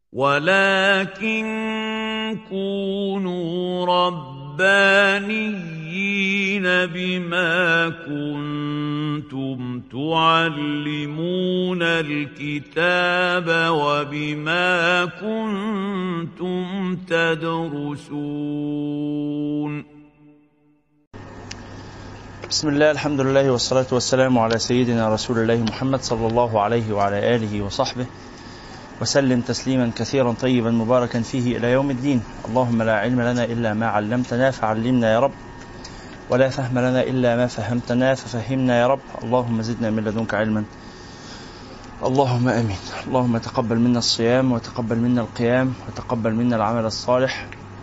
ولكن كونوا ربانيين بما كنتم تعلمون الكتاب وبما كنتم تدرسون. بسم الله، الحمد لله والصلاة والسلام على سيدنا رسول الله محمد صلى الله عليه وعلى آله وصحبه وسلم تسليما كثيرا طيبا مباركا فيه إلى يوم الدين. اللهم لا علم لنا إلا ما علمتنا فعلمنا يا رب، ولا فهم لنا إلا ما فهمتنا ففهمنا يا رب. اللهم زدنا من لدنك علما. اللهم آمين. اللهم تقبل منا الصيام وتقبل منا القيام وتقبل منا العمل الصالح.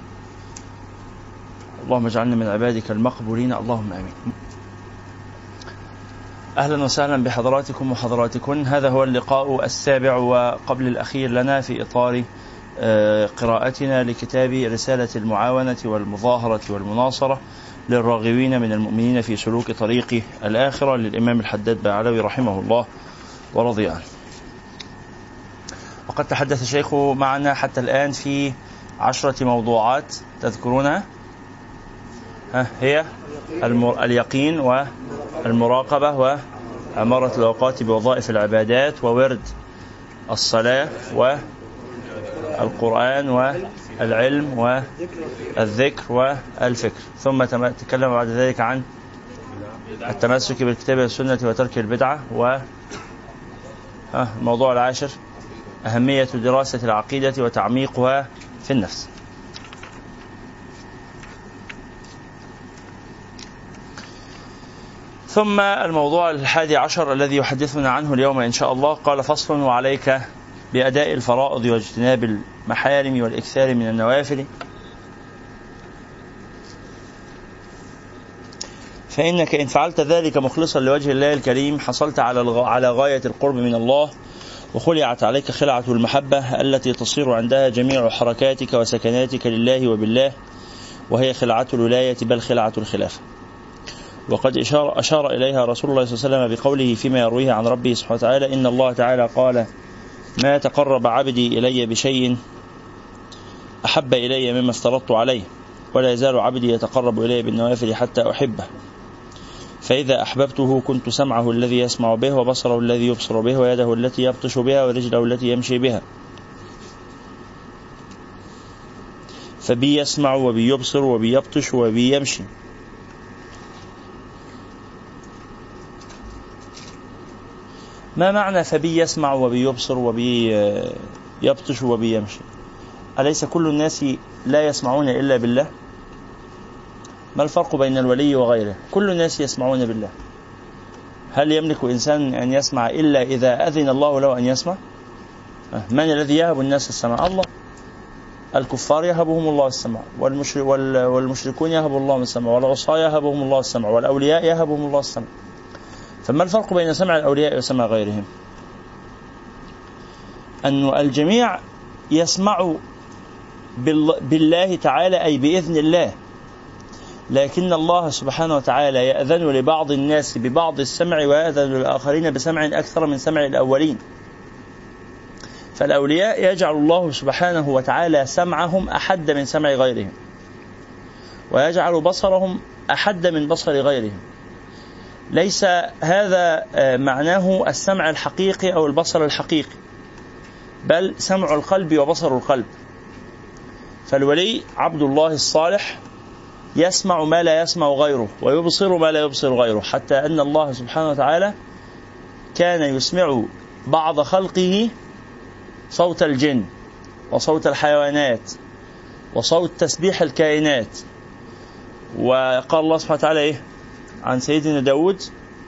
اللهم اجعلنا من عبادك المقبولين. اللهم آمين. أهلا وسهلا بحضراتكم وحضراتكن. هذا هو اللقاء السابع وقبل الأخير لنا في إطار قراءتنا لكتاب رسالة المعاونة والمظاهرة والمناصرة للراغبين من المؤمنين في سلوك طريق الآخرة للإمام الحداد بعلوي رحمه الله ورضي عنه. وقد تحدث الشيخ معنا حتى الآن في 10 موضوعات تذكرونها. هي اليقين والمراقبة وعمارة الأوقات بوظائف العبادات وورد الصلاة والقرآن والعلم والذكر والفكر. ثم تكلم بعد ذلك عن التمسك بالكتاب والسنة وترك البدعة. والموضوع العاشر أهمية دراسة العقيدة وتعميقها في النفس. ثم الموضوع 11 الذي يحدثنا عنه اليوم إن شاء الله. قال: فصل: وعليك بأداء الفرائض واجتناب المحارم والإكثار من النوافل، فإنك إن فعلت ذلك مخلصا لوجه الله الكريم حصلت على غاية القرب من الله، وخلعت عليك خلعة المحبة التي تصير عندها جميع حركاتك وسكناتك لله وبالله، وهي خلعة الولاية بل خلعة الخلافة. وقد أشار إليها رسول الله صلى الله عليه وسلم بقوله فيما يرويه عن ربه سبحانه وتعالى: إن الله تعالى قال: ما تقرب عبدي إلي بشيء أحب إلي مما افترضت عليه، ولا يزال عبدي يتقرب إلي بالنوافل حتى أحبه، فإذا أحببته كنت سمعه الذي يسمع به، وبصره الذي يبصر به، ويده التي يبطش بها، ورجله التي يمشي بها. فبي يسمع وبي يبصر وبي يبطش وبي يمشي. ما معنى فبي يسمع وبي يبصر وبي يبطش وبي يمشي؟ أليس كل الناس لا يسمعون إلا بالله؟ ما الفرق بين الولي وغيره؟ كل الناس يسمعون بالله. هل يملك إنسان أن يسمع إلا إذا أذن الله له أن يسمع؟ من الذي يهب الناس السمع؟ الله. الكفار يهبهم الله السمع، والمشركون يهب الله السمع، والعصاة يهبهم الله السمع، والأولياء يهبهم الله السمع. فما الفرق بين سمع الأولياء وسمع غيرهم؟ أن الجميع يسمع بالله تعالى أي بإذن الله، لكن الله سبحانه وتعالى يأذن لبعض الناس ببعض السمع ويأذن للآخرين بسمع أكثر من سمع الأولين. فالأولياء يجعل الله سبحانه وتعالى سمعهم أحد من سمع غيرهم، ويجعل بصرهم أحد من بصر غيرهم. ليس هذا معناه السمع الحقيقي أو البصر الحقيقي، بل سمع القلب وبصر القلب. فالولي عبد الله الصالح يسمع ما لا يسمع غيره، ويبصر ما لا يبصر غيره، حتى أن الله سبحانه وتعالى كان يسمع بعض خلقه صوت الجن وصوت الحيوانات وصوت تسبيح الكائنات. وقال الله سبحانه وتعالى عن سيدنا داود: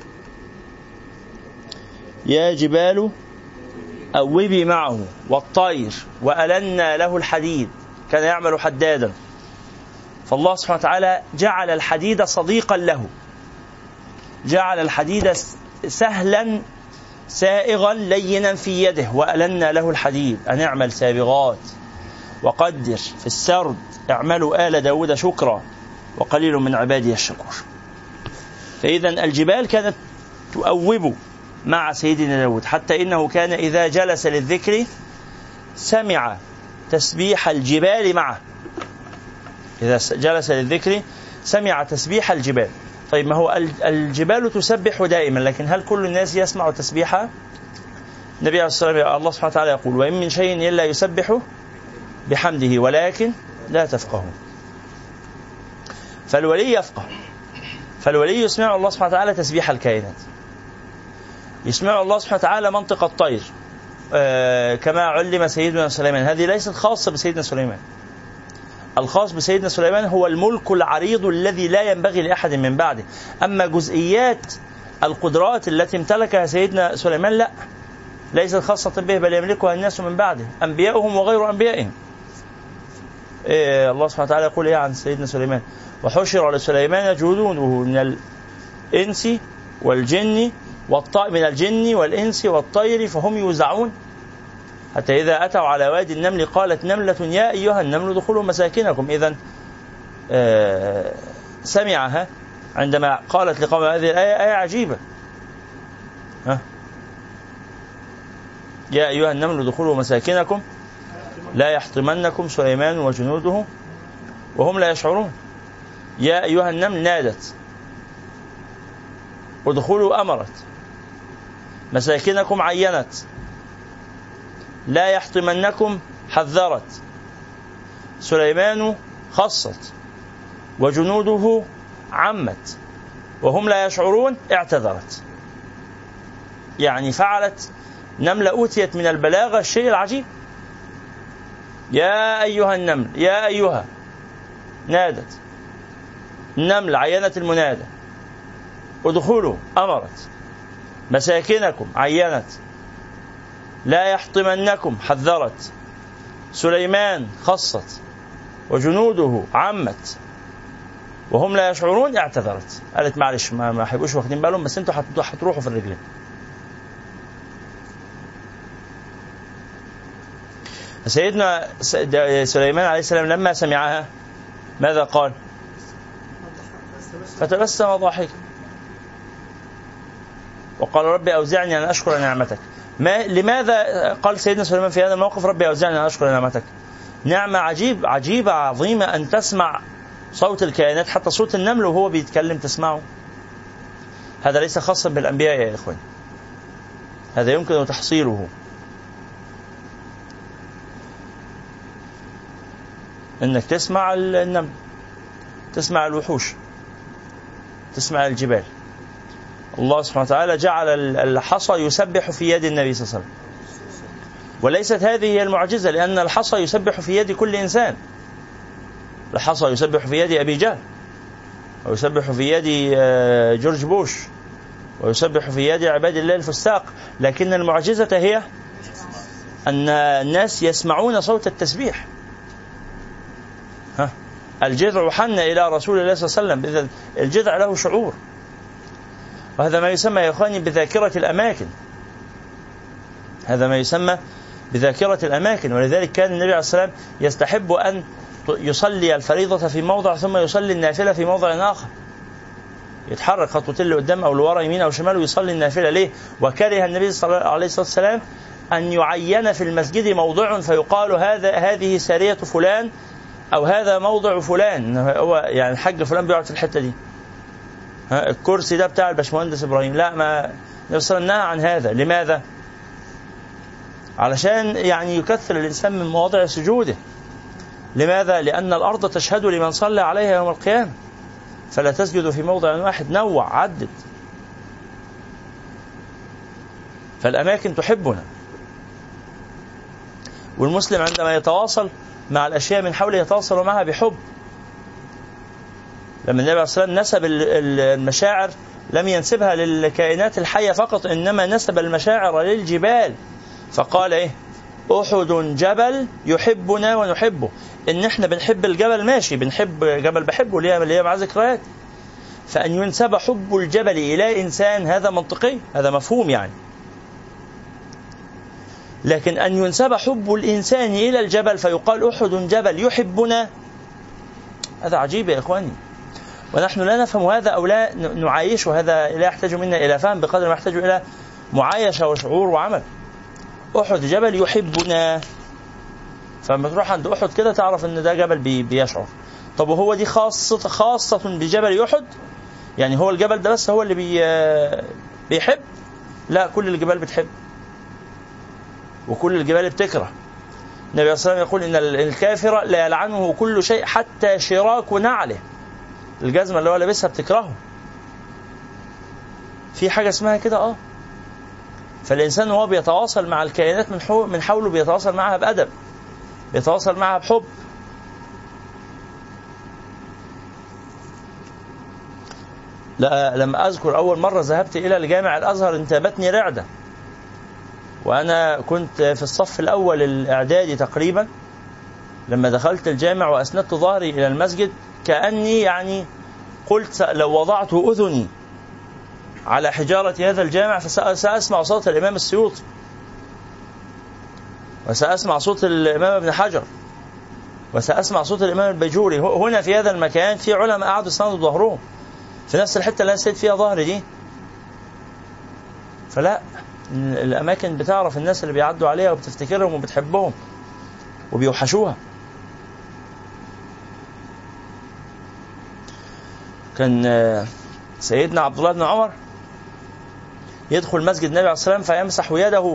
يا جبال أوبي معه والطير وألنا له الحديد. كان يعمل حدادا. فالله سبحانه وتعالى جعل الحديد صديقا له، جعل الحديد سهلا سائغا لينا في يده. وألنا له الحديد أن اعمل سابغات وقدر في السرد، اعملوا آل داود شكرا وقليل من عبادي الشكور. فإذا الجبال كانت تؤوب مع سيدنا داود، حتى إنه كان إذا جلس للذكر سمع تسبيح الجبال معه، إذا جلس للذكر سمع تسبيح الجبال. طيب ما هو الجبال تسبح دائما، لكن هل كل الناس يسمع تسبيحها؟ النبي عليه الصلاة والسلام الله سبحانه وتعالى يقول: وإن من شيء إلا يسبح بحمده ولكن لا تفقهون. فالولي يفقه، فالولي يسمع الله سبحانه وتعالى تسبيح الكائنات، يسمع الله سبحانه وتعالى منطق الطير كما علم سيدنا سليمان. هذه ليست خاصة بسيدنا سليمان، الخاص بسيدنا سليمان هو الملك العريض الذي لا ينبغي لأحد من بعده. أما جزئيات القدرات التي امتلكها سيدنا سليمان لا، ليست خاصة به، بل يملكها الناس من بعده، أنبياؤهم وغير أنبيائهم. الله سبحانه وتعالى يقول عن سيدنا سليمان: وحشر لسليمان جنوده من الإنس والجن من الجن والإنس والطير فهم يوزعون حتى إذا أتوا على وادي النمل قالت نملة يا أيها النمل ادخلوا مساكنكم. إذن سمعها عندما قالت لقوم هذه الآية، آية عجيبة، يا أيها النمل ادخلوا مساكنكم لا يحطمنكم سليمان وجنوده وهم لا يشعرون. يا أيها النمل نادت، ادخلوا أمرت، مساكنكم عينت، لا يحطمنكم حذرت، سليمان خصت، وجنوده عمت، وهم لا يشعرون اعتذرت. يعني فعلت نملة أوتيت من البلاغة الشيء العجيب. يا أيها النمل، يا أيها، نادت النمل، عينت المنادى، ادخلوا أمرت، مساكنكم عينت، لا يحطمنكم حذرت، سليمان خصت، وجنوده عمت، وهم لا يشعرون اعتذرت. قالت معلش ما حيبقوش واخدين بالهم، بس انتوا هتروحوا في الرجلين. سيدنا سليمان عليه السلام لما سمعها ماذا قال؟ فتبسم ضاحكا وقال: ربي أوزعني أن أشكر نعمتك. لماذا قال سيدنا سليمان في هذا الموقف ربي أوزعني أن أشكر نعمتك؟ نعمة عجيبة عظيمة أن تسمع صوت الكائنات، حتى صوت النمل وهو بيتكلم تسمعه. هذا ليس خاصا بالأنبياء يا إخوان، هذا يمكن تحصيله. إنك تسمع النمل، تسمع الوحوش، تسمع الجبال. الله سبحانه وتعالى جعل الحصى يسبح في يد النبي صلى الله عليه وسلم، وليست هذه هي المعجزة، لأن الحصى يسبح في يد كل إنسان. الحصى يسبح في يد أبي جهل، ويسبح في يد جورج بوش، ويسبح في يد عباد الله الفساق. لكن المعجزة هي أن الناس يسمعون صوت التسبيح. الجذع حن إلى رسول الله صلى الله عليه وسلم، إذا الجذع له شعور، وهذا ما يسمى يا إخواني بذاكرة الأماكن. هذا ما يسمى بذاكرة الأماكن. ولذلك كان النبي عليه الصلاة والسلام يستحب أن يصلي الفريضة في موضع ثم يصلي النافلة في موضع آخر، يتحرك خطوتين لقدام أو لورا يمين أو شمال ويصلي النافلة. ليه؟ وكره النبي صلى الله عليه وسلم أن يعين في المسجد موضع فيقال هذه سارية فلان أو هذا موضع فلان، هو يعني الحاج فلان بيقعد في الحتة دي، الكرسي ده بتاع الباشمهندس إبراهيم. لا، ما النبي صلى الله عليه وسلم نهى عن هذا. لماذا؟ علشان يعني يكثر الإنسان من مواضع سجوده. لماذا؟ لأن الأرض تشهد لمن صلى عليها يوم القيامة، فلا تسجد في موضع واحد، نوع، عدد. فالأماكن تحبنا، والمسلم عندما يتواصل مع الأشياء من حوله يتواصل معها بحب. لما النبي عليه الصلاة والسلام نسب المشاعر لم ينسبها للكائنات الحية فقط، إنما نسب المشاعر للجبال، فقال إيه؟ أحد جبل يحبنا ونحبه. إن إحنا بنحب الجبل ماشي، بنحب جبل بحبه اللي هي مع ذكريات، فأن ينسب حب الجبل إلى إنسان هذا منطقي، هذا مفهوم يعني. لكن أن ينسب حب الإنسان إلى الجبل فيقال أحد جبل يحبنا، هذا عجيب يا إخواني. ونحن لا نفهم هذا أو لا نعايش، هذا لا يحتاج منا إلى فهم بقدر ما يحتاج إلى معايشة وشعور وعمل. أحد جبل يحبنا، فلما تروح عند أحد كده تعرف إن ده جبل بيشعر. طب وهو دي خاصة بجبل أحد؟ يعني هو الجبل ده بس هو اللي بيحب؟ لا، كل الجبال بتحب وكل الجبال بتكره. النبي صلى الله عليه وسلم يقول إن الكافر لا يلعنه كل شيء حتى شراك نعله، الجزمة اللي هو لابسها بتكرهه. في حاجة اسمها كده. فالإنسان وهو بيتواصل مع الكائنات من حوله بيتواصل معها بأدب، بيتواصل معها بحب. لا، لما أذكر أول مرة ذهبت إلى الجامع الأزهر انتابتني رعدة، وأنا كنت في الصف الأول الإعدادي تقريبا. لما دخلت الجامع وأسندت ظهري إلى المسجد كأني يعني قلت لو وضعت أذني على حجارة هذا الجامع فسأسمع صوت الإمام السيوطي، وسأسمع صوت الإمام ابن حجر، وسأسمع صوت الإمام البيجوري. هنا في هذا المكان في علماء قعدوا يسندوا ظهرهم في نفس الحتة اللي أنا سيد فيها ظهري دي. فلا، الأماكن بتعرف الناس اللي بيعدوا عليها وبتفتكرهم وبتحبهم وبيوحشوها. كان سيدنا عبد الله بن عمر يدخل مسجد النبي عليه الصلاة والسلام فيمسح يده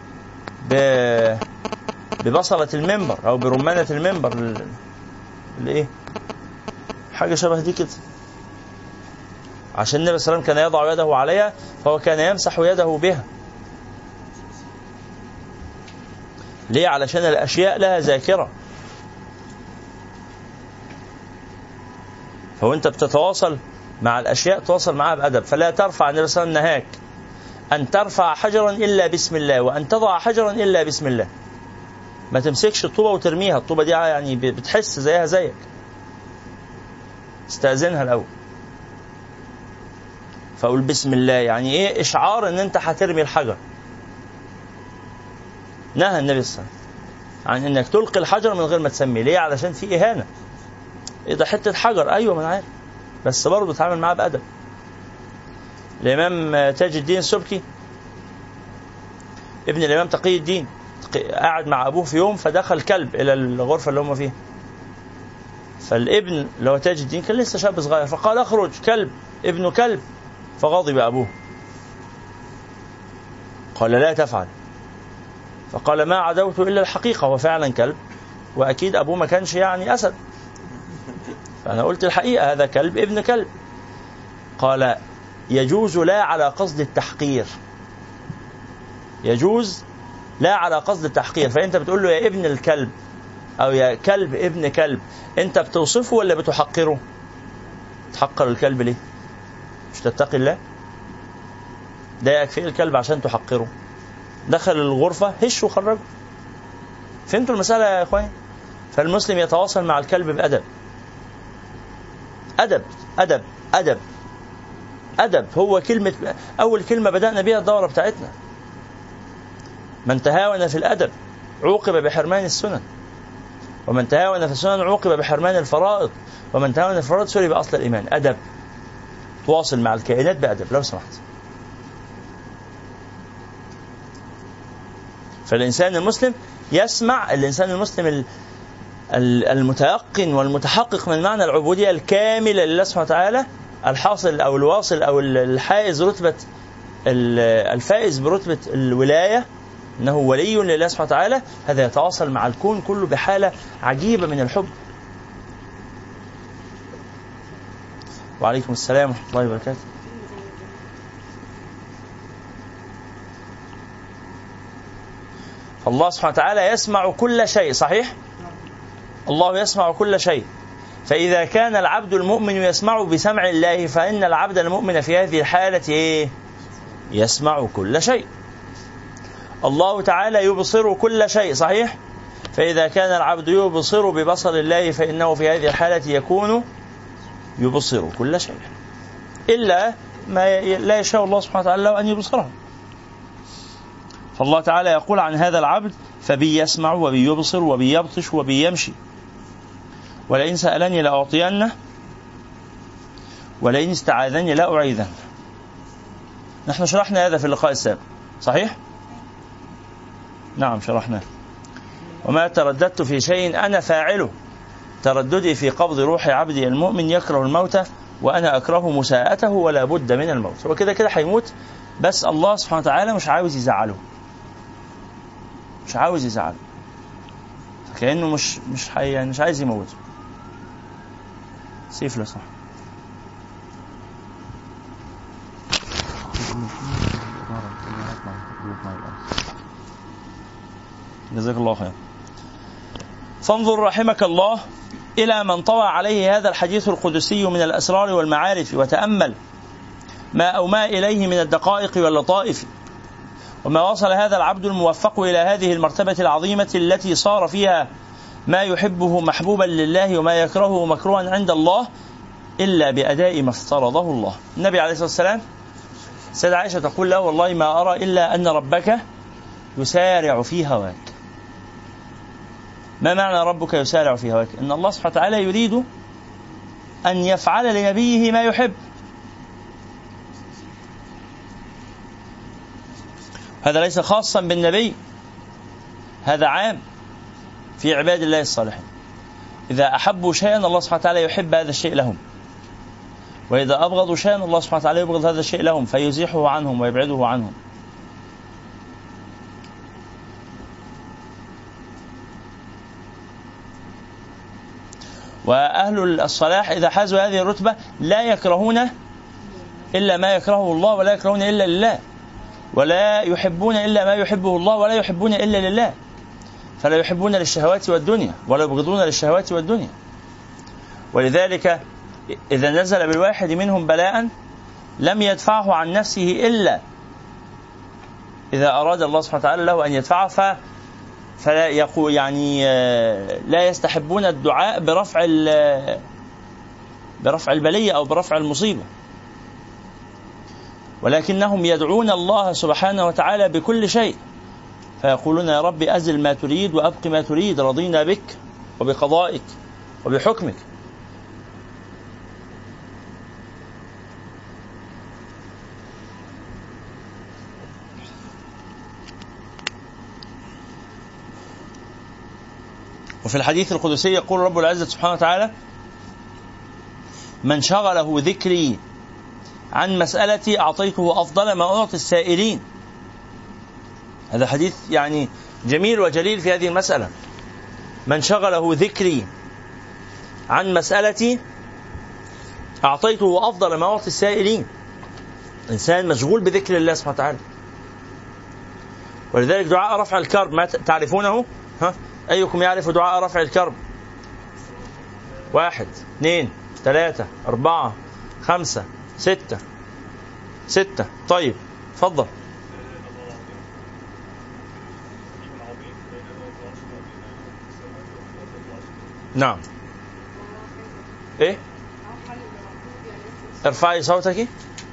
ببصلة المنبر أو برمانة المنبر، الإيه، حاجة شبه دي كده، عشان النبي صلى الله عليه وسلم كان يضع يده عليها فهو كان يمسح يده بها. ليه؟ علشان الأشياء لها ذاكرة. فهو أنت بتتواصل مع الأشياء تواصل معها بأدب. فلا ترفع، النبي صلى الله عليه وسلم نهاك أن ترفع حجرا إلا بسم الله، وأن تضع حجرا إلا بسم الله. ما تمسكش الطوبة وترميها، الطوبة دي يعني بتحس زيها زيك، استأذنها الأول. فأقول بسم الله، يعني إيه؟ إشعار أن أنت هترمي الحجر. نهى النبي صلى الله عليه وسلم عن أنك تلقي الحجر من غير ما تسمي. ليه؟ علشان في إهانة. إيه ده؟ حتة حجر، أيوة ما أنا عارف، بس برضه تعامل معاه بأدب. الإمام تاج الدين السبكي ابن الإمام تقي الدين قاعد مع أبوه في يوم فدخل كلب إلى الغرفة اللي هم فيها، فالابن اللي هو تاج الدين كان لسه شاب صغير فقال اخرج كلب ابن كلب، فغضب أبوه قال لا تفعل، فقال ما عدوت إلا الحقيقة، هو فعلا كلب وأكيد أبوه ما كانش يعني أسد، فأنا قلت الحقيقة هذا كلب ابن كلب. قال يجوز لا على قصد التحقير، يجوز لا على قصد التحقير. فأنت بتقول له يا ابن الكلب أو يا كلب ابن كلب، أنت بتوصفه ولا بتحقره؟ تحقر الكلب ليه؟ مش تتقي الله؟ ضايقك في الكلب عشان تحقره، دخل الغرفة هش وخرجه. فهمتوا المسألة يا إخواني؟ فالمسلم يتواصل مع الكلب بأدب. أدب أدب أدب أدب، هو كلمة أول كلمة بدأنا بها الدورة بتاعتنا. من تهاون في الأدب عوقب بحرمان السنن، ومن تهاون في السنن عوقب بحرمان الفرائض، ومن تهاون في الفرائض سوري بأصل الإيمان. أدب، تواصل مع الكائنات بأدب لو سمحت. فالإنسان المسلم يسمع، الإنسان المسلم المتيقن والمتحقق من معنى العبودية الكاملة لله سبحانه وتعالى، الحاصل أو الواصل أو الحائز رتبة الفائز برتبة الولاية، إنه ولي لله سبحانه وتعالى، هذا يتواصل مع الكون كله بحالة عجيبة من الحب. وعليكم السلام ورحمة الله وبركاته. الله سبحانه وتعالى يسمع كل شيء، صحيح؟ الله يسمع كل شيء. فإذا كان العبد المؤمن يسمع بسمع الله، فإن العبد المؤمن في هذه الحالة إيه؟ يسمع كل شيء. الله تعالى يبصر كل شيء، صحيح؟ فإذا كان العبد يبصر ببصر الله، فإنه في هذه الحالة يكون يبصر كل شيء، إلا ما لا يشاء الله سبحانه وتعالى أن يبصره. فالله تعالى يقول عن هذا العبد فبي يسمع وبي يبصر وبي يبطش وبي يمشي، ولئن سألني لأعطينه ولئن استعاذني لا أعيذنه. نحن شرحنا هذا في اللقاء السابق، صحيح؟ نعم شرحناه. وما ترددت في شيء أنا فاعله، ترددي في قبض روح عبدي المؤمن يكره الموت وأنا أكره مساءته ولا بد من الموت. هو كده كده هيموت، بس الله سبحانه وتعالى مش عاوز يزعله، مش عاوز يزعله، كأنه مش عايز يموته. سيف له صح. جزاك الله خير. فانظر رحمك الله إلى من طوى عليه هذا الحديث القدسي من الأسرار والمعارف، وتأمل ما أومى إليه من الدقائق واللطائف، وما وصل هذا العبد الموفق إلى هذه المرتبة العظيمة التي صار فيها ما يحبه محبوبا لله وما يكرهه مكروها عند الله إلا بأداء ما افترضه الله. النبي عليه الصلاة والسلام سيدة عائشة تقول له: والله ما أرى إلا أن ربك يسارع في هواك. ما معنى ربك يسارع في هواك؟ إن الله سبحانه وتعالى يريد أن يفعل لنبيه ما يحب. هذا ليس خاصا بالنبي، هذا عام في عباد الله الصالحين. إذا أحبوا شيئا الله سبحانه وتعالى يحب هذا الشيء لهم، وإذا أبغضوا شيئا الله سبحانه وتعالى يبغض هذا الشيء لهم فيزيحه عنهم ويبعده عنهم. وأهل الصلاح إذا حازوا هذه الرتبة لا يكرهون إلا ما يكرهه الله، ولا يكرهون إلا لله، ولا يحبون إلا ما يحبه الله، ولا يحبون إلا لله. فلا يحبون للشهوات والدنيا ولا يبغضون للشهوات والدنيا. ولذلك إذا نزل بالواحد منهم بلاء لم يدفعه عن نفسه إلا إذا أراد الله سبحانه وتعالى له أن يدفعه، فلا يقول يعني لا يستحبون الدعاء برفع البلية أو برفع المصيبة، ولكنهم يدعون الله سبحانه وتعالى بكل شيء، فيقولون: يا رب أزل ما تريد وأبق ما تريد، رضينا بك وبقضائك وبحكمك. وفي الحديث القدسي يقول رب العزة سبحانه وتعالى: من شغله ذكري عن مسألتي أعطيته أفضل ما أعطي السائلين. هذا حديث يعني جميل وجليل في هذه المسألة. من شغله ذكري عن مسألتي أعطيته أفضل ما أعطي السائلين. إنسان مشغول بذكر الله سبحانه وتعالى. ولذلك دعاء رفع الكرب ما تعرفونه؟ أيكم يعرف دعاء رفع الكرب؟ 1 2 3 4 5 6. طيب تفضل. نعم. ايه؟ ارفعي صوتك.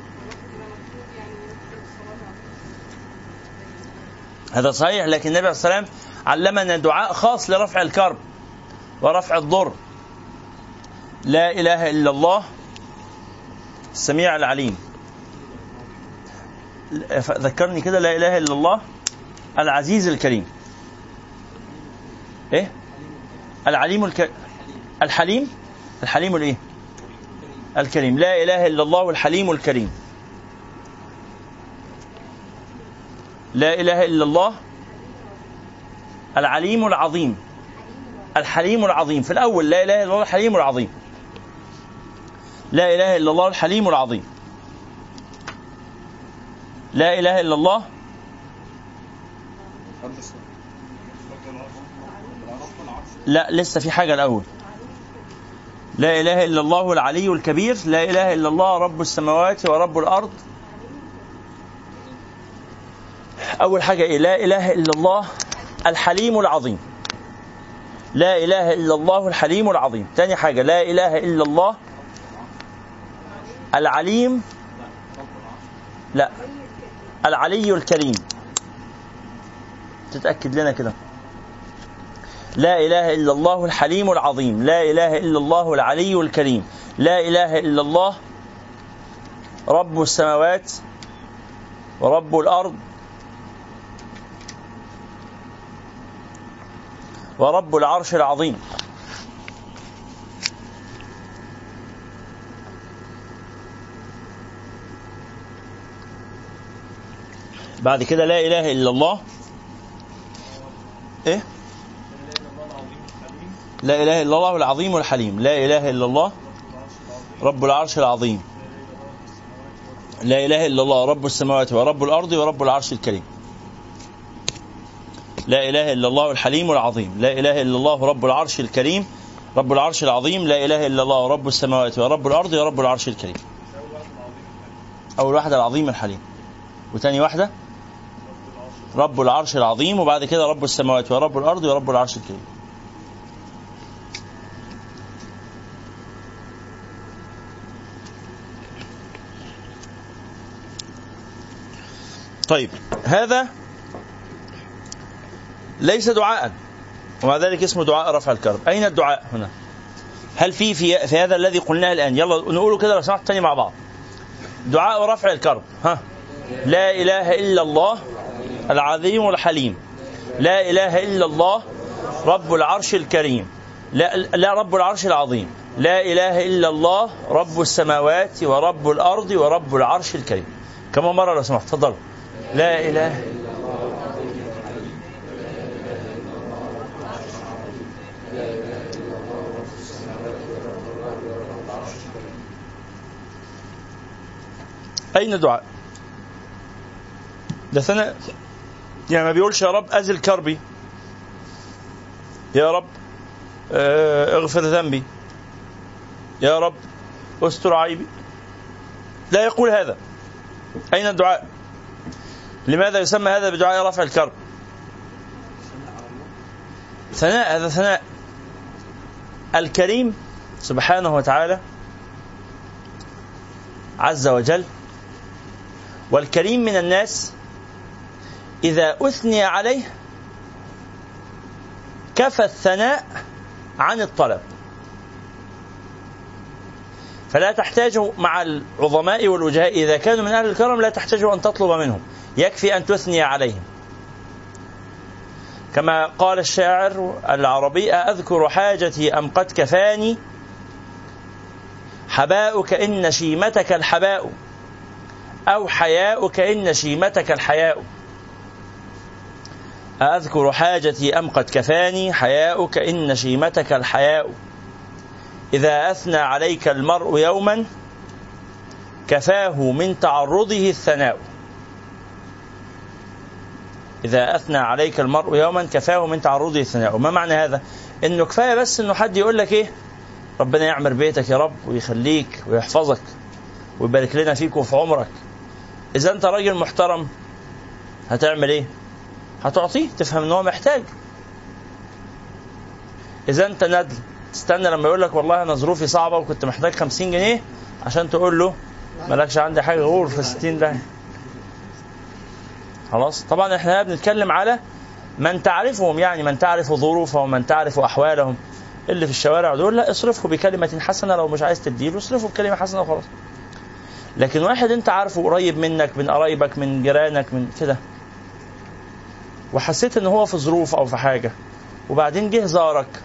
هذا صحيح، لكن النبي عليه الصلاة والسلام علمنا دعاء خاص لرفع الكرب ورفع الضر. لا إله إلا الله السميع العليم. ذكرني كده. لا إله إلا الله العزيز الكريم. إيه؟ العليم الحليم. الحليم الإيه؟ الكريم. لا إله إلا الله الحليم الكريم. لا إله إلا الله العليم العظيم. الحليم العظيم في الأول. لا إله إلا الله الحليم العظيم. لا إله إلا الله الحليم العظيم. لا إله إلا الله. لا لسه في حاجة الأول. لا إله إلا الله العلي الكبير. لا إله إلا الله رب السماوات ورب الأرض. أول حاجة إيه؟ لا إله إلا الله الحليم العظيم. لا إله إلا الله الحليم العظيم. ثاني حاجة لا إله إلا الله العليم. لا العلي الكريم. تتأكد لنا كده. لا إله إلا الله الحليم العظيم. لا إله إلا الله العلي الكريم. لا إله إلا الله رب السماوات ورب الأرض ورب العرش العظيم. بعد كده لا إله إلا الله. إيه؟ لا إله إلا الله العظيم الحليم. لا إله إلا الله رب العرش العظيم. لا إله إلا الله رب السماوات ورب الأرض ورب العرش الكريم. لا إله إلا الله الحليم العظيم. لا إله إلا الله رب العرش الكريم رب العرش العظيم. لا إله إلا الله رب السماوات ورب الأرض ورب العرش الكريم. أول واحدة العظيم الحليم، وتاني واحدة رب العرش العظيم، وبعد كده رب السماوات ورب الأرض ورب العرش الكريم. طيب هذا ليس دعاء، ومع ذلك اسمه دعاء رفع الكرب. أين الدعاء هنا؟ هل في هذا الذي قلناه الآن؟ يلا نقوله كده لو سمحت تاني مع بعض. دعاء رفع الكرب. لا إله إلا الله العظيم الحليم. لا إله إلا الله رب العرش الكريم. لا رب العرش العظيم. لا إله إلا الله رب السماوات ورب الأرض ورب العرش الكريم. كم مرة لو سمحت؟ تفضل. لا إله أين دعاء؟ ده ثناء، يعني ما بيقولش يا رب أزل كربي، يا رب اغفر ذنبي، يا رب استر عيبي، لا يقول هذا. أين الدعاء؟ لماذا يسمى هذا بدعاء رفع الكرب؟ ثناء، هذا ثناء. الكريم سبحانه وتعالى عز وجل، والكريم من الناس إذا أثني عليه كفى الثناء عن الطلب، فلا تحتاج مع العظماء والوجهاء إذا كانوا من أهل الكرم، لا تحتاج أن تطلب منهم، يكفي أن تثني عليهم. كما قال الشاعر العربي: أذكر حاجتي أم قد كفاني حباؤك إن شيمتك الحباء، أو حياؤك إن شيمتك الحياء. أذكر حاجتي أم قد كفاني حياؤك إن شيمتك الحياء. إذا أثنى عليك المرء يوما كفاه من تعرضه الثناء. إذا أثنى عليك المرء يوما كفاه من تعرضه الثناء. ما معنى هذا؟ إنه كفاية بس إنه حد يقول لك إيه، ربنا يعمر بيتك يا رب ويخليك ويحفظك ويبارك لنا فيك وفي عمرك. إذا أنت راجل محترم هتعمل إيه؟ هتعطيه، تفهم إنه محتاج. إذا أنت ندل تستنى لما يقول لك والله أنا ظروفي صعبة وكنت محتاج 50 جنيه عشان تقول له مالكش عندي حاجة غور في 60 ده. خلاص. طبعا احنا بنتكلم على من تعرفهم، يعني من تعرف ظروفهم ومن تعرف أحوالهم. اللي في الشوارع دول لا، اصرفه بكلمة حسنة، لو مش عايز تديله اصرفه بكلمة حسنة وخلاص. لكن واحد انت عارفه قريب منك، من قرايبك، من جيرانك، من كده، وحسيت ان هو في ظروف او في حاجة وبعدين جه زارك،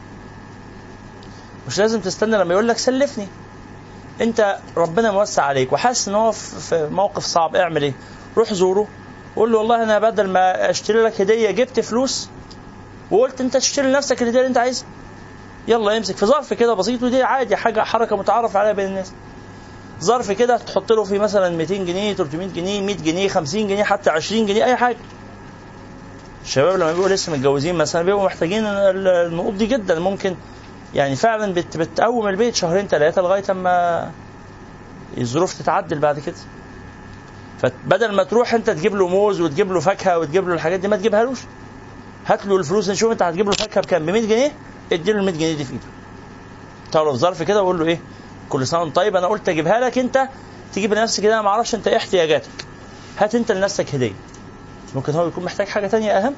مش لازم تستنى لما يقول لك سلفني. انت ربنا موسع عليك وحاسس ان هو في موقف صعب، اعمل ايه؟ روح زوره وقول له والله انا بدل ما اشتري لك هدية جبت فلوس وقلت انت تشتري لنفسك الهدية اللي انت عايزها، يلا يمسك في ظرف كده بسيط، ودي عادي، حركة متعارف عليها بين الناس. ظرف كده تحط له فيه مثلا 200 جنيه 300 جنيه 100 جنيه 50 جنيه حتى 20 جنيه اي حاجة. الشباب لما بيبقوا لسه متجوزين مثلا بيبقوا محتاجين النقود دي جدا، ممكن يعني فعلا بتقوم البيت 2-3 لغاية اما الظروف تتعدل بعد كده. فبدل ما تروح انت تجيب له موز وتجيب له فاكهة وتجيب له الحاجات دي، ما تجيبها لوش، هات له الفلوس نشوف انت هتجيب له فاكهة بكام، ب 100 جنيه ادي له ال 100 جنيه دي في ايده، تعرف ظرف كده وقول له ايه كل سنه وانت طيب، انا قلت اجيبها لك انت تجيب لنفسك كده، ما اعرفش انت ايه احتياجاتك، هات انت لنفسك هديه، ممكن هو يكون محتاج حاجه تانية اهم.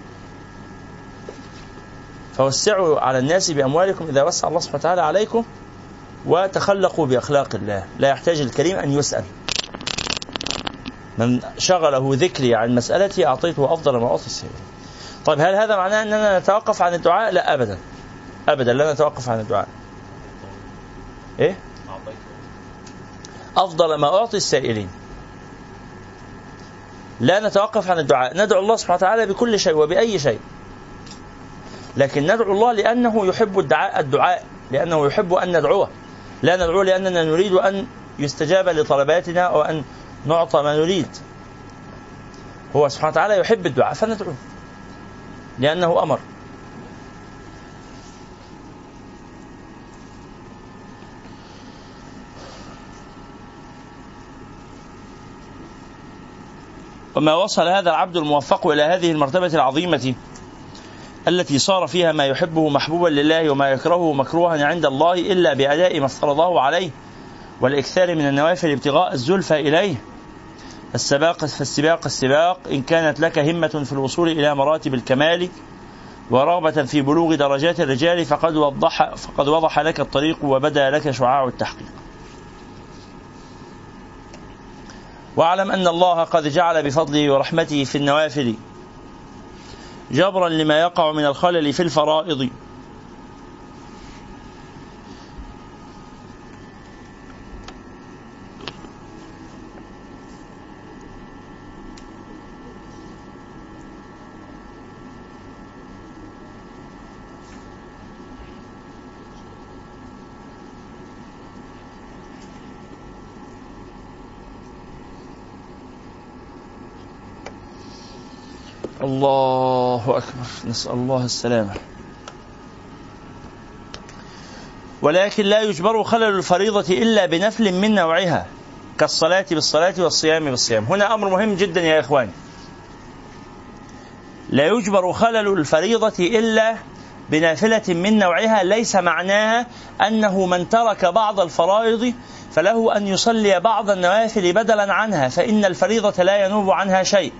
فوسعوا على الناس باموالكم اذا وسع الله سبحانه وتعالى عليكم، وتخلقوا باخلاق الله. لا يحتاج الكريم ان يسال. من شغله ذكري عن مسالتي اعطيته افضل ما اعطي السائل. طيب هل هذا معناه أننا نتوقف عن الدعاء؟ لا أبدا، أبدا لا نتوقف عن الدعاء. إيه؟ أفضل ما أعطي السائلين. لا نتوقف عن الدعاء، ندعو الله سبحانه وتعالى بكل شيء وبأي شيء، لكن ندعو الله لأنه يحب الدعاء، لأنه يحب أن ندعوه. لا ندعوه لأننا نريد أن يستجاب لطلباتنا أو أن نعطى ما نريد. هو سبحانه وتعالى يحب الدعاء فندعوه لأنه أمر. وما وصل هذا العبد الموفق إلى هذه المرتبة العظيمة التي صار فيها ما يحبه محبوبا لله وما يكرهه مكروها عند الله إلا بأداء ما افترضه عليه والإكثار من النوافل ابتغاء الزلفى إليه. السباق إن كانت لك همة في الوصول إلى مراتب الكمال ورغبة في بلوغ درجات الرجال فقد وضح لك الطريق وبدا لك شعاع التحقيق. واعلم أن الله قد جعل بفضله ورحمته في النوافل جبرا لما يقع من الخلل في الفرائض الله أكبر، نسأل الله السلامة. ولكن لا يجبر خلل الفريضة إلا بنفل من نوعها كالصلاة بالصلاة والصيام بالصيام. هنا أمر مهم جدا يا إخواني، لا يجبر خلل الفريضة إلا بنافلة من نوعها، ليس معناها أنه من ترك بعض الفرائض فله أن يصلي بعض النوافل بدلا عنها، فإن الفريضة لا ينوب عنها شيء.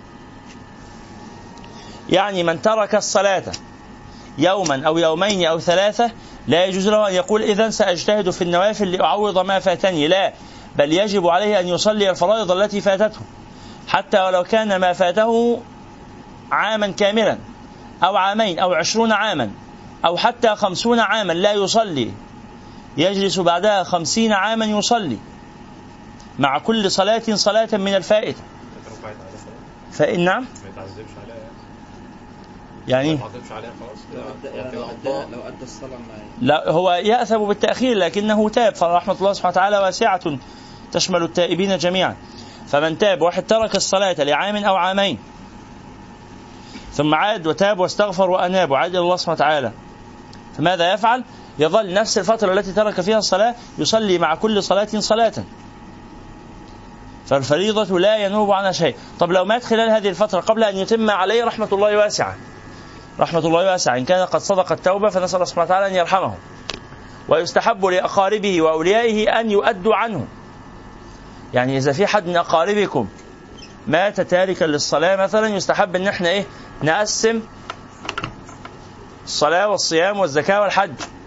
يعني من ترك الصلاة يوما أو يومين أو ثلاثة لا يجوز له أن يقول إذن سأجتهد في النوافل لأعوض ما فاتني، لا، بل يجب عليه أن يصلي الفرائض التي فاتته، حتى ولو كان ما فاته عاما كاملا أو عامين أو 20 عاما أو حتى 50 عاما لا يصلي، يجلس بعدها 50 عاما يصلي مع كل صلاة من الفائتة. فإن نعم يعني لو أدى الصلاة لا هو يأثم بالتأخير لكنه تاب، فرحمة الله سبحانه وتعالى واسعة تشمل التائبين جميعا. فمن تاب، واحد ترك الصلاة لعام أو عامين ثم عاد وتاب واستغفر وأناب وعاد إلى الله سبحانه وتعالى، فماذا يفعل؟ يظل نفس الفترة التي ترك فيها الصلاة يصلي مع كل صلاة، فالفريضة لا ينوب عنها شيء. طب لو مات خلال هذه الفترة قبل أن يتم عليه، رحمة الله واسعة، إن كان قد صدق التوبة فنسأل الله سبحانه وتعالى أن يرحمه. ويستحب لأقاربه وأوليائه أن يؤدوا عنه، يعني إذا في حد من أقاربكم مات تاركا للصلاة مثلا، يستحب أن احنا نقسم الصلاة والصيام والزكاة والحج.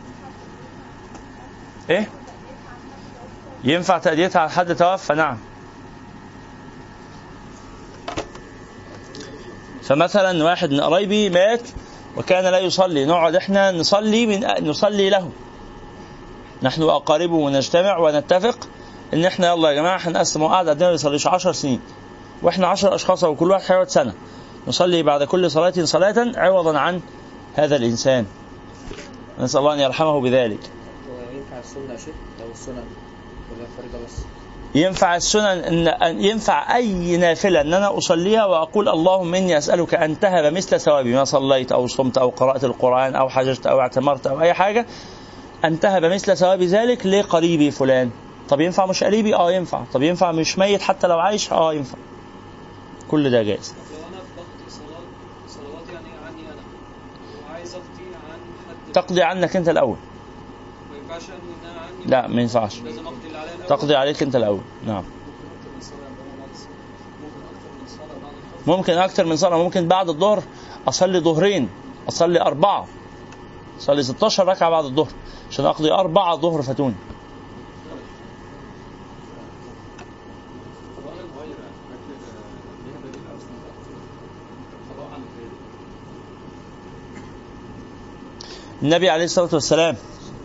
ينفع تأديتها عن حد توفى؟ نعم. فمثلا واحد من قرايبي مات وكان لا يصلي، نقعد احنا نصلي له، نحن أقاربه، ونجتمع ونتفق ان احنا يلا يا جماعة هنقسم، وقعد عندنا ما يصليش 10 سنين واحنا 10 أشخاص وكل واحد هيقعد سنة، نصلي بعد كل صلاة عوضا عن هذا الإنسان، نسأل الله أن يرحمه بذلك. ينفع السنة يا شيخ؟ لو السنة ولا فريضة بس؟ ينفع السنن، أن ينفع أي نافلة أن أنا أصليها وأقول اللهم إني أسألك أن تهب مثل ثوابي ما صليت أو صمت أو قرأت القرآن أو حججت أو اعتمرت أو أي حاجة، أن تهب مثل ثواب ذلك لقريبي فلان. طب ينفع مش قريبي؟ ينفع. طب ينفع مش ميت حتى لو عايش؟ ينفع. كل ده جائز. لو أنا بقضي صلوات يعني عني أنا وعايز أقضي عن حد، تقضي عنك أنت الأول. ما ينفعش أن عني؟ لا ما ينفعش، لازم أقضي اللي عليا الأول. تقضي عليك أنت الأول. نعم. ممكن أكتر من صلاة، ممكن بعد الظهر أصلي ظهرين، أصلي 4، أصلي 16 ركعة بعد الظهر عشان أقضي 4 ظهر فاتوني. النبي عليه الصلاة والسلام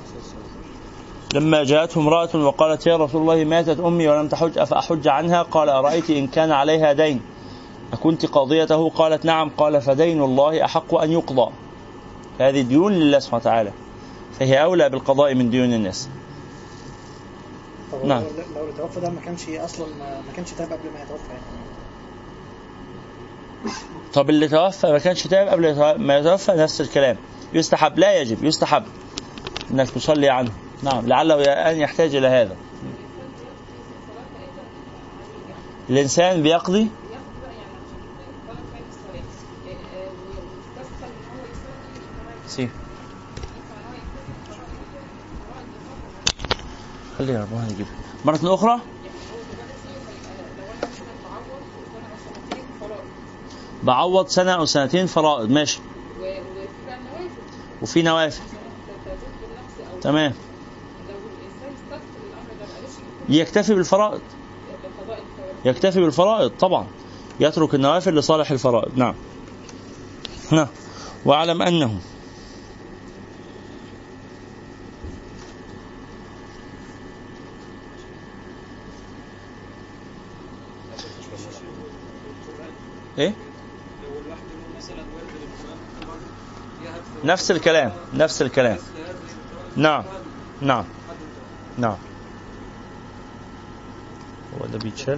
لما جاءته امرأة وقالت يا رسول الله ماتت أمي ولم تحج أفأحج عنها؟ قال أرأيت إن كان عليها دين أكنت قاضيته؟ قالت نعم. قال فدين الله أحق أن يقضى. هذه ديون لله سبحانه وتعالى، فهي أولى بالقضاء من ديون الناس. نعم. لو اللي توفى ده ما كانش أصلا ما كانش تاب قبل ما يتوفى يعني. طب اللي توفى ما كانش تاب قبل ما يتوفى نفس الكلام، يستحب لا يجب، يستحب انك تصلي عنه. نعم، لعله ان يحتاج الى هذا. الانسان بيقضي خلي ربنا يجيب مرة أخرى. بعوض سنة أو سنتين فرائض، ماشي، وفي نوافل، تمام، يكتفي بالفرائض، يكتفي بالفرائض طبعا، يترك النوافل لصالح الفرائض. نعم. نعم. واعلم أنه إيه؟ نفس الكلام، نفس الكلام. نعم نعم نعم. هو ده بيتشال.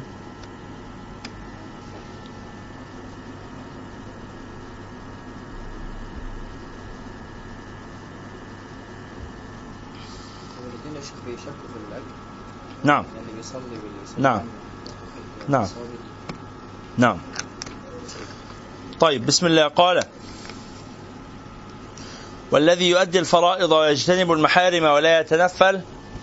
نعم نعم نعم نعم. طيب، بسم الله. قال والذي يؤدي الفرائض ويجتنب المحارم ولا يتنفل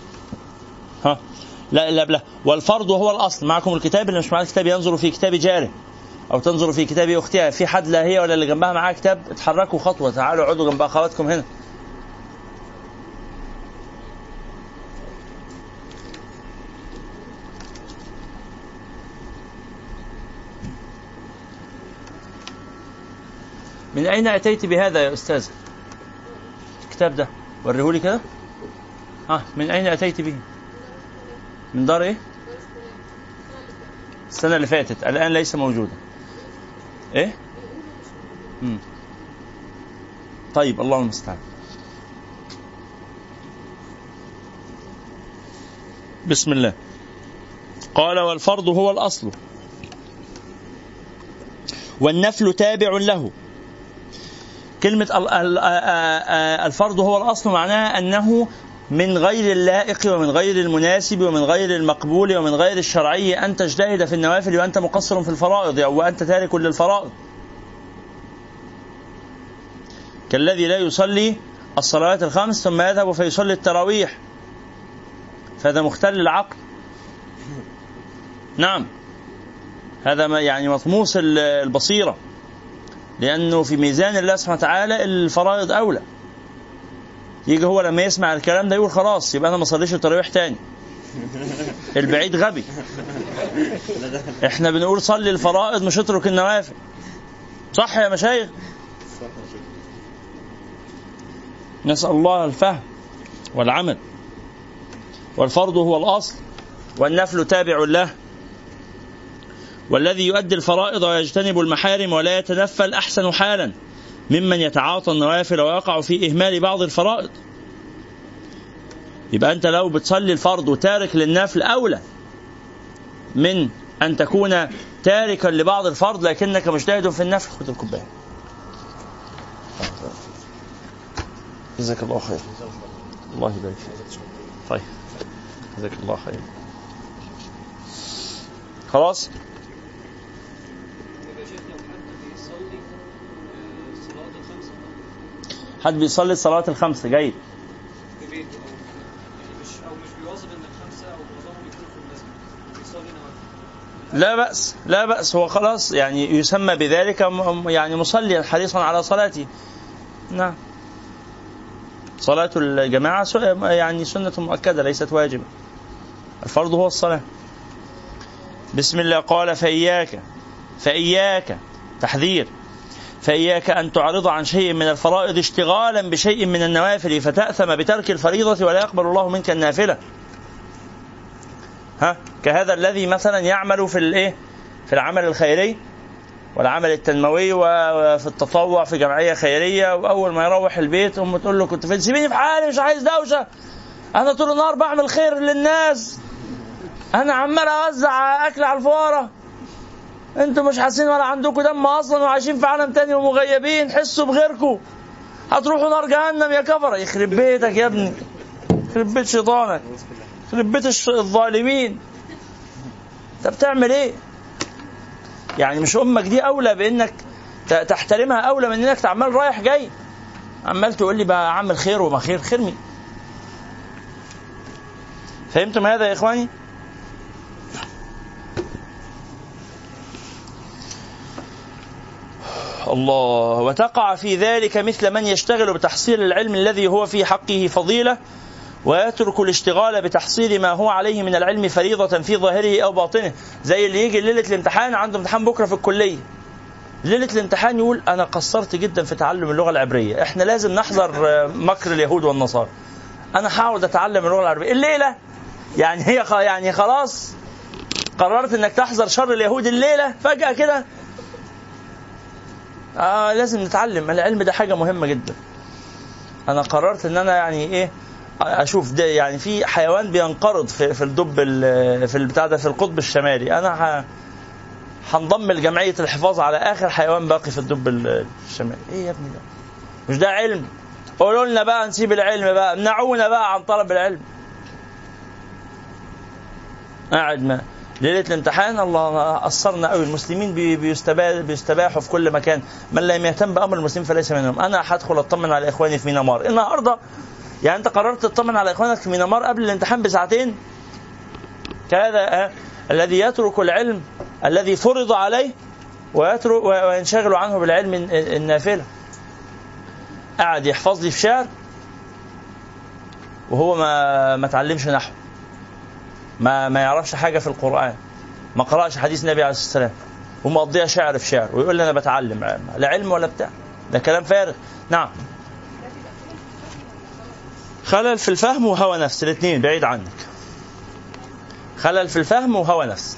لا والفرض هو الأصل. معكم الكتاب؟ اللي مش معاه الكتاب ينظر في كتاب جاره أو تنظر في كتاب أختها. في حد لا هي ولا اللي جنبها معاه كتاب؟ اتحركوا خطوة، تعالوا اقعدوا جنب أخواتكم هنا. من أين أتيت بهذا يا أستاذ؟ الكتاب ده وريهولي كده. من أين أتيت به؟ من دار إيه؟ السنة اللي فاتت، الآن ليس موجودا. إيه؟ طيب، الله المستعان. بسم الله. قال والفرض هو الأصل والنفل تابع له. كلمة الفرض هو الأصل معناها أنه من غير اللائق ومن غير المناسب ومن غير المقبول ومن غير الشرعي أن تجتهد في النوافل وأنت مقصر في الفرائض أو أنت تارك للفرائض، كالذي لا يصلي الصلوات الخمس ثم يذهب فيصلي التراويح، فهذا مختل العقل. نعم، هذا ما يعني مطموس البصيرة، لأنه في ميزان الله سبحانه وتعالى الفرائض أولى. يجي هو لما يسمع الكلام ده يقول خلاص يبقى أنا ما صليش التراويح تاني. البعيد غبي. احنا بنقول صلي الفرائض مش اترك النوافل، صح يا مشايخ؟ نسأل الله الفهم والعمل. والفرض هو الأصل والنفل تابع له. والذي يؤدي الفرائض ويجتنب المحارم ولا يتنفل أحسن حالا ممن يتعاطى النوافل ويقع في إهمال بعض الفرائض. يبقى أنت لو بتصلي الفرض وتارك للنفل أولى من أن تكون تاركا لبعض الفرض لكنك مجتهد في النفل. خذ الكوباية. جزاك الله خير. الله يبارك فيك. طيب، جزاك الله خير. خلاص. حد بيصلي الصلوات الخمس جيد. لا بأس، لا بأس، هو خلاص يعني يسمى بذلك يعني مصليا حريصا على صلاته. نعم، صلاة الجماعة يعني سنة مؤكدة ليست واجبة. الفرض هو الصلاة. بسم الله. قال فإياك تحذير فإياك أن تعرض عن شيء من الفرائض اشتغالا بشيء من النوافل فتأثم بترك الفريضة ولا يقبل الله منك النافلة. كهذا الذي مثلا يعمل في العمل الخيري والعمل التنموي وفي التطوع في جمعية خيرية، وأول ما يروح البيت أمه تقول له كنت فين؟ سيبيني في حالي مش عايز دوشة، أنا طول النهار بعمل خير للناس، أنا عمال أوزع أكل على الفقراء، أنتم مش حاسين ولا عندكم دم أصلا وعايشين في عالم تاني ومغيبين، حسوا بغيركم، هتروحوا نار جهنم يا كفر. يخرب بيتك يا ابني، يخرب بيت شيطانك، يخرب بيت الظالمين، أنت بتعمل إيه؟ يعني مش أمك دي أولى بأنك تحترمها أولى من أنك تعمل رايح جاي عمال تقول لي بقى أعمل خير وما خير؟ خير فهمتم هذا يا إخواني؟ الله. وتقع في ذلك مثل من يشتغل بتحصيل العلم الذي هو في حقه فضيلة ويترك الاشتغال بتحصيل ما هو عليه من العلم فريضة في ظاهره أو باطنه. زي اللي يجي ليلة الامتحان، عنده امتحان بكرة في الكلية، ليلة الامتحان يقول أنا قصرت جدا في تعلم اللغة العبرية، إحنا لازم نحذر مكر اليهود والنصارى، أنا هحاول أتعلم اللغة العربية الليلة. يعني هي يعني خلاص قررت إنك تحذر شر اليهود الليلة فجأة كده. لازم نتعلم العلم ده، حاجة مهمة جدا. أنا قررت إن أنا يعني أشوف ده، يعني في حيوان بينقرض في الدب في البتاع ده في القطب الشمالي، أنا هنضم لجمعية الحفاظ على آخر حيوان باقي في الدب الشمالي. إيه يا ابني ده؟ مش ده علم؟ قولوا لنا بقى نسيب العلم بقى، منعونا بقى عن طلب العلم. قاعد ما ليلة الامتحان، الله قصرنا قوي، المسلمين بيستباحوا في كل مكان، من لا يهتم بأمر المسلمين فليس منهم. أنا هدخل أطمن على إخواني في مينمار النهاردة. يعني أنت قررت تطمن على إخوانك في مينمار قبل الامتحان بساعتين؟ كهذا الذي يترك العلم الذي فرض عليه وينشغل عنه بالعلم النافلة. قاعد يحفظ لي في شعر وهو ما تعلمش نحو، ما يعرفش حاجة في القرآن، ما قرأش حديث النبي عليه الصلاة والسلام، ومقضيها شعر في شعر، ويقول لي أنا بتعلم، لا علم ولا بتاع، ده كلام فارغ. نعم، خلل في الفهم وهوى نفس، الاثنين بعيد عنك. خلل في الفهم وهوى نفس.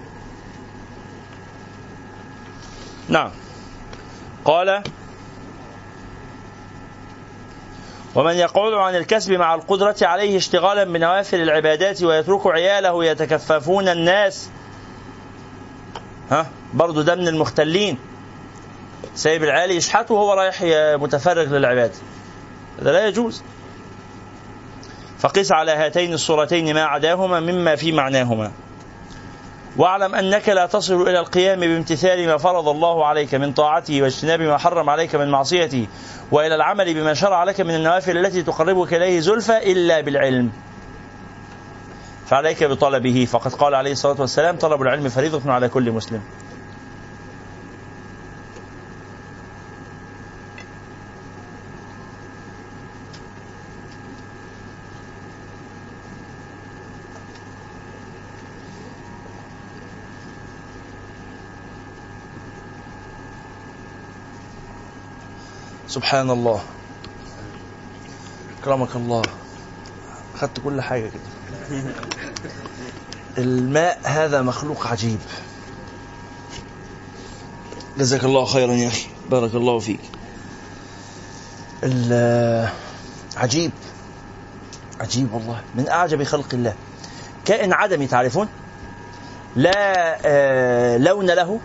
نعم. قال ومن يقعد عن الكسب مع القدرة عليه اشتغالا بنوافل العبادات ويترك عياله يتكففون الناس، برضو ده من المختلين، سايب العالي يشحته وهو رايح متفرغ للعبادة، هذا لا يجوز. فقس على هاتين الصورتين ما عداهما مما في معناهما، واعلم أنك لا تصل إلى القيام بامتثال ما فرض الله عليك من طاعته واجتناب ما حرم عليك من معصيته، وإلى العمل بما شرع لك من النوافل التي تقربك إليه زلفى إلا بالعلم، فعليك بطلبه. فقد قال عليه الصلاة والسلام طلب العلم فريضة على كل مسلم. سبحان الله، أكرمك الله، أخذت كل حاجة كده. الماء هذا مخلوق عجيب، جزاك الله خيرا يا أخي، بارك الله فيك. عجيب عجيب والله، من أعجب خلق الله. كائن عدمي تعرفون، لا لون له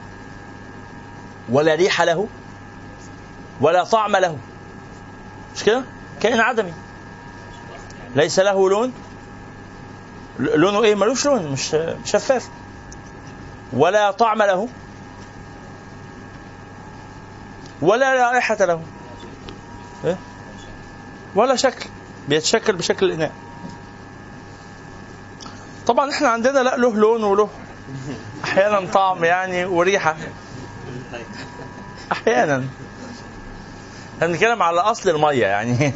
ولا ريح له ولا طعم له، مش كده؟ كائن عدمي ليس له لون، لونه ايه؟ ملوش لون، مش شفاف، ولا طعم له ولا رائحة له، إيه؟ ولا شكل، بيتشكل بشكل الإناء. طبعا احنا عندنا لا له لون وله احيانا طعم يعني وريحة احيانا. هنتكلم على اصل المية يعني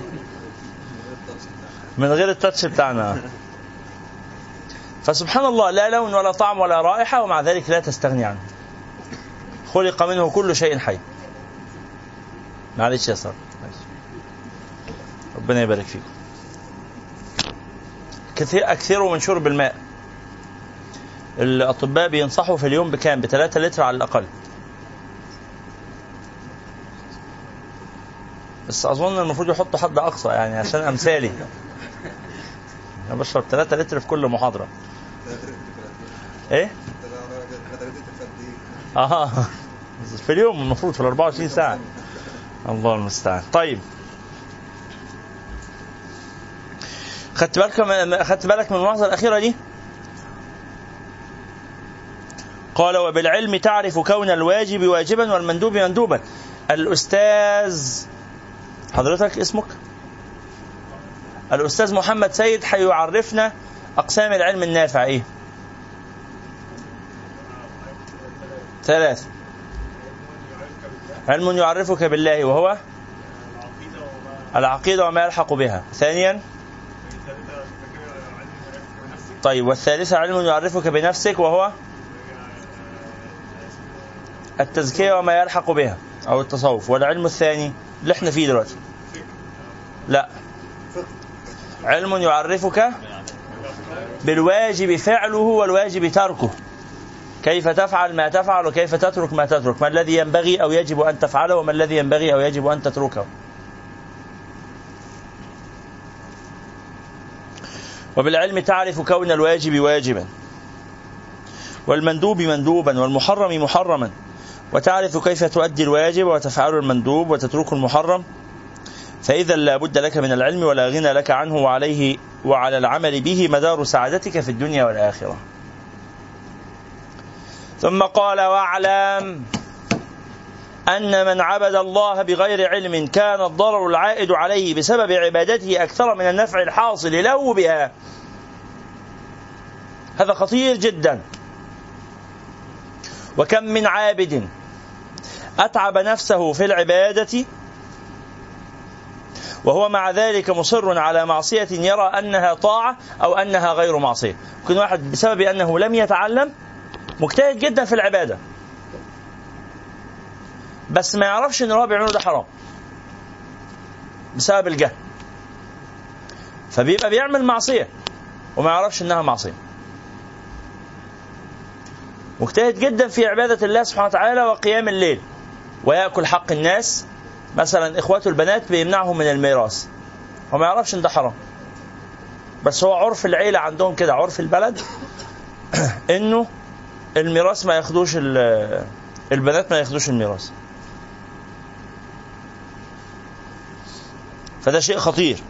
من غير التاتش بتاعنا. فسبحان الله، لا لون ولا طعم ولا رائحة، ومع ذلك لا تستغني عنه. خلق منه كل شيء حي. معلش يا سارة، ربنا يبارك فيكم. أكثروا من شرب الماء. الأطباء بينصحوا في اليوم بكام؟ ب3 لتر على الأقل. بس أظن المفروض يحطوا حد أقصى يعني عشان أمثالي. أنا بشرب 3 لتر في كل محاضرة. إيه؟ في اليوم المفروض في 24 ساعة. الله المستعان. طيب، خدت بالك من الملاحظة الأخيرة دي؟ قال وبالعلم تعرف كون الواجب واجبا والمندوب مندوبا. الأستاذ حضرتك اسمك؟ الأستاذ محمد سيد حيعرفنا أقسام العلم النافع. إيه؟ 3. علم يعرفك بالله وهو العقيدة وما يلحق بها. ثانيا، طيب، والثالثة علم يعرفك بنفسك وهو التزكية وما يلحق بها أو التصوف. والعلم الثاني اللي احنا فيه دلوقتي لا، علم يعرفك بالواجب فعله والواجب تركه، كيف تفعل ما تفعل وكيف تترك ما تترك، ما الذي ينبغي أو يجب أن تفعله وما الذي ينبغي أو يجب أن تتركه. وبالعلم تعرف كون الواجب واجبا والمندوب مندوبا والمحرم محرما، وتعرف كيف تؤدي الواجب وتفعل المندوب وتترك المحرم، فإذا لا بد لك من العلم ولا غنى لك عنه، وعليه وعلى العمل به مدار سعادتك في الدنيا والآخرة. ثم قال واعلم أن من عبد الله بغير علم كان الضرر العائد عليه بسبب عبادته أكثر من النفع الحاصل له بها. هذا خطير جدا. وكم من عابد أتعب نفسه في العبادة وهو مع ذلك مصر على معصية يرى أنها طاعة أو أنها غير معصية. ممكن واحد بسبب أنه لم يتعلم مجتهد جدا في العبادة بس ما يعرفش أن هو بيعمله ده حرام بسبب الجهل، فبيبقى بيعمل معصية وما يعرفش أنها معصية. مجتهد جدا في عبادة الله سبحانه وتعالى وقيام الليل ويأكل حق الناس، مثلا إخواته البنات بيمنعهم من الميراث وما يعرفش أن ده حرام، بس هو عرف العيلة عندهم كده، عرف البلد إنه الميراث ما ياخدوش، البنات ما ياخدوش الميراث. فده شيء خطير.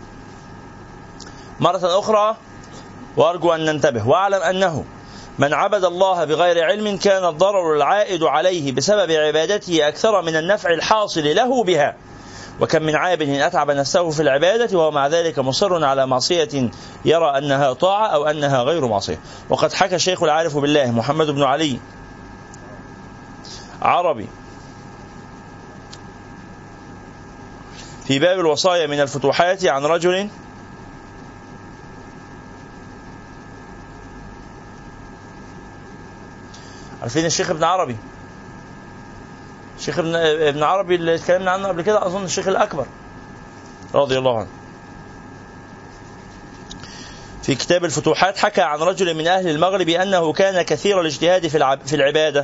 مرة أخرى وأرجو أن ننتبه، واعلم أنه من عبد الله بغير علم كان الضرر العائد عليه بسبب عبادته أكثر من النفع الحاصل له بها. وكم من عابد أتعب نفسه في العبادة وهو مع ذلك مصر على معصية يرى أنها طاعة أو أنها غير معصية. وقد حكى الشيخ العارف بالله محمد بن علي عربي في باب الوصايا من الفتوحات عن رجل عارفين الشيخ ابن عربي، الشيخ ابن عربي اللي اتكلمنا عنه قبل كده، أظن الشيخ الأكبر رضي الله عنه، في كتاب الفتوحات حكى عن رجل من أهل المغرب أنه كان كثير الاجتهاد في العبادة،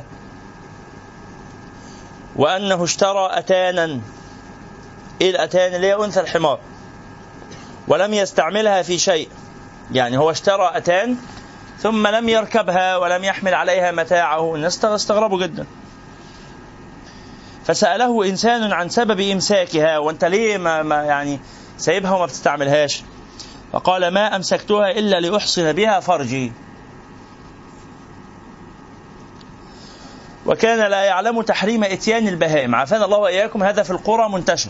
وأنه اشترى أتانا. إيه الأتان؟ اللي هي أنثى الحمار، ولم يستعملها في شيء. يعني هو اشترى أتان ثم لم يركبها ولم يحمل عليها متاعه. الناس استغربوا جدا، فسأله إنسان عن سبب إمساكها، وأنت ليه ما يعني سايبها وما بتستعملهاش؟ فقال ما أمسكتها إلا لأحصن بها فرجي. وكان لا يعلم تحريم إتيان البهائم، عافانا الله وإياكم. هذا في القرى منتشر،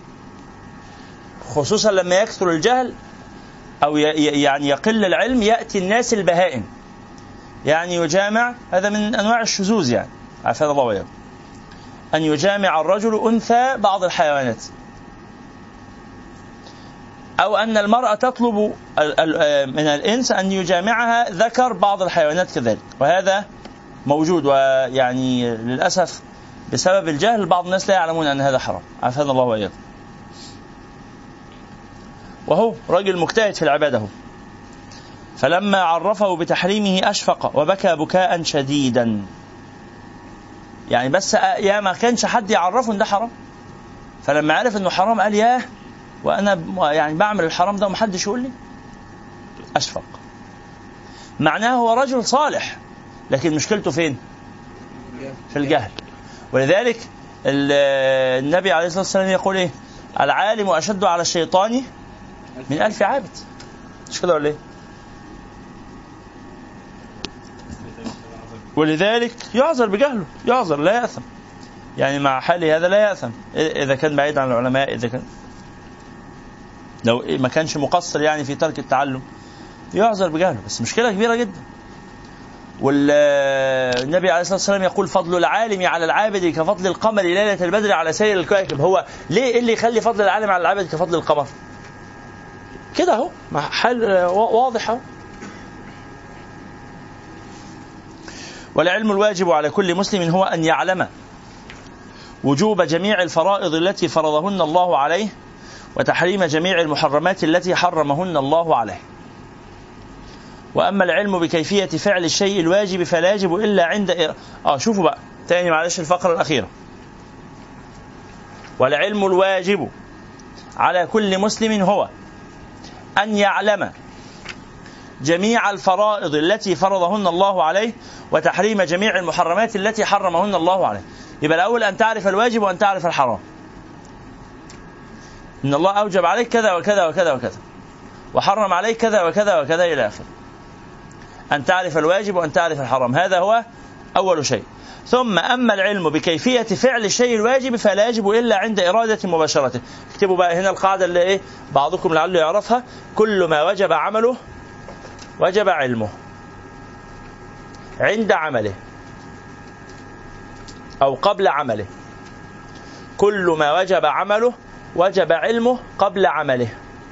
خصوصا لما يكثر الجهل أو يعني يقل العلم، يأتي الناس البهائم، يعني يجامع. هذا من أنواع الشذوذ، يعني عافانا الله وإياكم، أن يجامع الرجل أنثى بعض الحيوانات، أو أن المرأة تطلب من الإنس أن يجامعها ذكر بعض الحيوانات كذلك. وهذا موجود، ويعني للأسف بسبب الجهل بعض الناس لا يعلمون أن هذا حرام، عافانا الله وإياكم. وهو رجل مجتهد في العبادة هو. فلما عرفه بتحريمه أشفق وبكى بكاء شديدا. يعني بس يا ما كانش حد يعرفه ان ده حرام، فلما عرف انه حرام قال ياه، وانا يعني بعمل الحرام ده ومحدش يقول لي. أشفق معناه هو رجل صالح، لكن مشكلته فين؟ في الجهل. ولذلك النبي عليه الصلاة والسلام يقول ايه؟ العالم أشد على الشيطان من 1000 عابد. مش كده ولا ايه؟ ولذلك يعذر بجهله، يعذر لا يأثم، يعني مع حاله هذا لا يأثم إذا كان بعيد عن العلماء، إذا كان لو ما كانش مقصر يعني في ترك التعلم يعذر بجهله، بس مشكلة كبيرة جدا. والنبي عليه الصلاة والسلام يقول فضل العالم على العابد كفضل القمر ليلة البدر على سائر الكواكب. هو ليه اللي يخلي فضل العالم على العابد كفضل القمر؟ كده اهو حال واضح اهو. والعلم الواجب على كل مسلم هو أن يعلم وجوب جميع الفرائض التي فرضهن الله عليه، وتحريم جميع المحرمات التي حرمهن الله عليه. وأما العلم بكيفية فعل الشيء الواجب فلا يجب إلا عند شوفوا بقى تاني معلش الفقرة الأخيرة. والعلم الواجب على كل مسلم هو أن يعلم جميع الفرائض التي فرضهن الله عليه، وتحريم جميع المحرمات التي حرمهن الله عليه. يبقى الأول أن تعرف الواجب وأن تعرف الحرام. إن الله أوجب عليك كذا وكذا وكذا وكذا، وحرم عليك كذا وكذا وكذا إلى آخره. أن تعرف الواجب وأن تعرف الحرام، هذا هو أول شيء. ثم أما العلم بكيفية فعل الشيء الواجب فلا يجب إلا عند إرادة مباشرته. اكتبوا بقى هنا القاعدة اللي إيه بعضكم لعله يعرفها: كل ما وجب عمله وجب علمه عند عمله أو قبل عمله. كل ما وجب عمله وجب علمه قبل عمله.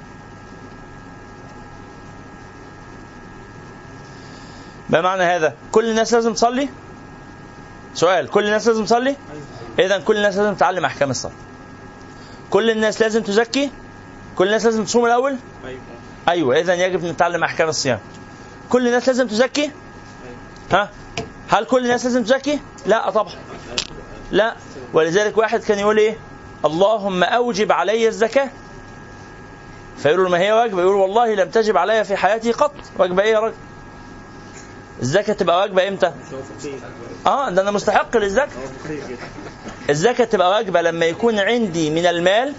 ما معنى هذا؟ كل الناس لازم تصلي؟ سؤال، كل الناس لازم تصلي؟ إذن كل الناس لازم تتعلم أحكام الصلاة. كل الناس لازم تزكي؟ كل الناس لازم تصوم الأول؟ أيوة، إذن يجب أن نتعلم أحكام الصيام. كل الناس لازم تزكي؟ هل كل الناس لازم تزكي؟ لا طبعا لا. ولذلك واحد كان يقول إيه؟ اللهم أوجب علي الزكاة. فيقول له ما هي واجبة؟ يقول والله لم تجب علي في حياتي قط. واجبة إيه يا رجل؟ الزكاة تبقى واجبة إمتى؟ ده أنا مستحق للزكاة. الزكاة تبقى واجبة لما يكون عندي من المال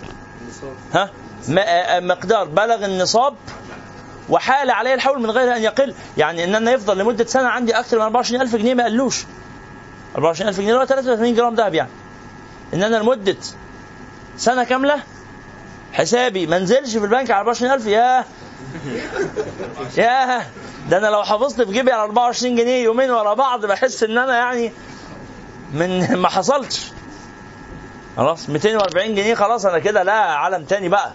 مقدار بلغ النصاب وحال عليه الحول من غير أن يقل. يعني إن أنا يفضل لمدة سنة عندي أكثر من 24,000 جنيه ما قلوش. 24,000 جنيه ولا 83 جرام دهب. يعني إن أنا لمدة سنة كاملة حسابي ما نزلش في البنك على 24,000. ياه ده أنا لو حافظت في جيبي على 24 جنيه يومين ورا بعض بحس إن أنا يعني من ما حصلتش. خلاص 240 جنيه خلاص أنا كده لا عالم تاني بقى.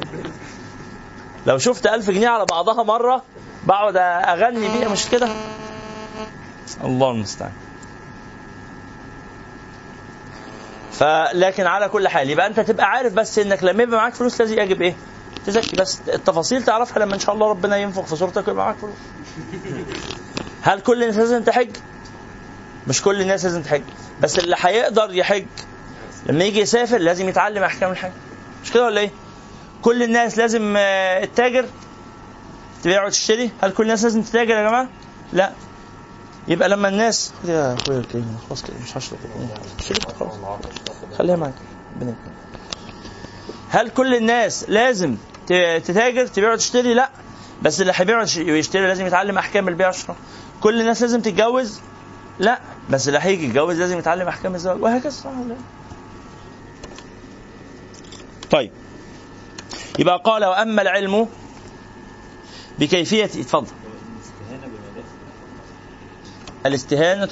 لو شفت 1000 جنيه على بعضها مرة بقعد أغني بيها، مش كده؟ الله المستعان. فلكن على كل حال يبقى أنت تبقى عارف بس إنك لما يبقى معاك فلوس لازم يجب إيه؟ تزكي. بس التفاصيل تعرفها لما إن شاء الله ربنا ينفخ في صورتك ويبقى معاك فلوس. هل كل الناس لازم تحج؟ مش كل الناس لازم تحج، بس اللي هيقدر يحج لما يجي يسافر لازم يتعلم أحكام الحج. مش كده ولا إيه؟ كل الناس لازم التاجر تبيع وتشتري. هل كل الناس لازم تتاجر يا جماعة؟ لا. يبقى لما الناس يا اخويا الكريم خلاص كده مش هشرب خلاص خليها معاك. هل كل الناس لازم تتاجر تبيع وتشتري؟ لا، بس اللي هيبيع ويشتري لازم يتعلم أحكام البيع والشراء. كل الناس لازم تتجوز؟ لا، بس اللي هيجي يتجوز لازم يتعلم أحكام الزواج، وهكذا. طيب يبقى قال وأما العلم بكيفية اتفضل الاستهانة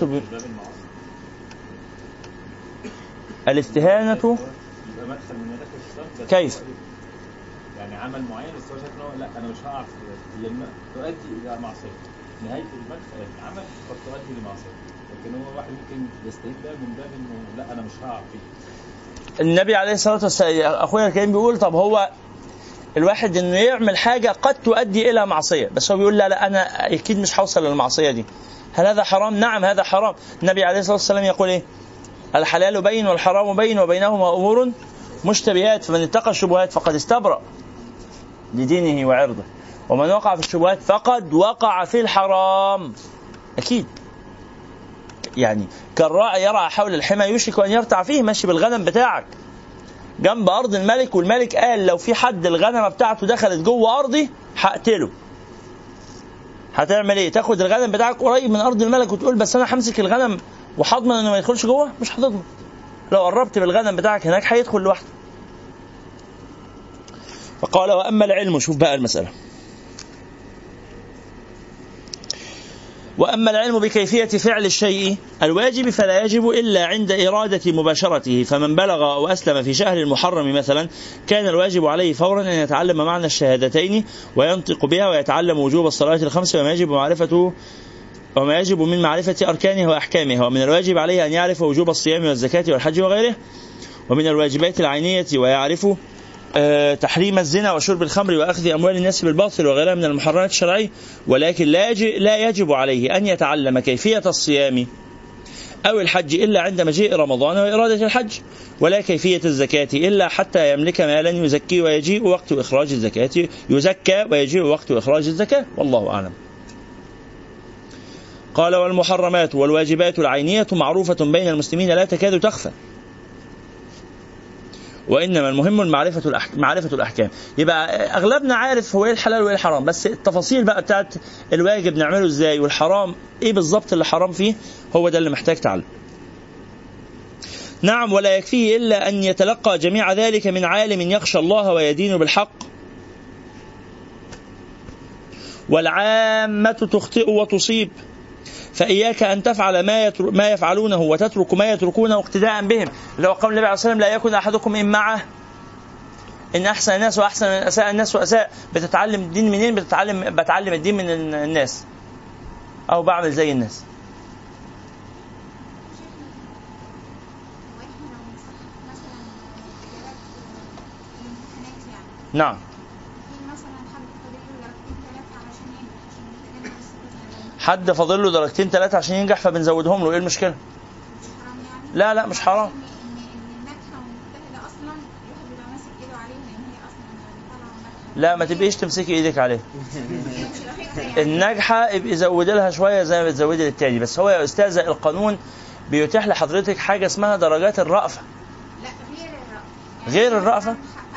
كيف؟ يعني عمل معين بس هو شايف لا انا مش هقع لما تؤدي الى معصيه. نهايه العمل قد تؤدي لمعصيه. لكن هو واحد ممكن يستهين بها من باب انه لا انا مش هقع فيه. النبي عليه الصلاة والسلام اخويا الكريم بيقول طب هو الواحد انه يعمل حاجة قد تؤدي الى معصية، بس هو بيقول لا انا اكيد مش هوصل للمعصية دي. هل هذا حرام؟ نعم هذا حرام. النبي عليه الصلاة والسلام يقول ايه؟ الحلال بين والحرام بين وبينهما امور مشتبهات فمن اتقى الشبهات فقد استبرأ لدينه وعرضه ومن وقع في الشبهات فقد وقع في الحرام. اكيد يعني كالراعي يرعى حول الحمى يوشك ان يرتع فيه. ماشي بالغنم بتاعك جنب ارض الملك، والملك قال لو في حد الغنمه بتاعته دخلت جوه ارضي هقتله، هتعمل ايه؟ تاخد الغنم بتاعك قريب من ارض الملك وتقول بس انا همسك الغنم وهضمن انه ما يدخلش جوه؟ مش هتضمن. لو قربت بالغنم بتاعك هناك هيدخل لوحده. فقال واما العلم، شوف بقى المساله، وأما العلم بكيفية فعل الشيء الواجب فلا يجب إلا عند إرادة مباشرته. فمن بلغ أو أسلم في شهر المحرم مثلا كان الواجب عليه فورا أن يتعلم معنى الشهادتين وينطق بها ويتعلم وجوب الصلاة الخمس وما يجب من معرفة أركانها وأحكامها. ومن الواجب عليه أن يعرف وجوب الصيام والزكاة والحج وغيره. ومن الواجبات العينية ويعرف تحريم الزنا وشرب الخمر وأخذ أموال الناس بالباطل وغيرها من المحرمات الشرعية. ولكن لا يجب عليه أن يتعلم كيفية الصيام أو الحج إلا عند مجيء رمضان وإرادة الحج، ولا كيفية الزكاة إلا حتى يملك مالا يزكي ويجيء وقت إخراج الزكاة والله أعلم. قال والمحرمات والواجبات العينية معروفة بين المسلمين لا تكاد تخفى، وإنما المهم معرفة الأحكام. يبقى أغلبنا عارف هو إيه الحلال وإيه الحرام، بس التفاصيل بقى بتاعت الواجب نعمله إزاي والحرام إيه بالضبط اللي حرام فيه، هو ده اللي محتاج تعلم. نعم ولا يكفيه إلا أن يتلقى جميع ذلك من عالم يخشى الله ويدين بالحق. والعامة تخطئ وتصيب، فإياك أن تفعل ما يفعلونه وتترك ما يتركونه اقتداء بهم. لو قال النبي عليه الصلاة والسلام لا يكن أحدكم إن معه إن أحسن الناس وأحسن من أساء الناس وأساء. بتتعلم الدين منين؟ بتعلم الدين من الناس أو بعمل زي الناس. نعم حد فاضل له درجتين 3 عشان ينجح فبنزودهم له، ايه المشكله؟ لا مش حرام. لا ما تبقيش تمسكي ايدك عليه. الناجحه ابقي زودي لها شويه زي ما بتزودي للتاني. بس هو يا استاذه القانون بيتيح لحضرتك حاجه اسمها درجات الرأفه. لا غير الرأفه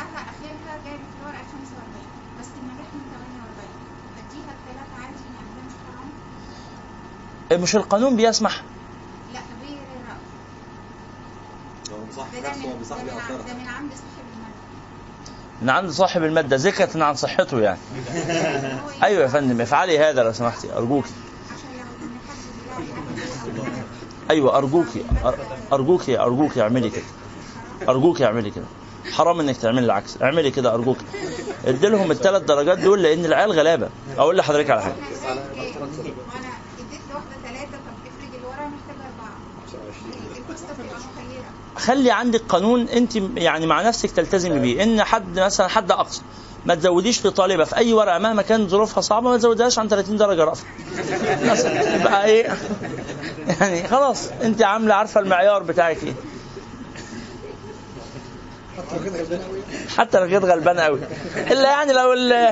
مش القانون بيسمح. لا غير ده من عند صاحب المادة، من عند صاحب المادة ذكرة عن صحته يعني. أيوة يا فندم افعلي هذا لو سمحتي أرجوكي. أيوة أرجوكي اعملي كده. أرجوكي اعملي كده. حرام إنك تعملي العكس. اعملي كده أرجوكي. اديلهم ال3 درجات دول لأن العيال غلابة. أقول لحضرتك على حاجة. خلي عندك قانون انت يعني مع نفسك تلتزمي بيه، ان حد مثلا حد اقصى ما تزوديش لطالبه في اي ورقه مهما كان ظروفها صعبه ما تزودهاش عن 30 درجه رأفة مثلا. يبقى ايه يعني خلاص انت عامله عارفه المعيار بتاعك ايه. حتى لو كنت غلبانه قوي الا يعني لو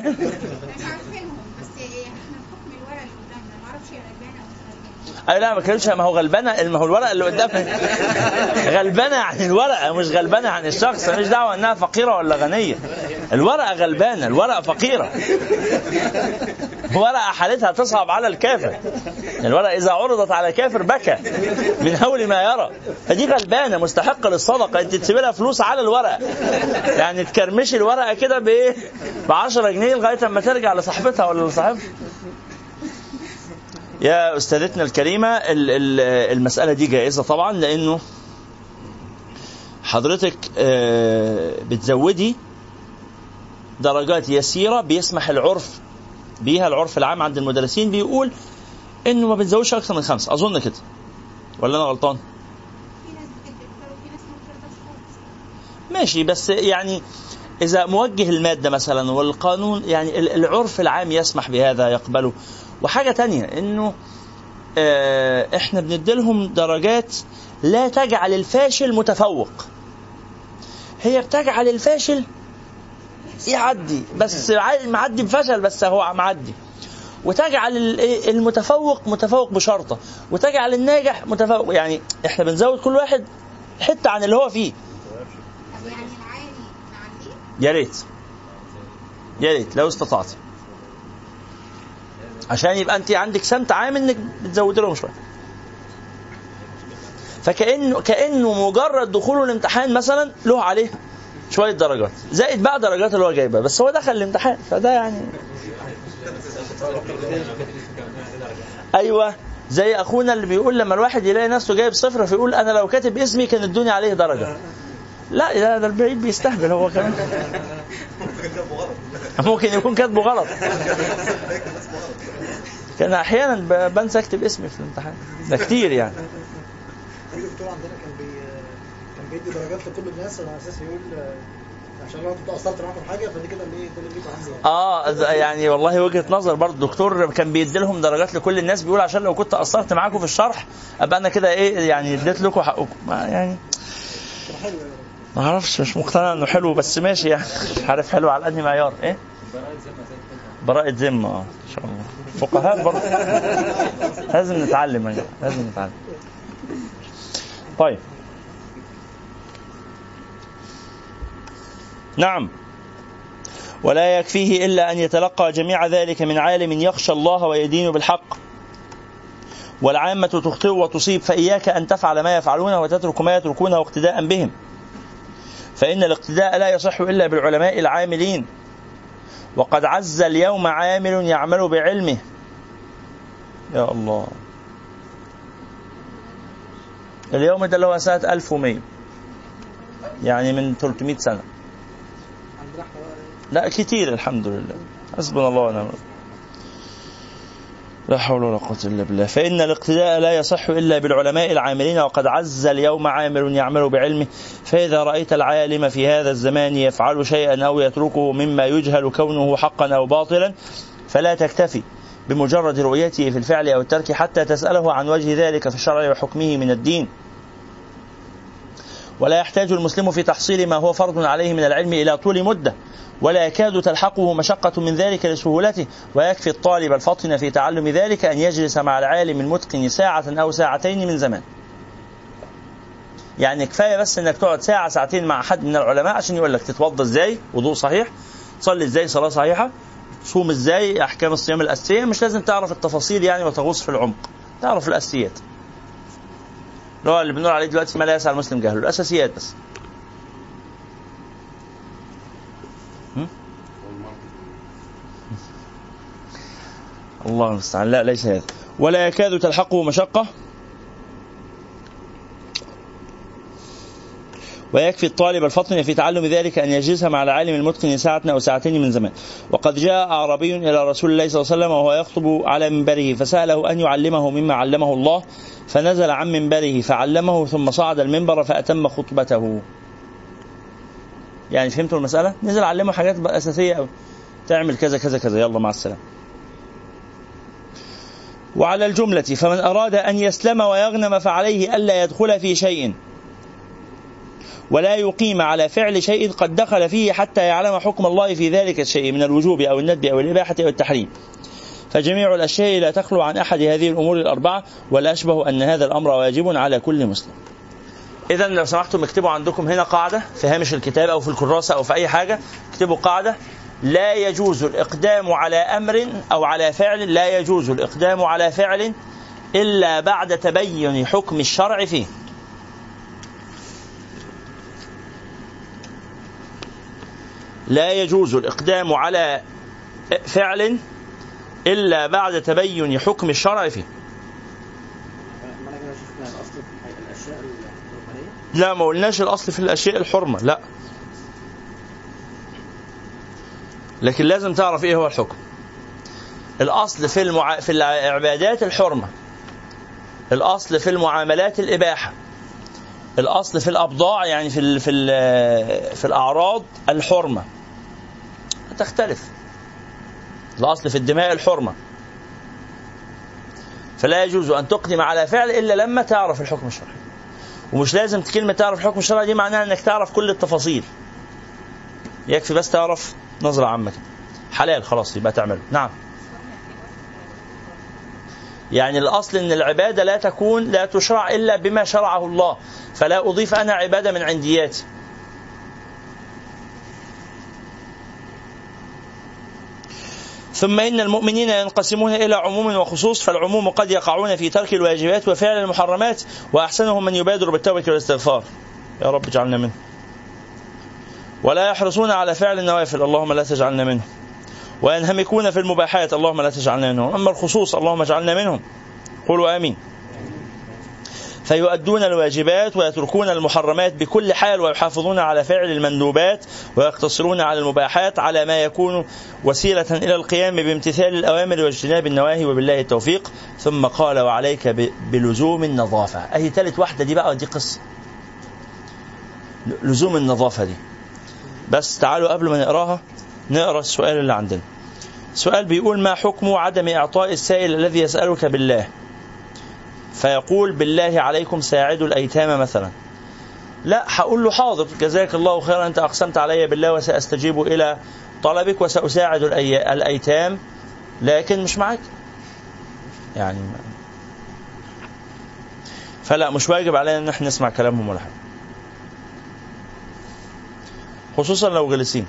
أي لا ما كانش. ما هو غلبانة، ما هو الورقة اللي قدامك غلبانة عن الورقة مش غلبانة عن الشخص. مش دعوة أنها فقيرة ولا غنية. الورقة غلبانة، الورقة فقيرة. ورقة حالتها تصعب على الكافر. الورقة إذا عرضت على كافر بكى من هول ما يرى. فدي غلبانة مستحقة للصدقة. أنت تسيب لها فلوس على الورقة يعني تكرمشي الورقة كده ب10 جنيه لغاية ما ترجع لصاحبتها ولا لصاحبها. يا أستاذتنا الكريمة المسألة دي جائزة طبعا، لأنه حضرتك بتزودي درجات يسيرة بيسمح العرف بيها. العرف العام عند المدرسين بيقول إنه ما بتزودش أكثر من 5 أظن كده. ولا أنا غلطان؟ في ناس بتحب الفطار وفي ناس ما بتفطرش خالص. ماشي، بس يعني إذا موجه المادة مثلا والقانون يعني العرف العام يسمح بهذا يقبله. وحاجة تانية إنه إحنا بنديلهم درجات لا تجعل الفاشل متفوق، هي بتجعل الفاشل يعدي بس معدي بفشل بس هو معدي، وتجعل المتفوق متفوق بشرطة، وتجعل الناجح متفوق. يعني إحنا بنزود كل واحد حتة عن اللي هو فيه. طب يعني العالي نعليه؟ يا ريت لو استطعت، عشان يبقى أنت عندك سمت عام إنك بتزود لهم شوية. فكأنه مجرد دخوله الامتحان مثلا له عليه شوية درجات زائد بقى درجات اللي هو جايبها، بس هو دخل الامتحان فده يعني. أيوة، زي أخونا اللي بيقول لما الواحد يلاقي نفسه جايب صفر فيقول أنا لو كاتب اسمي كان الدنيا عليه درجة. لا ده البعيد بيستهبل هو كمان. ممكن يكون كاتبه غلط. كان أحيانا بنسى أكتب اسمي في الامتحان ده كتير يعني. في دكتور عندنا كان بيدي درجات لكل الناس على اساس يقول عشان لو كنت قصرت معاكم حاجه فدي كده اللي كل اللي بيجوا عندي يعني والله وجهة نظر برضه. الدكتور كان بيدي لهم درجات لكل الناس، بيقول عشان لو كنت قصرت معاكم في الشرح ابقى انا كده يعني اديت لكم حقكم. يعني ما اعرفش، مش مقتنع انه حلو بس ماشي يعني. مش عارف حلو على قد معيار ايه. براءة ذمة ان شاء الله. فقهاء برضه لازم نتعلم يا جماعه، لازم نتعلم. طيب نعم. ولا يكفيه إلا أن يتلقى جميع ذلك من عالم يخشى الله ويدين بالحق، والعامة تخطئ وتصيب، فإياك أن تفعل ما يفعلونه وتترك ما يتركونه اقتداء بهم، فإن الاقتداء لا يصح إلا بالعلماء العاملين، وقد عز اليوم عامل يعمل بعلمه. يا الله، اليوم ده اللي هو سنة 1100 يعني من 300 سنة. لا كتير الحمد لله، حسبنا الله ونعم الوكيل، لا حول ولا قوة إلا بالله. فإن الاقتداء لا يصح إلا بالعلماء العاملين، وقد عز اليوم عامل يعمل بعلمه. فإذا رأيت العالم في هذا الزمان يفعل شيئا أو يتركه مما يجهل كونه حقا أو باطلا، فلا تكتفي بمجرد رؤيته في الفعل أو الترك حتى تسأله عن وجه ذلك في الشرع وحكمه من الدين. ولا يحتاج المسلم في تحصيل ما هو فرض عليه من العلم إلى طول مدة، ولا يكاد تلحقه مشقة من ذلك لسهولته، ويكفي الطالب الفطن في تعلم ذلك أن يجلس مع العالم المتقن ساعة أو ساعتين من زمان. يعني كفاية بس أنك تقعد ساعة ساعتين مع حد من العلماء عشان يقول لك تتوضى إزاي وضوء صحيح، تصلي إزاي صلاة صحيحة، تصوم إزاي، أحكام الصيام الأساسية. مش لازم تعرف التفاصيل يعني وتغوص في العمق، تعرف الأساسيات اللي بنقول عليه دلوقتي ما لا يسعى المسلم جهله، الأساسيات بس. الله المستعان. لا ليس هذا. ولا يكاد تلحقه مشقة، ويكفي الطالب الفطن في تعلم ذلك أن يجلس مع العالم المتقن ساعة أو ساعتين من زمان. وقد جاء أعرابي إلى رسول الله صلى الله عليه وسلم وهو يخطب على منبره، فسأله أن يعلمه مما علمه الله، فنزل عن منبره فعلمه، ثم صعد المنبر فأتم خطبته. يعني فهمتوا المسألة؟ نزل علمه حاجات أساسية أو تعمل كذا كذا كذا، يلا مع السلامة. وعلى الجملة فمن أراد أن يسلم ويغنم فعليه ألا يدخل في شيء ولا يقيم على فعل شيء قد دخل فيه حتى يعلم حكم الله في ذلك الشيء من الوجوب أو الندب أو الإباحة أو التحريم، فجميع الأشياء لا تخلو عن أحد هذه الأمور الأربعة، ولا أشبه أن هذا الأمر واجب على كل مسلم. إذن لو سمحتم اكتبوا عندكم هنا قاعدة في هامش الكتاب أو في الكراسة أو في أي حاجة، اكتبوا قاعدة: لا يجوز الإقدام على أمر أو على فعل، لا يجوز الإقدام على فعل إلا بعد تبين حكم الشرع فيه. لا يجوز الإقدام على فعل إلا بعد تبين حكم الشرع فيه. لا ما قلناش الأصل في الأشياء الحرمة، لا، لكن لازم تعرف إيه هو الحكم. الأصل في العبادات الحرمة، الأصل في المعاملات الإباحة، الأصل في الأبضاع يعني في الأعراض الحرمة، تختلف. الأصل في الدماء الحرمة، فلا يجوز أن تقدم على فعل إلا لما تعرف الحكم الشرعي. ومش لازم كلمة تعرف الحكم الشرعي دي معناها أنك تعرف كل التفاصيل، يكفي بس تعرف نظرة عامة حلال خلاص يبقى تعمله. نعم، يعني الأصل أن العبادة لا تشرع إلا بما شرعه الله، فلا أضيف أنا عبادة من عندياتي. ثم إن المؤمنين ينقسمون إلى عموم وخصوص، فالعموم قد يقعون في ترك الواجبات وفعل المحرمات، وأحسنهم من يبادر بالتوبة والاستغفار، يا رب اجعلنا منه، ولا يحرصون على فعل النوافل، اللهم لا تجعلنا منهم، وينهمكون في المباحات، اللهم لا تجعلنا منهم. أما الخصوص اللهم اجعلنا منهم، قولوا آمين. فيؤدون الواجبات ويتركون المحرمات بكل حال، ويحافظون على فعل المندوبات، ويقتصرون على المباحات على ما يكون وسيلة إلى القيام بامتثال الأوامر واجتناب النواهي، وبالله التوفيق. ثم قال وعليك بلزوم النظافة. أي ثالث واحدة دي بقى، دي قصة لزوم النظافة دي. بس تعالوا قبل ما نقراها نقرأ السؤال اللي عندنا. السؤال بيقول: ما حكم عدم إعطاء السائل الذي يسألك بالله فيقول بالله عليكم ساعدوا الأيتام مثلا؟ لا، هقول له حاضر جزاك الله خيرا، أنت أقسمت علي بالله وسأستجيب إلى طلبك وسأساعد الأيتام، لكن مش معك يعني، فلا مش واجب علينا أن احنا نسمع كلامهم ولا حاجة، خصوصا لو جلسين.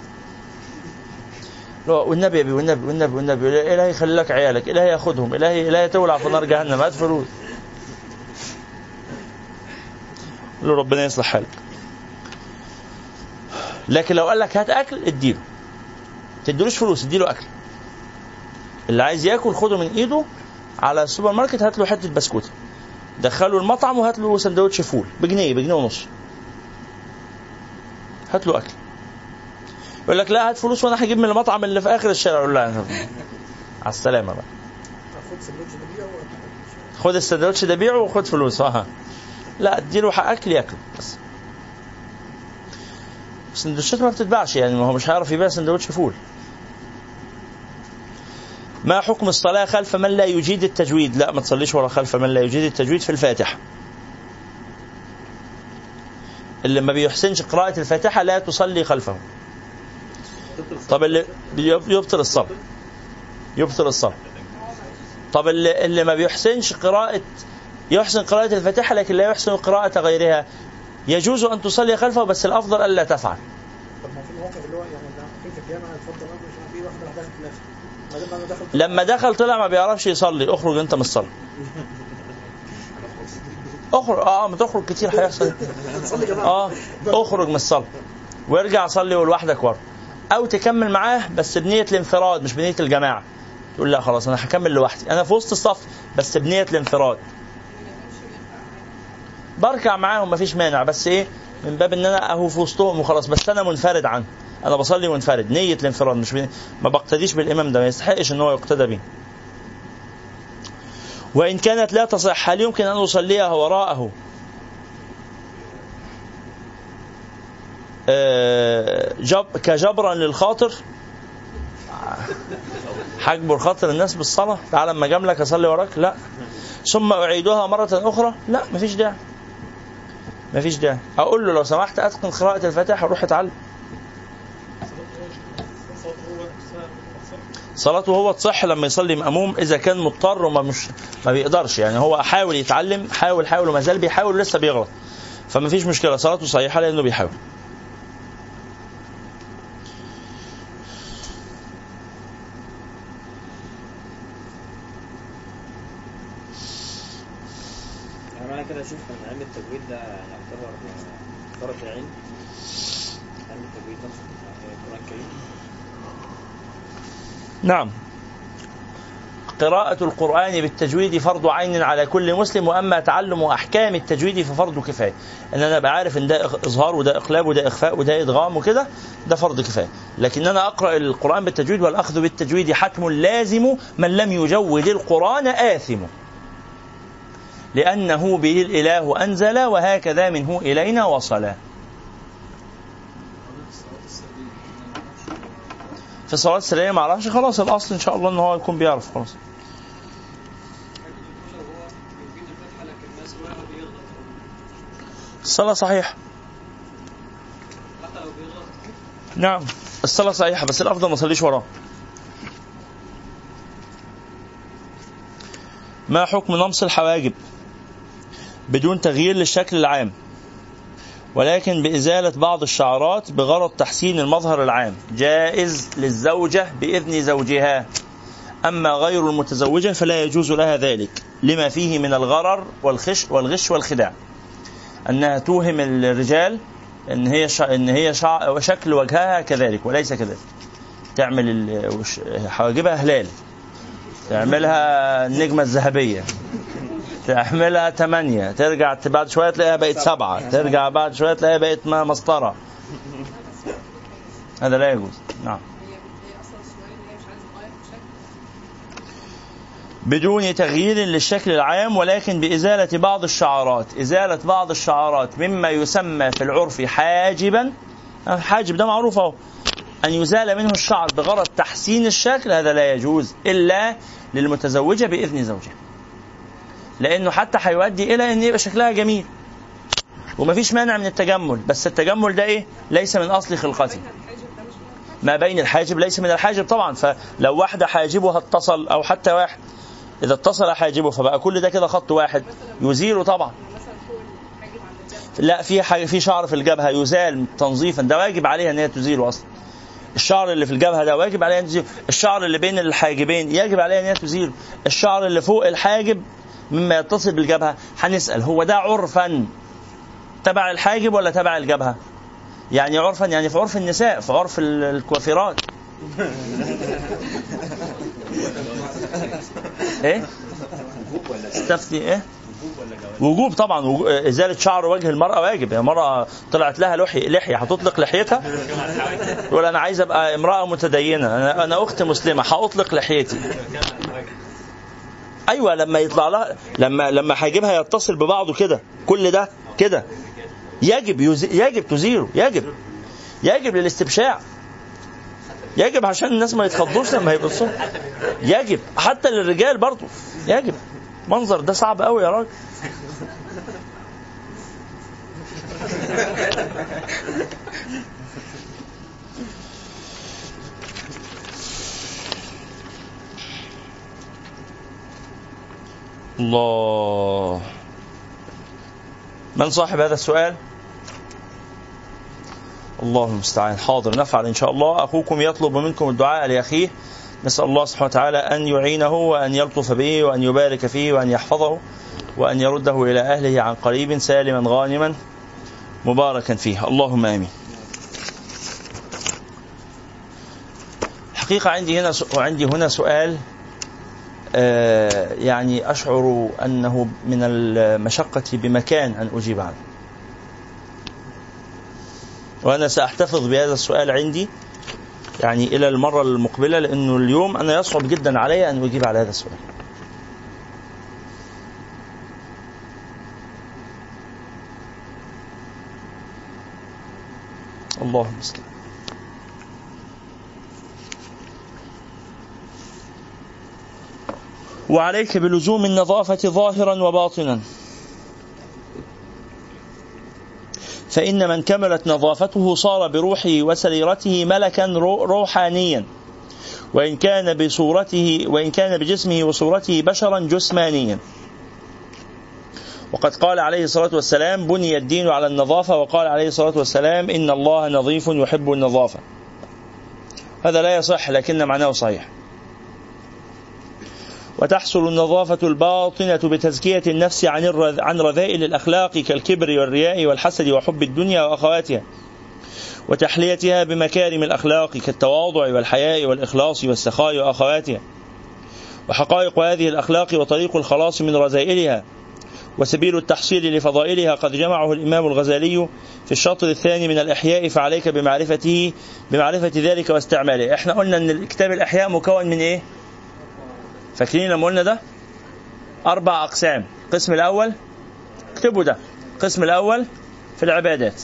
والنبي يبي والنبي والنبي والنبي، إلهي يخلي لك عيالك، إلهي ياخدهم، إلهي تولع في نار جهنم، هات فلوس. له ربنا يصلح حالك. لكن لو قال لك هات أكل اديله، تديلوش فلوس، اديله أكل. اللي عايز يأكل خده من إيده على السوبر ماركت، هات له حتة بسكوت، دخله المطعم وهات له سندوتش فول بجنيه ونص، هات له أكل. يقول لك لا هات فلوس وانا هجيب من المطعم اللي في اخر الشارع، اقول له على السلامه بقى، خد السندوتش ده بيعه وخد فلوس. لا اديله حق اكل ياكل بس. السندوتشات ما بتتباعش يعني، ما هو مش هيعرف يبيع سندوتش فول. ما حكم الصلاه خلف من لا يجيد التجويد؟ لا، ما تصليش ورا خلف من لا يجيد التجويد في الفاتحه. اللي ما بيحسنش قراءه الفاتحه لا تصلي خلفه. طب اللي يبطل الصلاة، يبطل الصلاة. طب اللي ما بيحسنش يحسن قراءة الفاتحة لكن لا يحسن قراءة غيرها، يجوز أن تصلي خلفه، بس الأفضل ألا تفعل. طب ما في مواقف اللي هو يعني في الجامعة اتفضل في واحدة دخلت لما دخل طلع ما بيعرفش يصلي، اخرج أنت من الصلاة. اخرج، ما تخرج كتير هيحصل. اخرج من الصلاة وارجع صلي ولوحدك ورا، أو تكمل معاه بس بنية الانفراد مش بنية الجماعة. تقول لا خلاص أنا هكمل لوحدي، أنا في وسط الصف بس بنية الانفراد، بركع معاهم مفيش مانع، بس إيه من باب إن أنا أهو في وسطهم وخلاص، بس أنا منفرد عنه، أنا بصلي منفرد، نية الانفراد، مش ما بقتديش بالإمام ده، ما يستحقش إن هو يقتدى به. وإن كانت لا تصح هل يمكن أن أصليها وراءه كجبرا للخاطر؟ حجبر خاطر الناس بالصلاة، تعال لما جاملك أصلي وراك؟ لا. ثم أعيدها مرة أخرى؟ لا، مفيش داعي، مفيش داعي. أقول له لو سمحت أتقن قراءة الفاتحة روح اتعلم. صلاته هو تصح لما يصلي مأموم إذا كان مضطر وما ما بيقدرش يعني، هو حاول يتعلم، حاول وما زال بيحاول لسه بيغلط، فما فيش مشكلة، صلاته صحيحة لأنه بيحاول. أنا كده أشوف أن علم التجويد ده يعتبر فرض عين، علم التجويد نفسه القرآن الكريم. نعم، قراءة القرآن بالتجويد فرض عين على كل مسلم، وأما تعلم أحكام التجويد ففرض كفاية. أن أنا بعرف أن ده إظهار وده إقلاب وده إخفاء وده إدغام وكده، ده فرض كفاية. لكن أنا أقرأ القرآن بالتجويد والأخذ بالتجويد حتم لازم، من لم يجود القرآن آثم. لأنه به الإله أنزل وهكذا منه إلينا وصل. في الصلاة السرية ما عرفش خلاص، الأصل إن شاء الله إن هو يكون بيعرف خلاص. الصلاة صحيحة. نعم الصلاة صحيحة، بس الأفضل ما صليش وراه. ما حكم نمص الحواجب بدون تغيير للشكل العام ولكن بإزالة بعض الشعرات بغرض تحسين المظهر العام؟ جائز للزوجة بإذن زوجها، أما غير المتزوجة فلا يجوز لها ذلك لما فيه من الغرر والغش والخداع، أنها توهم الرجال إن هي شكل وجهها كذلك وليس كذلك. تعمل حواجبها هلال، تعملها النجمة الذهبية، تعملها 8، ترجع بعد شوية تلاقيها بقت 7، ترجع بعد شوية تلاقيها بقت مسطرة. هذا لا يجوز. نعم. بدون تغيير للشكل العام ولكن بإزالة بعض الشعرات. إزالة بعض الشعرات مما يسمى في العرف حاجبا. حاجب ده معروف اهو، أن يزال منه الشعر بغرض تحسين الشكل، هذا لا يجوز إلا للمتزوجة بإذن زوجها، لأنه حتى هيؤدي إلى أن يبقى شكلها جميل. ومفيش مانع من التجمل، بس التجمل ده إيه؟ ليس من أصل خلقته. ما بين الحاجب ليس من الحاجب طبعا. فلو واحدة حاجبها اتصل، أو حتى واحد إذا اتصل حاجبه فبقى كل ده كده خط واحد، يزيله طبعا. لا، في شعر في الجبهة يزال تنظيفا، ده واجب عليها أن هي تزيله أصلا. الشعر اللي في الجبهة ده واجب عليها أن تزيله. الشعر اللي بين الحاجبين يجب عليها أن هي تزيله. الشعر اللي فوق الحاجب مما يتصل بالجبهة، هنسأل هو ده عرفا تبع الحاجب ولا تبع الجبهة؟ يعني عرفا يعني في عرف النساء، في عرف الكوافيرات. ايه استفتي ايه؟ وجوب طبعا. ازاله شعر وجه المراه واجب. المراه طلعت لها لحيه، هتطلق لحيتها؟ تقول انا عايزه ابقى امراه متدينه، انا اخت مسلمه هاطلق لحيتي. ايوه، لما يطلع لها، لما هيجيبها يتصل ببعضه كده، كل ده كده يجب تزيله. يجب للاستبشاع، يجب عشان الناس ما يتخضوش لما يبصوا. يجب حتى للرجال برضو، يجب. منظر ده صعب قوي يا راجل. الله، من صاحب هذا السؤال؟ الله المستعان. حاضر، نفعل إن شاء الله. أخوكم يطلب منكم الدعاء لأخيه، نسأل الله سبحانه وتعالى أن يعينه وأن يلطف به وأن يبارك فيه وأن يحفظه وأن يرده إلى أهله عن قريب سالما غانما مباركا فيه، اللهم آمين. حقيقة عندي هنا سؤال يعني أشعر أنه من المشقة بمكان أن أجيب عنه، وأنا سأحتفظ بهذا السؤال عندي يعني إلى المرة المقبلة، لأنه اليوم أنا يصعب جدا علي أن أجيب على هذا السؤال. الله المستعان. وعليك بلزوم النظافة ظاهرا وباطنا، فإن من كملت نظافته صار بروحه وسريرته ملكا روحانيا، وإن كان بجسمه وصورته بشرا جسمانيا. وقد قال عليه الصلاة والسلام: بني الدين على النظافة. وقال عليه الصلاة والسلام: إن الله نظيف يحب النظافة. هذا لا يصح لكن معناه صحيح. وتحصل النظافة الباطنة بتزكية النفس عن رذائل الأخلاق كالكبر والرياء والحسد وحب الدنيا وأخواتها، وتحليتها بمكارم الأخلاق كالتواضع والحياء والإخلاص والسخاء وأخواتها. وحقائق هذه الأخلاق وطريق الخلاص من رذائلها وسبيل التحصيل لفضائلها قد جمعه الإمام الغزالي في الشطر الثاني من الإحياء، فعليك بمعرفة ذلك واستعماله. احنا قلنا أن الكتاب الإحياء مكون من إيه؟ فاكرين لما قلنا ده 4 أقسام: القسم الأول اكتبوا ده، القسم الأول في العبادات،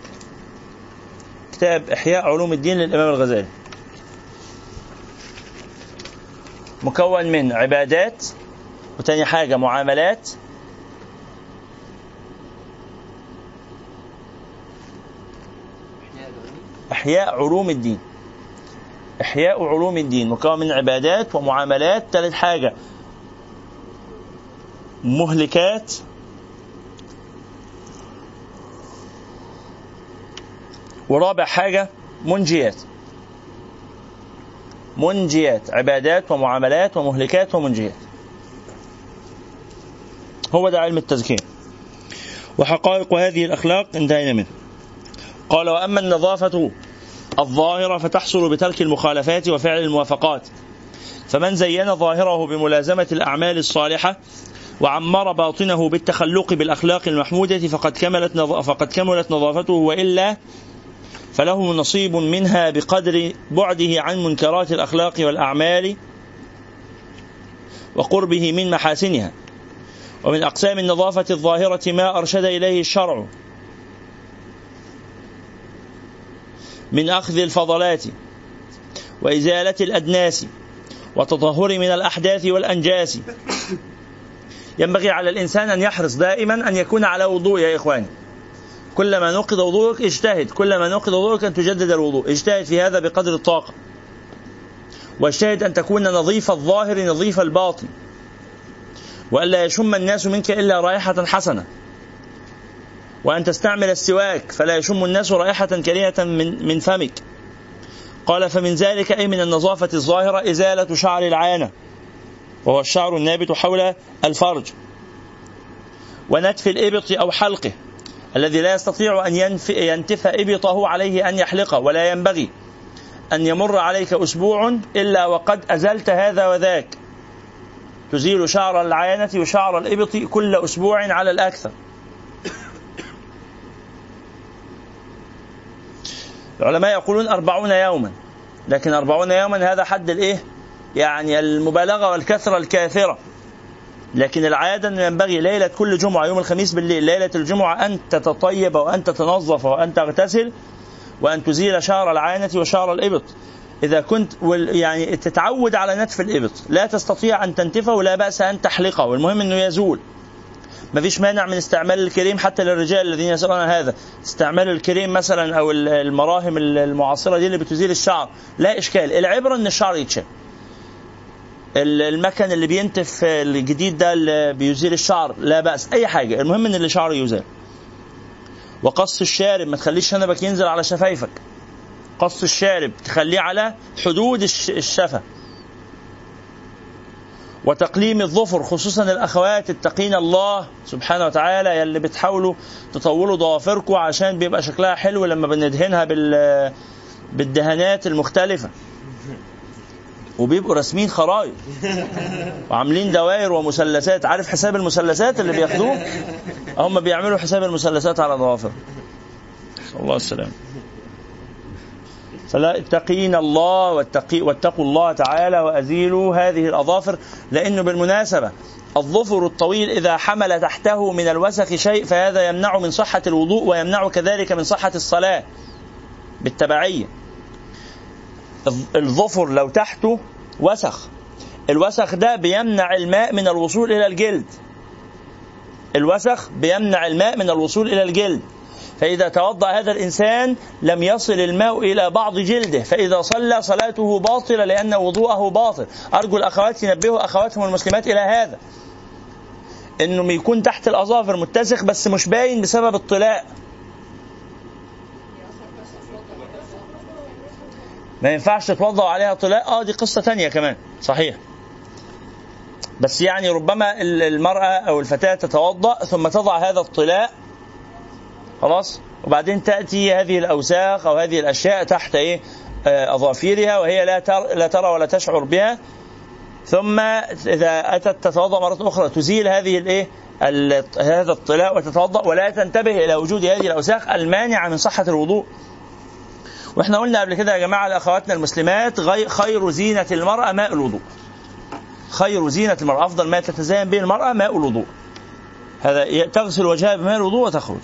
كتاب إحياء علوم الدين للإمام الغزالي، مكون من عبادات، وتاني حاجة معاملات، إحياء علوم الدين، إحياء علوم الدين مكون من عبادات ومعاملات، ثالث حاجة مهلكات، ورابع حاجة منجيات. منجيات، عبادات ومعاملات ومهلكات ومنجيات، هو ده علم التزكية. وحقائق هذه الأخلاق انتهينا منه. قال: وأما النظافة الظاهرة فتحصل بترك المخالفات وفعل الموافقات، فمن زين ظاهره بملازمة الأعمال الصالحة وعمر باطنه بالتخلق بالأخلاق المحمودة فقد كملت نظافته، وإلا فله نصيب منها بقدر بعده عن منكرات الأخلاق والأعمال وقربه من محاسنها. ومن أقسام النظافة الظاهرة ما أرشد إليه الشرع من أخذ الفضلات وإزالة الأدناس وتطهر من الأحداث والأنجاس. ينبغي على الإنسان أن يحرص دائما أن يكون على وضوء يا إخواني. كلما نقض وضوءك اجتهد، كلما نقض وضوءك أن تجدد الوضوء، اجتهد في هذا بقدر الطاقة، واجتهد أن تكون نظيف الظاهر نظيف الباطن، وألا يشم الناس منك إلا رائحة حسنة، وأن تستعمل السواك فلا يشم الناس رائحة كريهة من فمك. قال: فمن ذلك أي من النظافة الظاهرة إزالة شعر العانة، وهو الشعر النابت حول الفرج، ونتف الإبط أو حلقه الذي لا يستطيع أن ينتف إبطه عليه أن يحلقه، ولا ينبغي أن يمر عليك أسبوع إلا وقد أزلت هذا وذاك. تزيل شعر العانة وشعر الإبط كل أسبوع على الأكثر. العلماء يقولون 40 يوما، لكن 40 يوما هذا حد الإيه؟ يعني المبالغة والكثرة الكاثرة. لكن العادة أنه ينبغي ليلة كل جمعة، يوم الخميس بالليل ليلة الجمعة، أن تتطيب وأن تتنظف وأن تغتسل وأن تزيل شعر العانة وشعر الإبط. إذا كنت يعني تتعود على نتف الإبط، لا تستطيع أن تنتفه لا بأس أن تحلقه، والمهم أنه يزول. ما فيش مانع من استعمال الكريم حتى للرجال الذين يسألون هذا، استعمال الكريم مثلا أو المراهم المعاصرة دي اللي بتزيل الشعر لا إشكال. العبرة أن الشعر يتشال. المكن اللي بينتف الجديد ده اللي بيزيل الشعر لا بأس، أي حاجة، المهم أن اللي شعر يزال. وقص الشارب، ما تخليش شنبك ينزل على شفايفك، قص الشارب تخليه على حدود الشفة. وتقليم الظفر، خصوصا الأخوات اتقين الله سبحانه وتعالى يلي بتحاولوا تطولوا ضوافركم عشان بيبقى شكلها حلو لما بندهنها بالدهانات المختلفة، وبيبقوا رسمين خرايط وعاملين دوائر ومثلثات. عارف حساب المثلثات اللي بياخدوه؟ هم بيعملوا حساب المثلثات على ضوافر. صلى الله عليه وسلم. فلا اتقين الله واتقوا الله تعالى وأزيلوا هذه الأظافر. لأنه بالمناسبة الظفر الطويل إذا حمل تحته من الوسخ شيء فهذا يمنع من صحة الوضوء ويمنع كذلك من صحة الصلاة بالتبعية. الظفر لو تحته وسخ، الوسخ ده بيمنع الماء من الوصول إلى الجلد، الوسخ بيمنع الماء من الوصول إلى الجلد. فإذا توضأ هذا الإنسان لم يصل الماء إلى بعض جلده، فإذا صلى صلاته باطلة لأن وضوءه باطل. أرجو الأخوات ينبهوا أخواتهم المسلمات إلى هذا، إنه يكون تحت الأظافر متسخ بس مش باين بسبب الطلاء. ما ينفعش تتوضأ عليها طلاء. دي قصة تانية كمان صحيح، بس يعني ربما المرأة أو الفتاة تتوضأ ثم تضع هذا الطلاء خلاص، وبعدين تأتي هذه الأوساخ أو هذه الأشياء تحت أظافيرها وهي لا ترى ولا تشعر بها، ثم إذا أتت تتوضأ مرة أخرى تزيل هذه هذا الطلاء وتتوضأ ولا تنتبه إلى وجود هذه الأوساخ المانعة من صحة الوضوء. وإحنا قلنا قبل كده يا جماعة لأخواتنا المسلمات خير زينة المرأة ماء الوضوء. خير زينة المرأة، أفضل ما تتزين به المرأة ماء الوضوء. هذا تغسل وجهها بماء الوضوء وتخرج.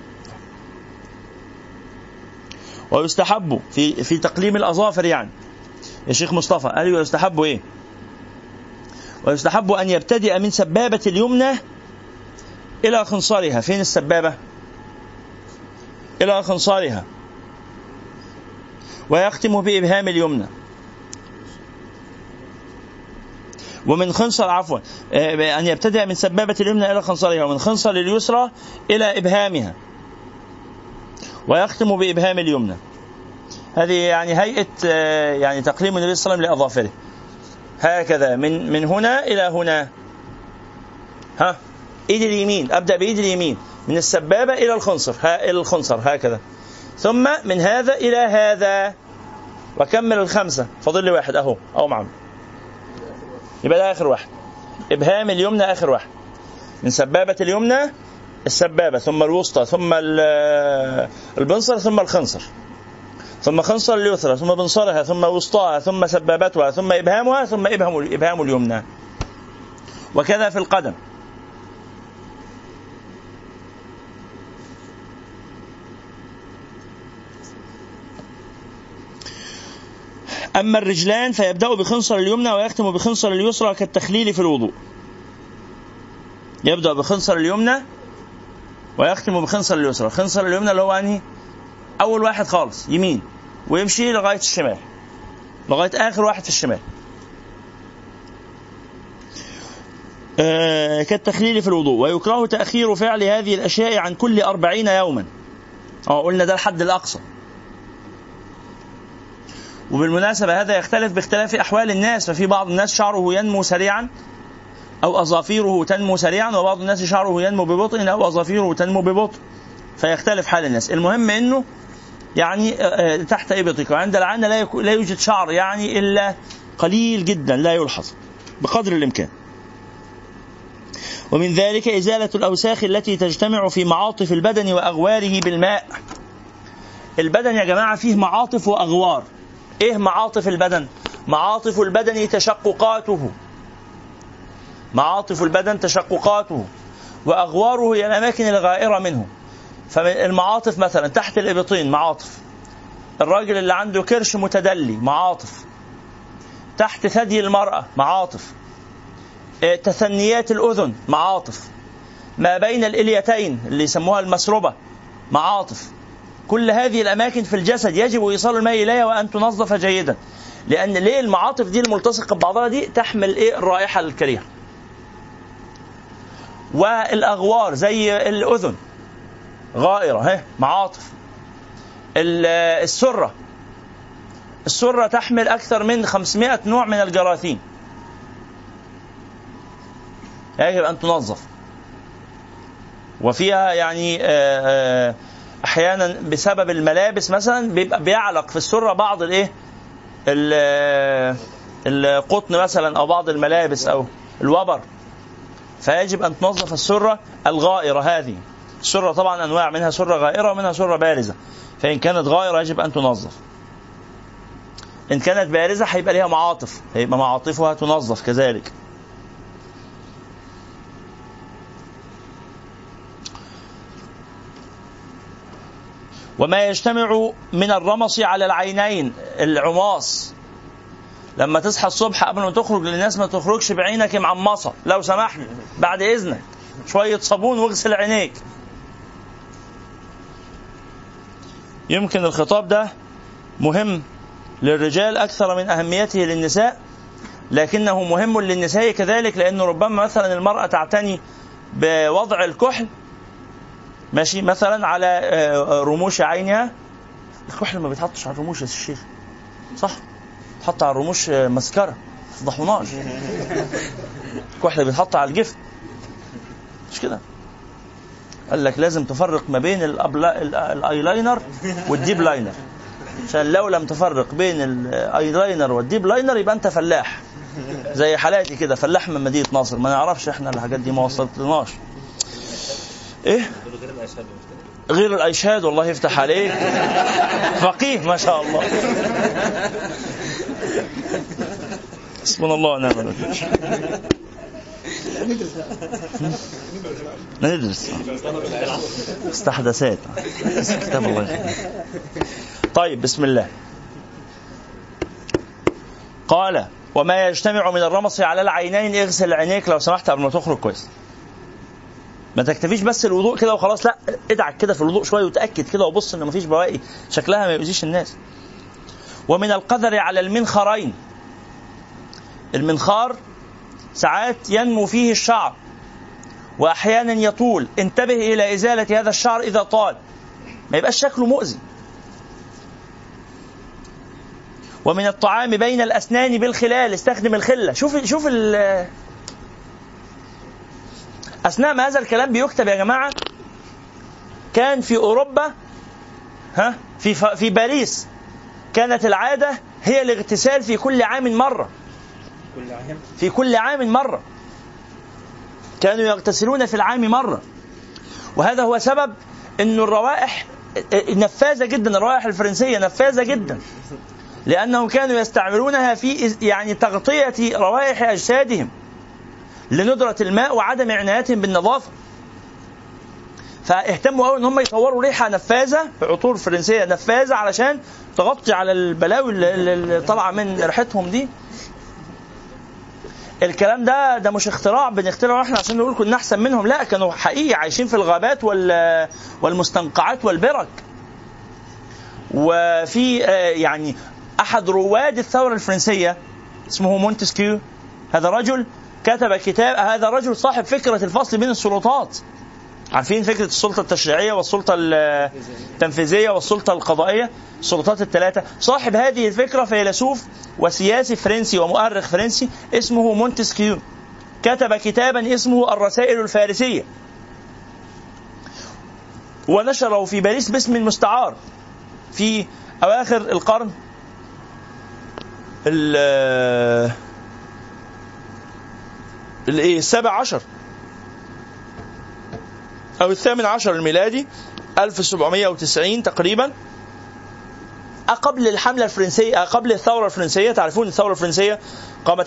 ويستحب في تقليم الأظافر يعني يا شيخ مصطفى قال لي ويستحب إيه؟ ويستحب أن يبتدئ من سبابة اليمنى إلى خنصرها. فين السبابة؟ إلى خنصرها، ويختم بإبهام اليمنى. ومن خنصر عفوا أن يبتدئ من سبابة اليمنى إلى خنصرها، ومن خنصر اليسرى إلى إبهامها، ويختم بإبهام اليمنى. هذه يعني هيئة يعني تقليم النبي صلى الله عليه وسلم لأظافره هكذا من هنا إلى هنا. إيد اليمين، أبدأ بإيد اليمين من السبابة إلى الخنصر، إلى الخنصر هكذا، ثم من هذا إلى هذا، وكمل الخمسة. فضل لي واحد أهو معنا، يبقى ده آخر واحد. إبهام اليمنى آخر واحد، من سبابة اليمنى السبابة، ثم الوسطى، ثم البنصر، ثم الخنصر، ثم خنصر اليسرى، ثم بنصرها، ثم وسطاها، ثم سبابتها، ثم إبهامها، ثم إبهام اليمنى. وكذا في القدم. أما الرجلان فيبدأ بخنصر اليمنى ويختم بخنصر اليسرى كالتخليل في الوضوء. يبدأ بخنصر اليمنى ويختم بخنصر اليسرى. خنصر اليمنى اللي هو أنهي؟ أول واحد خالص يمين، ويمشي لغاية الشمال، لغاية آخر واحد في الشمال، كالتخليل في الوضوء. ويكره تأخير فعل هذه الأشياء عن كل 40 يوما. قلنا ده الحد الأقصى. وبالمناسبة هذا يختلف باختلاف أحوال الناس، ففي بعض الناس شعره ينمو سريعا أو أظافيره تنمو سريعا، وبعض الناس شعره ينمو ببطء أو أظافيره تنمو ببطء، فيختلف حال الناس. المهم أنه يعني تحت إبطك عند العانة لا يوجد شعر يعني إلا قليل جدا لا يلحظ بقدر الإمكان. ومن ذلك إزالة الأوساخ التي تجتمع في معاطف البدن وأغواره بالماء. البدن يا جماعة فيه معاطف وأغوار. إيه معاطف البدن؟ معاطف البدن تشققاته، معاطف البدن تشققاته، وأغواره هي الأماكن الغائرة منه. فالمعاطف مثلا تحت الإبطين معاطف، الراجل اللي عنده كرش متدلي معاطف، تحت ثدي المرأة معاطف، تثنيات الأذن معاطف، ما بين الإليتين اللي يسموها المسربة معاطف. كل هذه الأماكن في الجسد يجب إيصال الماء إليها وأن تنظف جيدا، لأن ليه المعاطف دي الملتصقة ببعضها دي تحمل الرائحة الكريهة. والأغوار زي الأذن غائرة معاطف. السرة تحمل أكثر من 500 نوع من الجراثيم، يجب أن تنظف. وفيها يعني أحيانا بسبب الملابس مثلا بيعلق في السرة بعض القطن مثلا أو بعض الملابس أو الوبر، فيجب أن تنظف السرة الغائرة هذه. السرة طبعا أنواع، منها سرة غائرة ومنها سرة بارزة، فإن كانت غائرة يجب أن تنظف. إن كانت بارزة هيبقى لها معاطف، هيبقى معاطفها تنظف كذلك. وما يجتمع من الرمص على العينين، العماص. لما تصحى الصبح قبل ما تخرج للناس ما تخرجش بعينك معمصة، لو سمحت بعد إذنك شوية صابون واغسل عينيك. يمكن الخطاب ده مهم للرجال أكثر من أهميته للنساء، لكنه مهم للنساء كذلك، لأنه ربما مثلا المرأة تعتني بوضع الكحل ماشي مثلا على رموش عينها. الكحل ما بيتحطش على الرموش يا الشيخ، صح؟ بيتحط على الرموش مسكرة، ما تفضحوناش. الكحل بيتحط على الجفن، مش كده؟ قال لك لازم تفرق ما بين الايلاينر والديب لاينر، عشان لو لم تفرق بين الايلاينر والديب لاينر يبقى انت فلاح، زي حالاتي كده، فلاح من مدينة ناصر، ما نعرفش احنا الحاجات دي، ما وصلتناش. ايه غير الايشاد؟ والله يفتح عليك، فقيه ما شاء الله. حسبنا الله ونعم الوكيل. ندرس استحداثات كتاب الله. طيب بسم الله. قال وما يجتمع من الرمص على العينين اغسل عينيك لو سمحت قبل ما تخرج كويس. ما تكتفيش بس الوضوء كده وخلاص، لا ادعك كده في الوضوء شويه وتاكد كده وبص ان مفيش بواقي شكلها ما يؤذيش الناس. ومن القدر على المنخرين، المنخار ساعات ينمو فيه الشعر واحيانا يطول، انتبه الى ازاله هذا الشعر اذا طال ما يبقاش شكله مؤذي. ومن الطعام بين الاسنان بالخلال، استخدم الخله. شوف اثناء ما هذا الكلام بيكتب يا جماعه كان في اوروبا في باريس كانت العاده هي الاغتسال في كل عام مره. في كل عام مرة كانوا يغتسلون في العام مرة. وهذا هو سبب أن الروائح نفاذة جدا، الروائح الفرنسية نفاذة جدا، لأنهم كانوا يستعملونها في يعني تغطية روائح أجسادهم لندرة الماء وعدم عنايتهم بالنظافة. فاهتموا قوي ان هم يطوروا ريحه نفاذه، عطور فرنسيه نفاذه علشان تغطي على البلاوي اللي طالعه من ريحتهم دي. الكلام ده مش اختراع بنخترعه احنا عشان نقول كنا احسن منهم، لا كانوا حقيقي عايشين في الغابات والمستنقعات والبرك. وفي يعني احد رواد الثوره الفرنسيه اسمه مونتسكيو، هذا رجل كتب كتاب، هذا رجل صاحب فكره الفصل بين السلطات. عارفين فكره السلطه التشريعيه والسلطه التنفيذيه والسلطه القضائيه، السلطات الثلاثه. صاحب هذه الفكره فيلسوف وسياسي فرنسي ومؤرخ فرنسي اسمه مونتسكيو، كتب كتابا اسمه الرسائل الفارسيه ونشره في باريس باسم مستعار في اواخر القرن السابع عشر أو الثامن عشر الميلادي 1790 تقريبا، قبل الحملة الفرنسية، قبل الثورة الفرنسية. تعرفون الثورة الفرنسية قامت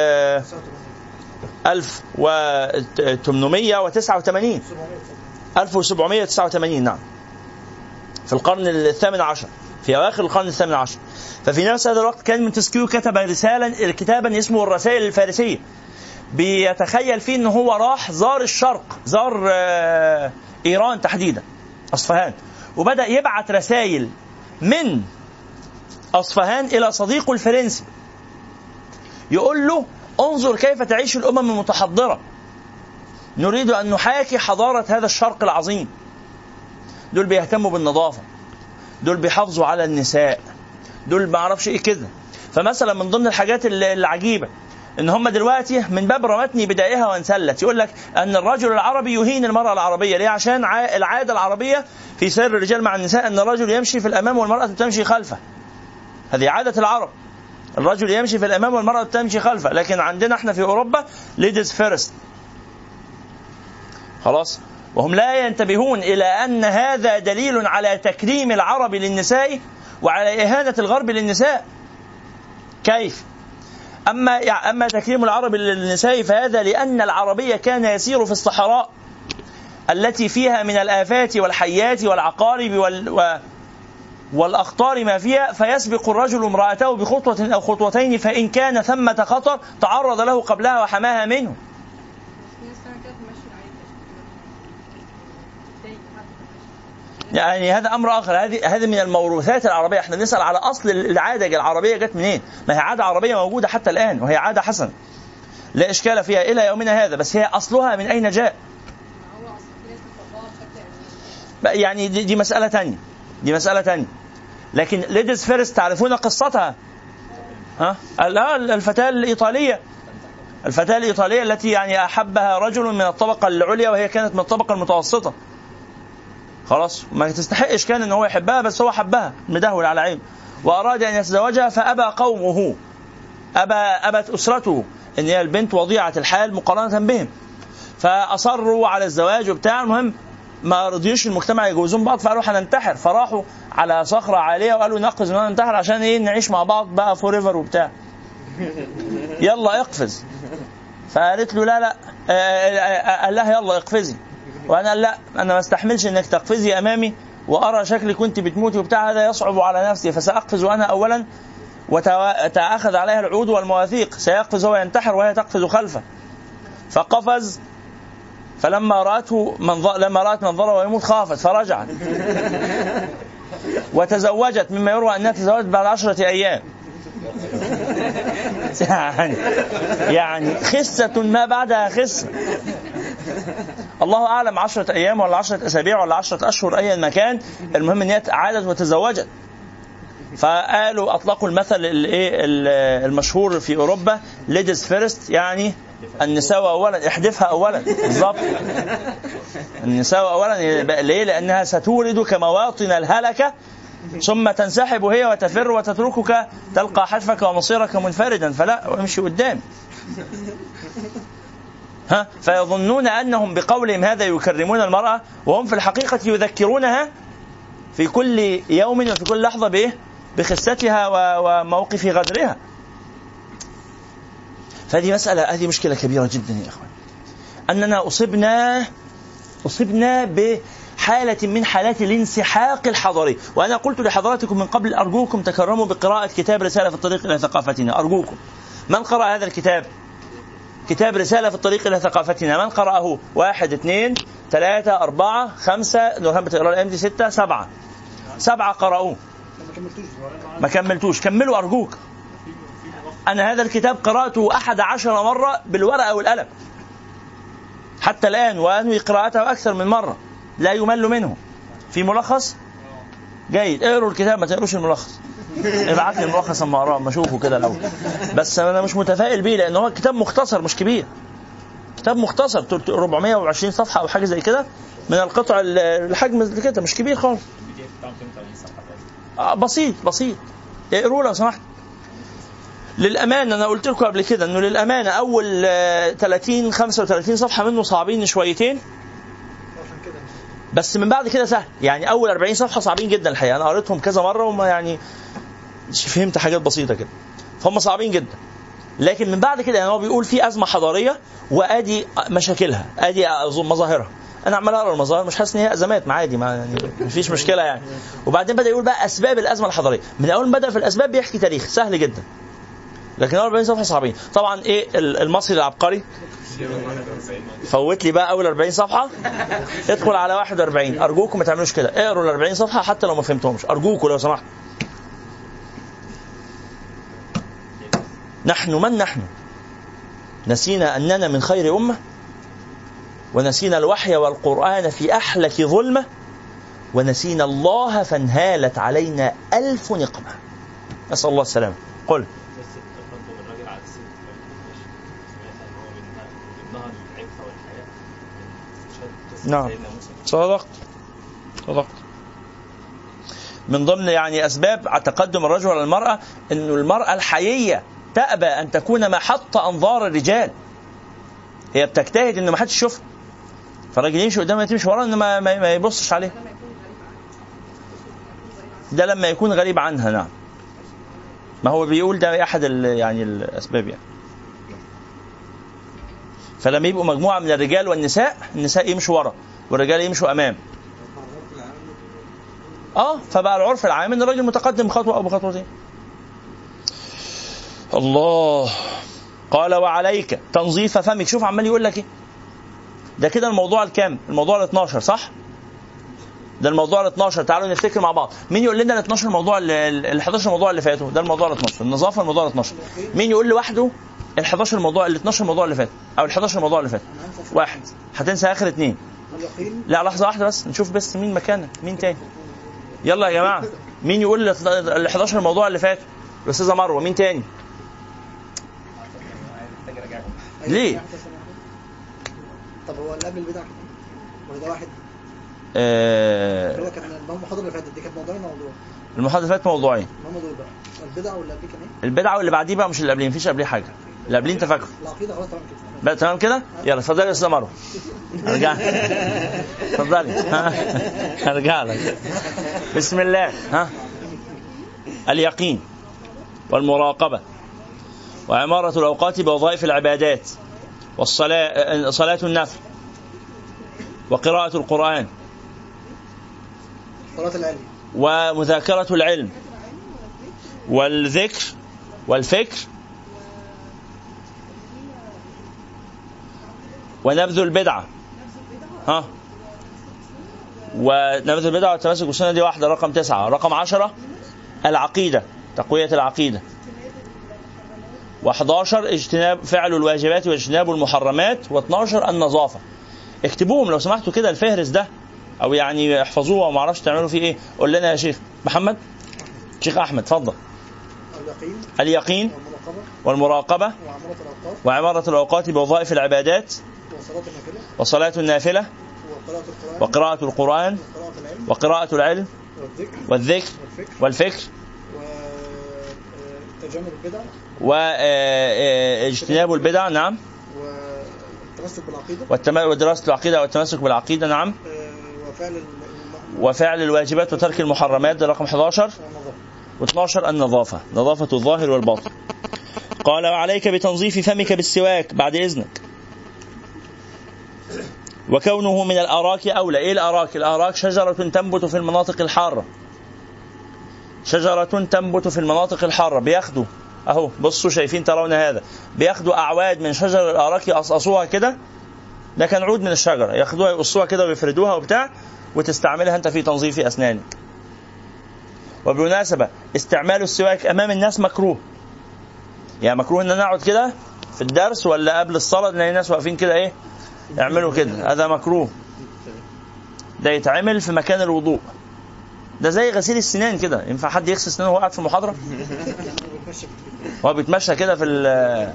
1789 نعم، في القرن الثامن عشر، في أواخر القرن الثامن عشر. ففي نفس هذا الوقت كان مونتسكيو كتب كتابا اسمه الرسائل الفارسية، بيتخيل فيه ان هو راح زار الشرق، زار ايران تحديدا اصفهان، وبدأ يبعث رسائل من اصفهان الى صديقه الفرنسي يقول له انظر كيف تعيش الامم المتحضرة، نريد ان نحاكي حضارة هذا الشرق العظيم. دول بيهتموا بالنظافة، دول بيحافظوا على النساء، دول ما اعرفش ايه كده. فمثلا من ضمن الحاجات العجيبة ان هم دلوقتي من باب رمتني بدائها وانسلت، يقول لك ان الرجل العربي يهين المرأة العربية. ليه؟ عشان العادة العربية في سير الرجال مع النساء ان الرجل يمشي في الامام والمرأة تمشي خلفه. هذه عادة العرب، الرجل يمشي في الامام والمرأة تمشي خلفه. لكن عندنا احنا في اوروبا ladies first خلاص. وهم لا ينتبهون الى ان هذا دليل على تكريم العرب للنساء وعلى اهانة الغرب للنساء. كيف؟ أما تكريم العرب للنساء فهذا لأن العربية كان يسير في الصحراء التي فيها من الآفات والحيات والعقارب والأخطار ما فيها، فيسبق الرجل امرأته بخطوة أو خطوتين، فإن كان ثمة خطر تعرض له قبلها وحماها منه. يعني هذا أمر آخر. هذه من الموروثات العربية. احنا بنسأل على أصل العادة العربية جت منين؟ ما هي عادة عربية موجودة حتى الآن، وهي عادة حسنة لا إشكال فيها إلى يومنا هذا، بس هي أصلها من أين جاء؟ يعني دي مسألة تانية، دي مسألة تانية. لكن ليديز فيرست تعرفون قصتها؟ الفتاة الإيطالية، الفتاة الإيطالية التي يعني أحبها رجل من الطبقة العليا وهي كانت من الطبقة المتوسطة. خلاص ما تستحقش كان ان هو يحبها، بس هو حبها مدهول على عينه واراد ان يتزوجها، فابى قومه، ابت اسرته ان هي البنت وضيعه الحال مقارنه بهم، فاصروا على الزواج وبتاع. المهم ما رضيوش المجتمع يجوزون بعض، فقالوا هننتحر. فراحوا على صخره عاليه وقالوا نقفز وننتحر عشان ايه؟ نعيش مع بعض بقى فور ايفر وبتاع. يلا اقفز. فقالت له لا قال لها يلا اقفزي، وانا قال لا انا ما استحملش انك تقفزي امامي وارى شكلك كنت بتموتي وبتاع، هذا يصعب على نفسي، فساقفز وانا اولا وتأخذ عليها العود والمواثيق، سيقفز هو ينتحر وهي تقفز خلفه. فقفز، فلما رأت منظره ويموت خافت فرجعت وتزوجت، مما يروى أنها تزوجت بعد 10 أيام. يعني خسة ما بعدها خسة، الله أعلم 10 أيام ولا 10 أسابيع ولا 10 أشهر أيا ما كان، المهم أنها عادت وتزوجت. فقالوا أطلقوا المثل المشهور في أوروبا ladies first، يعني النساء أولا، احذفها أولا بالضبط، النساء أولا. ليه؟ لأنها ستورد كمواطن الهلكة ثم تنسحب هي وتفر وتتركك تلقى حتفك ومصيرك منفردا، فلا امشي قدام. فيظنون أنهم بقولهم هذا يكرمون المرأة، وهم في الحقيقة يذكرونها في كل يوم وفي كل لحظة بخستها وموقف غدرها. فهذه مسألة، هذه مشكلة كبيرة جدا يا أخوان، أننا أصبنا بحالة من حالات الانسحاق الحضاري. وأنا قلت لحضراتكم من قبل أرجوكم تكرموا بقراءة كتاب رسالة في الطريق إلى ثقافتنا، أرجوكم. من قرأ هذا الكتاب؟ كتاب رسالة في الطريق إلى ثقافتنا، من قرأه؟ 1 2 3 4 5 نورهان بتقرأ الأيام دي 6 7 قرأوه، ما كملتوش، كملوا أرجوك. أنا هذا الكتاب قرأته 11 مرة بالورقة والقلم حتى الآن، وأنوي قراءته أكثر من مرة، لا يمل منه. في ملخص جيد، اقروا الكتاب، ما تقروش الملخص، ابعت لي الملخص اما اقراه اما اشوفه كده الاول. بس انا مش متفائل بيه لان هو كتاب مختصر مش كبير، كتاب مختصر 420 صفحة او حاجة زي كده من القطع الحجم كده مش كبير خالص، بسيط. اقروا لو سمحت. للأمانة أنا قلت لكم قبل كده أنه للأمانة أول 30-35 صفحة منه صعبين شويتين، بس من بعد كده سهل. يعني أول 40 صفحة صعبين جدا الحقيقة، أنا قريتهم كذا مرة وما يعني فهمت حاجات بسيطة كده، فهم صعبين جدا. لكن من بعد كده يعني هو بيقول في أزمة حضارية وأدي مشاكلها، أدي مظاهرها. أنا عمال أقرأ المظاهر مش حاسس إن هي أزمات، ما عادي، ما يعني مفيش مشكلة يعني. وبعدين بدأ يقول بقى أسباب الأزمة الحضارية. من أول بدأ في الأسباب بيحكي تاريخ سهل جدا، لكن 40 صفحة صعبين. طبعا المصري العبقري فوت لي بقى أول 40 صفحة، ادخل على 41. أرجوكم ما تعملوش كده، اقروا 40 صفحة حتى لو ما فهمتهمش، أرجوكم لو سمحت. نحن نسينا أننا من خير أمة، ونسينا الوحي والقرآن في أحلك ظلمة، ونسينا الله فانهالت علينا 1000 نقمة. نسأل الله السلامة. قل نعم، صدقت. من ضمن يعني أسباب تقدم الرجل على المرأة أن المرأة الحيية تأبى أن تكون محط أنظار الرجال، هي بتجتهد أن ما حدش يشوفها، فالراجل يمشي قدامها تمشي وراه أن ما يبصش عليه، ده لما يكون غريب عنها. نعم، ما هو بيقول ده أحد يعني الأسباب يعني. فلما يبقوا مجموعة من الرجال والنساء، النساء يمشوا ورا والرجال يمشوا أمام، فبقى العرف العام ان الراجل متقدم خطوة أو بخطوتين. الله قال وعليك تنظيف فمك. شوف عمال يقول لك ايه ده كده. الموضوع الكام؟ الموضوع 12 صح؟ ده الموضوع 12. تعالوا نفتكر مع بعض. مين يقول لنا 12 موضوع ال 11 موضوع اللي فاتوا؟ ده الموضوع 12 النظافة، الموضوع 12. مين يقول لوحده ال 11 موضوع ال 12 موضوع اللي فات او ال 11 موضوع اللي فات؟ واحد. هتنسى اخر 2. لا لحظة واحدة بس نشوف بس مين مكانك، مين تاني. يلا يا جماعة، مين يقول ال 11 موضوع اللي فات؟ الأستاذة مروة. مين تاني؟ ليه؟ طب هو اللي قبل البدع ولا ده واحد؟ هو كان المحاضرة اللي فاتت دي كانت موضوعين. المحاضرة اللي فاتت موضوعين. هم دول بقى البدع واللي قبليه كان ايه؟ البدع واللي بعديه بقى، مش اللي قبليه، مفيش قبليه حاجة. اللي قبليه انت فاكره؟ العقيدة خلاص تمام كده. بقى تمام كده؟ يلا اتفضلي يا أستاذة مروة. ارجع اتفضلي. ارجع لك. بسم الله. اليقين والمراقبة وعمارة الأوقات بوظائف العبادات صلاة النفل، وقراءة القرآن، صلاة العلم، ومذاكرة العلم، والذكر، والفكر، ونبذ البدعة. ونبذ البدعة والتمسك بالسنة دي واحدة. رقم 9. رقم 10 العقيدة، تقوية العقيدة. 11 اجتناب فعل الواجبات واجتناب المحرمات. 12 النظافة. اكتبوهم لو سمحتوا كده الفهرس ده، او يعني احفظوه وما اعرفش تعملوا فيه ايه. قول لنا يا شيخ محمد. شيخ احمد اتفضل. اليقين والمراقبة وعمارة الأوقات بوظائف العبادات وصلاة النافلة وقراءة القرآن وقراءة العلم والذكر والفكر واجتناب البدع. نعم. ودراسة العقيدة والتمسك بالعقيدة. نعم. وفعل الواجبات وترك المحرمات. ده رقم 11. و12 النظافة، نظافة الظاهر والباطن. قال وعليك بتنظيف فمك بالسواك بعد إذنك، وكونه من الأراك أولى. إيه الأراك؟ الأراك شجرة تنبت في المناطق الحارة، شجرة تنبت في المناطق الحارة. بياخدوا أهو، بصوا شايفين ترون هذا، بياخدوا أعواد من شجر الأراك يقصقصوها كده، ده كان عود من الشجرة، ياخدوها يقصوها كده ويفردوها وبتاع، وتستعملها أنت في تنظيف أسنانك. وبالمناسبة استعمال السواك أمام الناس مكروه، يعني مكروه أن نقعد كده في الدرس ولا قبل الصلاة نلاقي الناس واقفين كده إيه يعملوا كده، هذا مكروه. ده يتعمل في مكان الوضوء، ده زي غسيل السنان كده. ينفع حد يغسل سنانه وهو قاعد في المحاضرة؟ هو بيتمشى كده في ال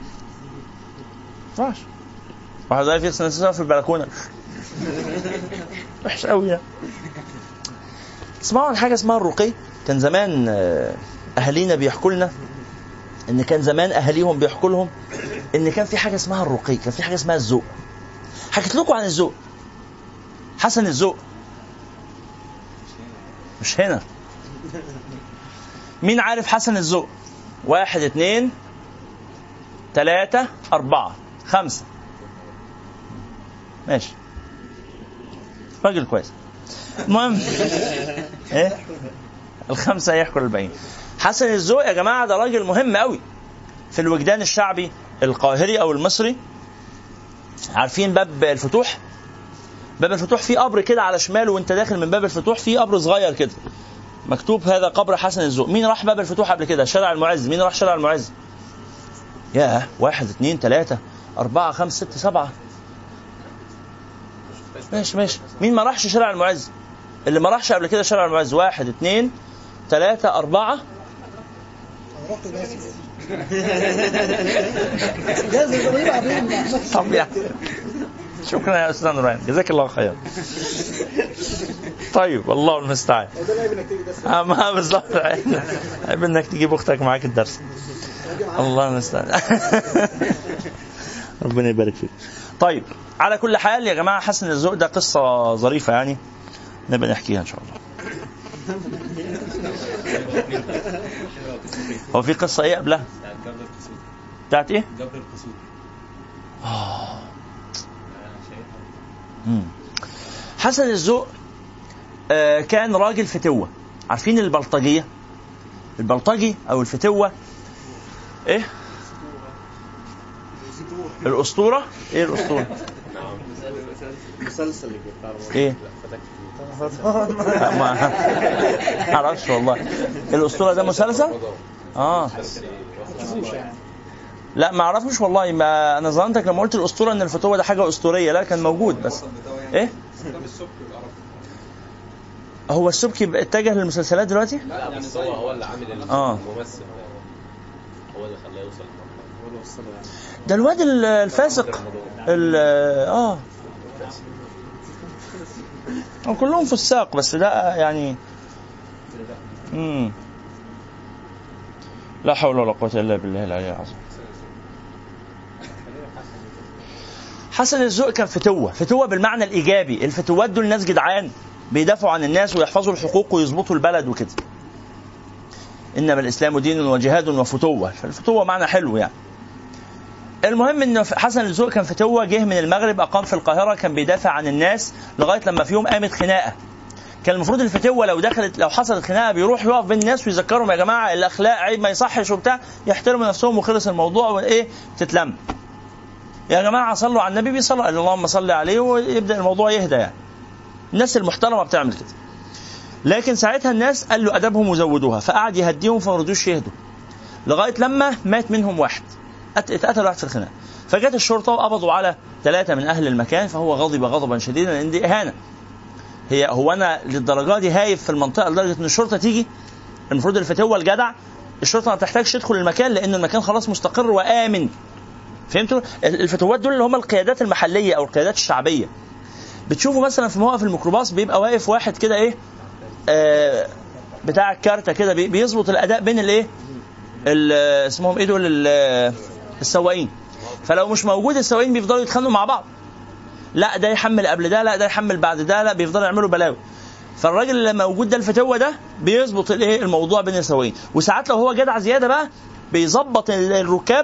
فاش واحد زي يغسل سنانه في البلكونة، وحش قوي يعني. اسمعوا عن حاجة اسمها الرقي. كان زمان أهالينا بيحكوا لنا إن كان زمان أهاليهم بيحكوا لهم إن كان في حاجة اسمها الرقي، كان في حاجة اسمها الذوق. حكيت لكم عن الذوق. حسن الذوق مش هنا. مين عارف حسن الذوق؟ 1 2 3 4 5. ماشي، راجل كويس. المهم ايه ال5 يحكوا الباقيين. حسن الذوق يا جماعة ده راجل مهم قوي في الوجدان الشعبي القاهري او المصري. عارفين باب الفتوح؟ باب الفتوح فيه قبر كده على شماله وانت داخل من باب الفتوح، فيه قبر صغير كده مكتوب هذا قبر حسن الذوق. مين راح باب الفتوح قبل كده؟ شارع المعز. مين راح شارع المعز؟ ياه 1 2 3 4 5 6 7. ماشي. مين ما راحش شارع المعز؟ اللي ما راحش قبل كده شارع المعز 1 2 3 4. طب يعني شكرا يا أستاذ نوران، جزاك الله خير. طيب والله المستعان. ما بالضبط عيب انك تجيب اختك معاك الدرس. الله المستعان. ربنا يبارك فيك. طيب على كل حال يا جماعة، حسن الذوق ده قصة ظريفة يعني نبقى نحكيها إن شاء الله. هو في قصة إيه قبلها؟ بتاعت إيه؟ جبر القصور. حسن الذوق كان راجل فتوة. عارفين البلطجية؟ البلطجي أو الفتوة إيه؟ الأسطورة. إيه الأسطورة؟ مسلسل اللي إيه؟ ما أعرفش والله. الأسطورة ده مسلسل؟ لا ما أعرفش والله. ما أنا ظننتك لما قلت الأسطورة إن الفتوة ده حاجة أسطورية. لا كان موجود بس إيه؟ هو السبكي اتجه للمسلسلات دلوقتي؟ لا يعني هو اللي عامل الممثل هو اللي خلاه يوصل ده الواد الفاسق كلهم فساق بس ده يعني لا حول ولا قوة إلا بالله العلي العظيم. حسن الذوق كان فتوة بالمعنى الإيجابي. الفتوات دول ناس جدعان بيدافعوا عن الناس ويحفظوا الحقوق ويظبطوا البلد وكده. إنما الإسلام دين وجهاد وفتوة. فالفتوة معنى حلو يعني. المهم ان حسن الذوق كان فتوة، جه من المغرب اقام في القاهره، كان بيدافع عن الناس لغايه لما في يوم قامت خناقه. كان المفروض الفتوة لو حصلت خناقه بيروح يقف بين الناس ويذكرهم يا جماعه الاخلاق عيب ما يصحش وبتاع، يحترموا نفسهم وخلص الموضوع وايه تتلم. يا جماعه صلوا على النبي، بيصلوا اللهم صل عليه ويبدا الموضوع يهدى. يعني الناس المحترمه بتعمل كده. لكن ساعتها الناس قال له ادبهم وزودوها، فقعد يهديهم فما رضوش يهدوا لغايه لما مات منهم واحد، اتقتل واحد في الخناقه. فجت الشرطه وقبضوا على 3 من اهل المكان، فهو غضب غضبا شديدا لان دي اهانه. هو انا للدرجه دي هايف في المنطقه لدرجه ان الشرطه تيجي؟ المفروض الفتوى الجدع الشرطه ما تحتاجش تدخل المكان لان المكان خلاص مستقر وامن. فهمتوا؟ الفتوات دول اللي هم القيادات المحليه او القيادات الشعبيه. بتشوفوا مثلا في موقف الميكروباص بيبقى واقف واحد كده ايه بتاع الكارته كده بيظبط الاداء بين الايه اسمهم ايه دول السواقين. فلو مش موجود السواقين بيفضلوا يتخانقوا مع بعض، لا ده يحمل قبل ده، لا ده يحمل بعد ده، لا بيفضلوا يعملوا بلاوي. فالراجل اللي موجود ده الفتوة ده بيظبط الايه الموضوع بين السواقين. وساعات لو هو جدع زياده بقى بيظبط الركاب.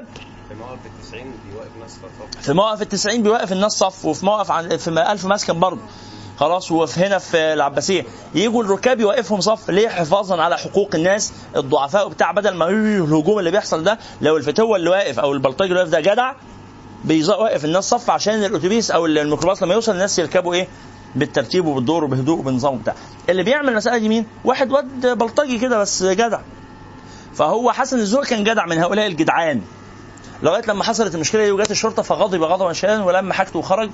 في موقف ال90 بيوقف الناس صف، وفي موقف في 1000 مسكن برضه خلاص، وفي هنا في العباسيه يجوا الركاب يوقفهم صف. ليه؟ حفاظا على حقوق الناس الضعفاء وبتاع، بدل ما الهجوم اللي بيحصل ده. لو الفتوة اللي واقف او البلطجي اللي واقف ده جدع بيوقف الناس صف عشان الاتوبيس او الميكروباص لما يوصل الناس يركبوا ايه بالترتيب وبالدور وبهدوء وبنظام بتاع. اللي بيعمل المساله دي مين؟ واحد واد بلطجي كده بس جدع. فهو حسن الذوق كان جدع من هؤلاء الجدعان لغايه لما حصلت المشكله دي وجات الشرطه فغضب غضبا شديدا ولما حاجته وخرج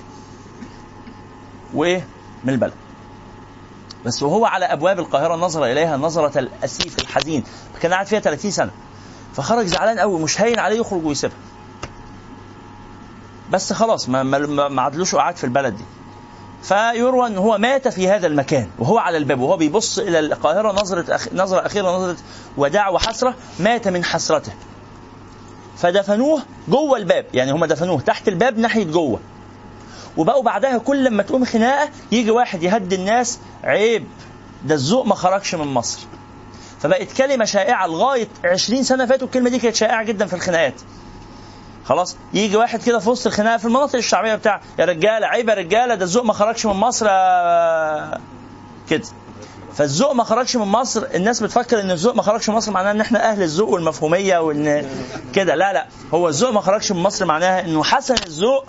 وايه من البلد. بس وهو على ابواب القاهره نظر اليها نظره الاسيف الحزين، كان قاعد فيها 30 سنه، فخرج زعلان قوي مش هين عليه يخرج ويسيبها. بس خلاص ما عدلوش وقعد في البلد دي. فيروى ان هو مات في هذا المكان وهو على الباب وهو بيبص الى القاهره نظره اخيره، نظره وداع وحسره، مات من حسرته. فدفنوه جوه الباب، يعني هم دفنوه تحت الباب ناحيه جوه. وبقوا بعدها كل لما تقوم خناقه يجي واحد يهدي الناس، عيب ده الذوق ما خرجش من مصر. فبقت كلمه شائعه لغايه 20 سنه فاتوا، الكلمه دي كانت شائعه جدا في الخناقات. خلاص يجي واحد كده في وسط الخناقه في المناطق الشعبيه بتاع يا رجاله عيب يا رجاله ده الذوق ما خرجش من مصر كده. فالذوق ما خرجش من مصر، الناس بتفكر ان الذوق ما خرجش من مصر معناه ان احنا اهل الذوق والمفهوميه وان كده. لا هو الذوق ما خرجش من مصر معناها انه حسن الذوق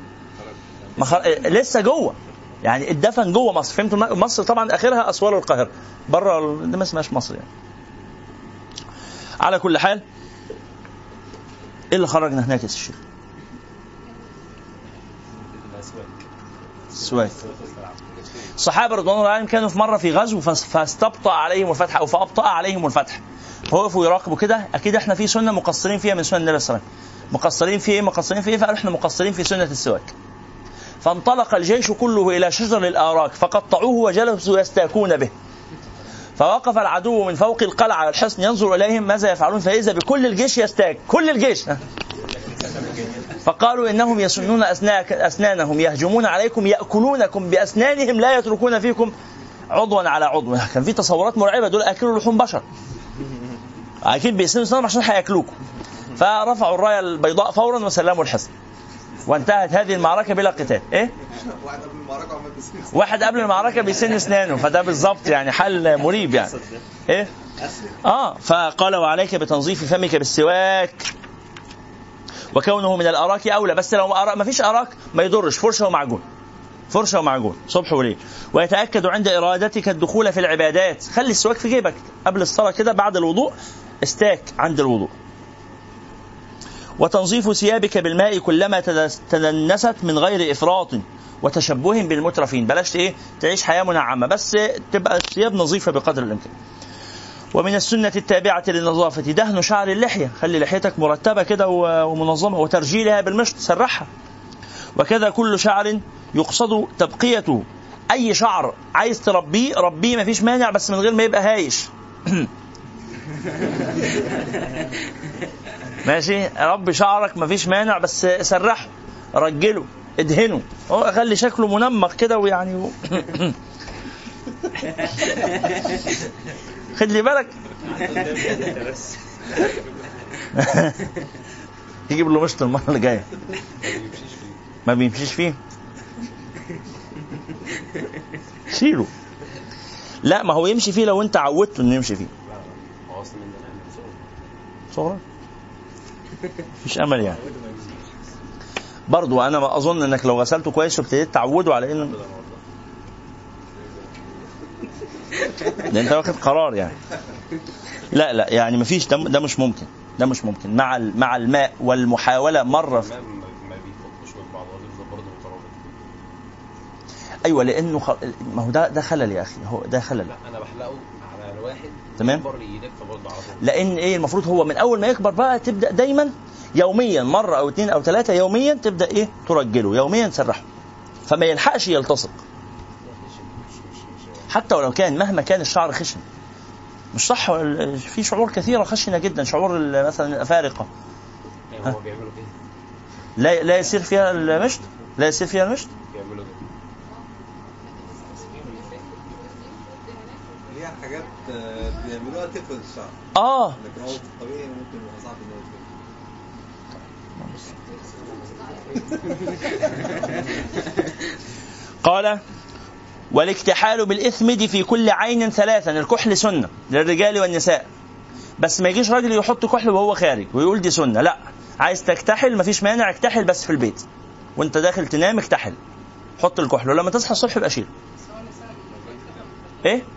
لسه جوه، يعني اتدفن جوه مصر. فهمتوا؟ مصر طبعا اخرها اسوار القاهره، بره ده ما اسمهاش مصر يعني. على كل حال ايه اللي خرجنا هناك يا الشيخ؟ السواك. الصحابه رضوان الله عليهم كانوا في مره في غزو فاستبطأ عليهم الفتح او فابطأ عليهم الفتح، وقفوا يراقبوا كده. اكيد احنا في سنه مقصرين فيها من سنن النبي صلى الله عليه وسلم. مقصرين في ايه؟ فقالوا احنا مقصرين في سنه السواك. فانطلق الجيش كله الى شجر الاراك فقطعوه وجلسوا يستاكون به. فوقف العدو من فوق القلعه على الحصن ينظر اليهم ماذا يفعلون، فاذا بكل الجيش يستاك، كل الجيش. فقالوا انهم يسنون اسنانهم يهجمون عليكم ياكلونكم باسنانهم لا يتركون فيكم عضوا على عضو. كان في تصورات مرعبه، دول اكلوا لحوم بشر اكيد بيسنوا اسنانهم عشان هياكلوكم. فرفعوا الرايه البيضاء فورا وسلموا الحصن وانتهت هذه المعركه بلا قتال. ايه؟ واحد قبل المعركه بيسن اسنانه، فده بالضبط يعني حل مريب يعني. ايه؟ فقال وعليك بتنظيف فمك بالسواك وكونه من الاراك اولى. بس لو ما فيش اراك ما يضرش، فرشه ومعجون صبح وليل. ويتاكد عند ارادتك الدخول في العبادات، خلي السواك في جيبك قبل الصلاه كده، بعد الوضوء استاك عند الوضوء. وتنظيف ثيابك بالماء كلما تدنست من غير افراط وتشبه بالمترفين. بلاش تعيش حياه منعمه، بس تبقى الثياب نظيفه بقدر الامكان. ومن السنة التابعة للنظافة دهن شعر اللحية، خلي لحيتك مرتبة كده ومنظمة، وترجيلها بالمشط، سرحها. وكذا كل شعر يقصد تبقيته، أي شعر عايز تربيه ربيه ما فيش مانع، بس من غير ما يبقى هايش. ماشي، ربي شعرك ما فيش مانع، بس سرحه، رجله، ادهنه، خلي شكله منمق كده ويعني خد لي بالك. يجيب له مشط المره اللي جايه. ما بيمشيش فيه شيله. لا ما هو يمشي فيه لو انت عودته انه يمشي فيه. هو اصلا من صغرى مفيش امل يعني. برضو انا ما اظن انك لو غسلته كويس وابتديت تعوده على انه ده انت واخد قرار يعني. لا يعني مفيش، ده مش ممكن، ده مش ممكن مع الماء والمحاوله مره ما بيفكش من بعض برضه مترابط. ايوه لانه ما هو ده خلل يا اخي، هو ده خلل. لا انا بحلقه على الواحد تمام، يلف برضه على طول. لان ايه المفروض هو من اول ما يكبر بقى تبدا دايما يوميا مره او 2 أو 3 يوميا تبدا ايه ترجله يوميا تسرحه، فما يلحقش يلتصق حتى ولو كان مهما كان الشعر خشن. مش صح، في شعور كثيره خشنه جدا، شعور مثلا الافارقه هو بيعملوا كده لا يصير فيها المشط، لا يصير فيها المشط. بيعملوا كده ليها حاجات بيعملوها تفرد الشعر. لكن هو الطبيعي ممكن يبقى صعب انه قال والاكتحال بالإثمد في كل عين 3. الكحل سنة للرجال والنساء، بس ما يجيش راجل يحط كحل وهو خارج ويقول دي سنة. لا، عايز تكتحل مفيش مانع، اكتحل بس في البيت وانت داخل تنام اكتحل، حط الكحل ولما تصحى الصبح يبقى شيل. ايه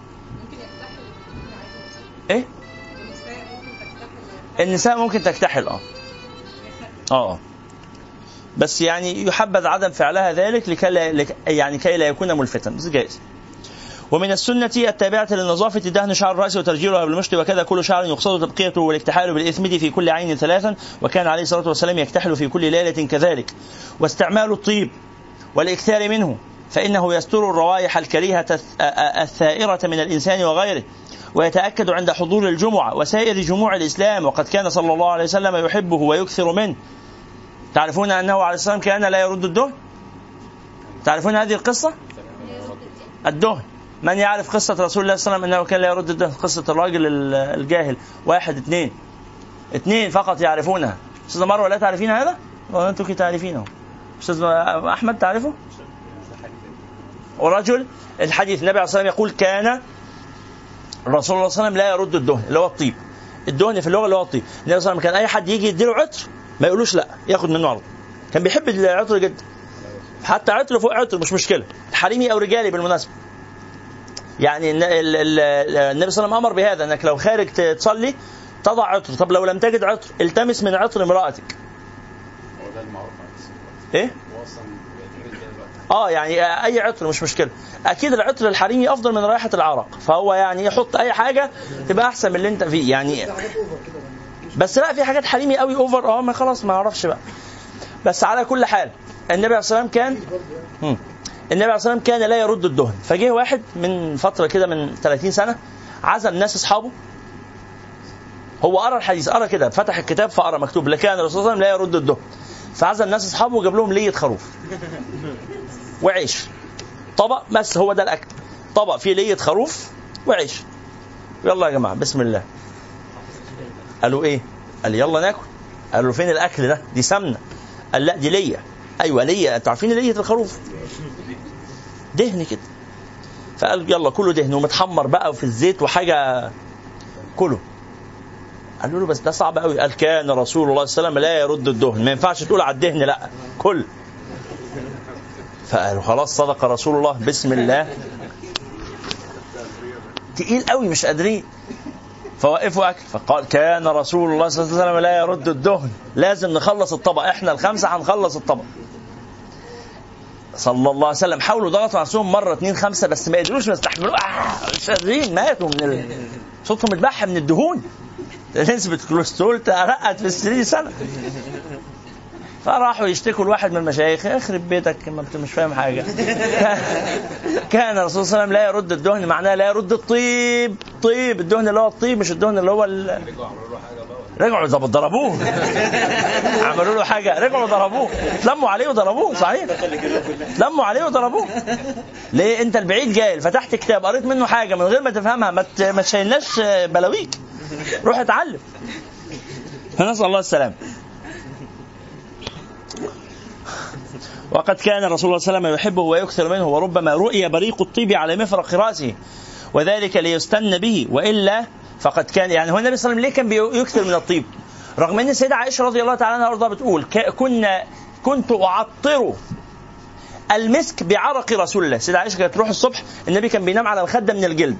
النساء ممكن تكتحل بس يعني يحبذ عدم فعلها ذلك كي لا يكون ملفتا، بس جائز. ومن السنة التابعة للنظافة دهن شعر الرأس وترجيلها بالمشط، وكذا كل شعر يقصد تبقيته والاكتحال بالإثمد في كل عين 3. وكان عليه الصلاة والسلام يكتحل في كل ليلة كذلك. واستعمال الطيب والإكثار منه فإنه يستر الروائح الكريهة الثائرة من الإنسان وغيره، ويتأكد عند حضور الجمعة وسائر جموع الإسلام، وقد كان صلى الله عليه وسلم يحبه ويكثر منه. تعرفون أنه عليه السلام كان لا يرد الدهن؟ تعرفون هذه القصة؟ الدهن، من يعرف قصة رسول الله صلى الله عليه وسلم أنه كان لا يرد الدهن؟ قصة الراجل الجاهل، 1 2 فقط يعرفونها. أستاذ مروة لا تعرفين هذا؟ وأنتم كي تعرفينه. أستاذ أحمد تعرفه؟ ورجل الحديث النبي عليه الصلاة والسلام يقول كان الرسول صلى الله عليه وسلم لا يرد الدهن، اللي هو الطيب. الدهن في اللغة اللي هو الطيب. النبي صلى الله عليه وسلم كان أي حد يجي يديله عطر ما يقولوش لا، ياخد منه عرض. كان بيحب العطر جدا، حتى عطر فوق عطر مش مشكلة، حريمي أو رجالي بالمناسبة. يعني النبي صلى الله عليه وسلم أمر بهذا، أنك لو خارج تصلي تضع عطر. طب لو لم تجد عطر التمس من عطر امرأتك. إيه؟ يعني أي عطر مش مشكلة. أكيد العطر الحريمي أفضل من رائحة العرق، فهو يعني يحط أي حاجة تبقى أحسن من اللي أنت فيه يعني. بس لا، في حاجات حريمي قوي أوفر ما خلاص ما أعرفش بقى. بس على كل حال النبي عليه الصلاة والسلام كان لا يرد الدهن. فجه واحد من فترة كده من 30 سنة عزم ناس أصحابه، هو قرأ الحديث، قرأ كده، فتح الكتاب فقرأ مكتوب لكان الرسول صلى الله عليه وسلم لا يرد الدهن. فعزم ناس أصحابه وجاب لهم لية خروف وعيش، طبق بس، هو ده الأكل، طبق فيه لية خروف وعيش. يلا يا جماعة بسم الله. قالوا ايه؟ قال يلا ناكل. قالوا فين الاكل ده؟ دي سمنه. قال لا دي ليه. ايوه ليه، انتوا عارفين ليه الخروف دهن كده. فقال يلا كله دهن ومتحمر بقى وفي الزيت وحاجه كله. قالوا له بس ده صعب قوي. قال كان رسول الله صلى الله عليه وسلم لا يرد الدهن، ما ينفعش تقول على الدهن لا، كل. فقالوا خلاص صدق رسول الله، بسم الله. تقيل قوي مش قادرين، فوقفوا أكل. فقال كان رسول الله صلى الله عليه وسلم لا يرد الدهن، لازم نخلص الطبق، احنا ال5 هنخلص الطبق صلى الله عليه وسلم. حاولوا ضغطوا نفسهم مرة 2 5 بس ما قدروش يستحملوا، مش قادرين، ماتوا من صوتهم اتبح من الدهون، نسبة كوليسترول ترقت في 60 سنة. فراحوا يشتكوا الواحد من المشايخ، اخرب بيتك ما انت مش فاهم حاجة. كان الرسول صلى الله عليه وسلم لا يرد الدهن، معناه لا يرد الطيب. طيب الدهن اللي هو الطيب، مش الدهن اللي هو رجعوا ضربوه. عملوا له حاجة، رجعوا ضربوه، تلموا عليه وضربوه. صحيح تلموا عليه وضربوه. ليه؟ انت البعيد جاي فتحت كتاب قريت منه حاجة من غير ما تفهمها، ما تشيلناش بلاويك، روح اتعلم. فنسأل الله السلام. وقد كان الرسول صلى الله عليه وسلم يحبه ويكثر منه، وربما رؤي بريق الطيب على مفرق رأسه وذلك ليستن به، وإلا فقد كان يعني هو النبي صلى الله عليه وسلم ليه كان بيكثر من الطيب؟ رغم ان السيدة عائشة رضي الله تعالى عنها وارضاها بتقول كنت أعطر المسك بعرق رسول الله. السيدة عائشة كانت تروح الصبح النبي كان بينام على مخدة من الجلد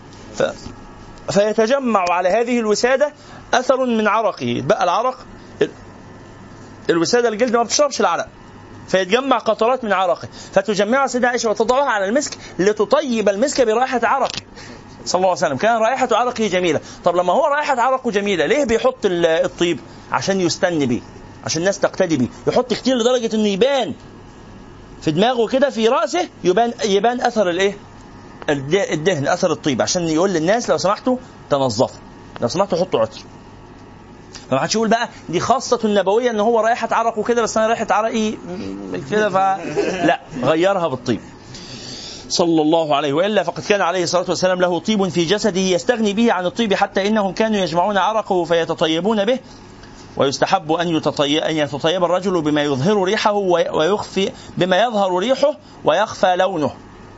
فيتجمع على هذه الوسادة أثر من عرقه، بقى العرق الوسادة الجلد ما بتشربش العرق، فيتجمع قطرات من عرقه فتجمعها السيدة عائشة وتضعها على المسك لتطيب المسك برائحة عرقه صلى الله عليه وسلم. كان رائحة عرقه جميلة. طب لما هو رائحة عرقه جميلة ليه بيحط الطيب؟ عشان يستن بيه، عشان الناس تقتدي بيه. يحط كتير لدرجة انه يبان في دماغه كده في رأسه، يبان أثر الايه الدهن، أثر الطيب، عشان يقول للناس لو سمحتوا تنظفوا، لو سمحتوا حطوا عطر. فما حدش يقول بقى دي خاصة النبوية ان هو رائحة عرقه كده بس انا رائحة عرقي كده لا، غيرها بالطيب صلى الله عليه. وإلا فقد كان عليه الصلاة والسلام له طيب في جسده يستغني به عن الطيب، حتى إنهم كانوا يجمعون عرقه فيتطيبون به. ويستحب أن يتطيب الرجل بما يظهر ريحه ويخفي بما يظهر ريحه ويخفى لونه،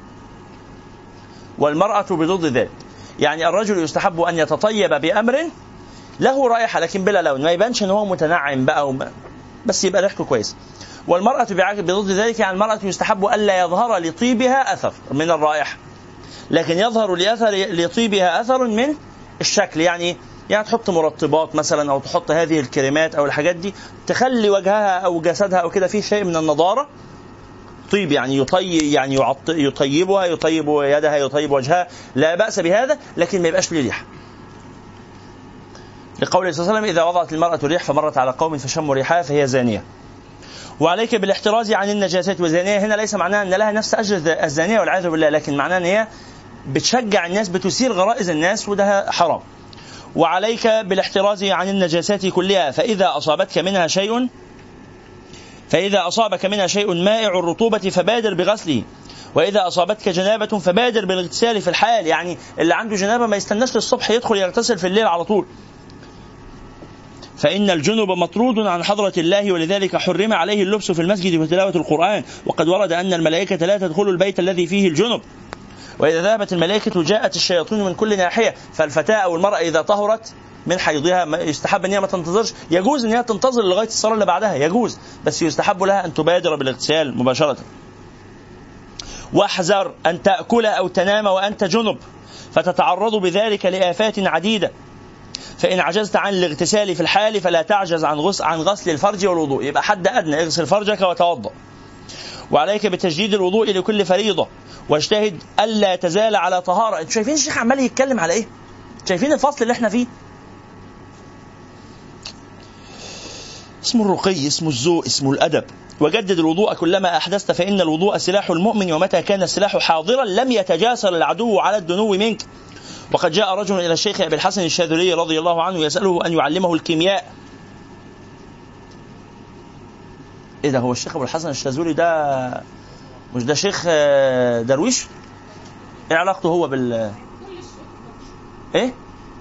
والمرأة بضد ذلك. يعني الرجل يستحب أن يتطيب بأمر له رائحة لكن بلا لون، ما يبانش أنه هو متنعم بقى بس يبقى ريحته كويس. والمرأة بضد ذلك، يعني المرأة يستحب ألا يظهر لطيبها أثر من الرائحة، لكن يظهر لطيبها أثر من الشكل. يعني تحط مرطبات مثلا أو تحط هذه الكريمات أو الحاجات دي تخلي وجهها أو جسدها أو كده فيه شيء من النضارة، طيب يعني يطيبها، يطيب يدها، يطيب وجهها، لا بأس بهذا، لكن ما يبقاش ليه ريحة. لقوله صلى الله عليه وسلم إذا وضعت المرأة ريح فمرت على قوم فشموا ريحها فهي زانية. وعليك بالاحتراز عن النجاسات. والزانية هنا ليس معناها أن لها نفس أجر الزانية والعياذ بالله، لكن معناها أن هي بتشجع الناس، بتثير غرائز الناس، وده حرام. وعليك بالاحتراز عن النجاسات كلها، فإذا أصابك منها شيء مائع الرطوبة فبادر بغسله، وإذا أصابتك جنابة فبادر بالاغتسال في الحال. يعني اللي عنده جنابة ما يستناش للصبح، يدخل يغتسل في الليل على طول. فإن الجنب مطرود عن حضرة الله، ولذلك حرم عليه اللبس في المسجد وتلاوة القرآن. وقد ورد أن الملائكة لا تدخل البيت الذي فيه الجنب، وإذا ذهبت الملائكة جاءت الشياطين من كل ناحية. فالفتاة أو المرأة إذا طهرت من حيضها يستحب أن هي ما تنتظرش، يجوز أن هي تنتظر لغاية الصلاة اللي بعدها، يجوز، بس يستحب لها أن تبادر بالاغتسال مباشرة. واحذر أن تأكل أو تنام وأنت جنب، فتتعرض بذلك لآفات عديدة. فإن عجزت عن الاغتسال في الحال فلا تعجز عن غسل الفرج والوضوء. يبقى حد أدنى اغسل فرجك وتوضأ. وعليك بتجديد الوضوء لكل فريضة، واجتهد ألا تزال على طهارة. انتوا شايفين الشيخ عمال يتكلم على ايه؟ شايفين الفصل اللي احنا فيه؟ اسمه الرقي، اسمه الذوق، اسمه الأدب. وجدد الوضوء كلما أحدثت، فإن الوضوء سلاح المؤمن، ومتى كان السلاح حاضرا لم يتجاسر العدو على الدنو منك. وقد جاء رجل إلى الشيخ أبي الحسن الشاذلي رضي الله عنه يسأله أن يعلمه الكيمياء. إيه ده؟ هو الشيخ أبو الحسن الشاذلي ده مش ده شيخ درويش؟ إيه علاقته هو إيه؟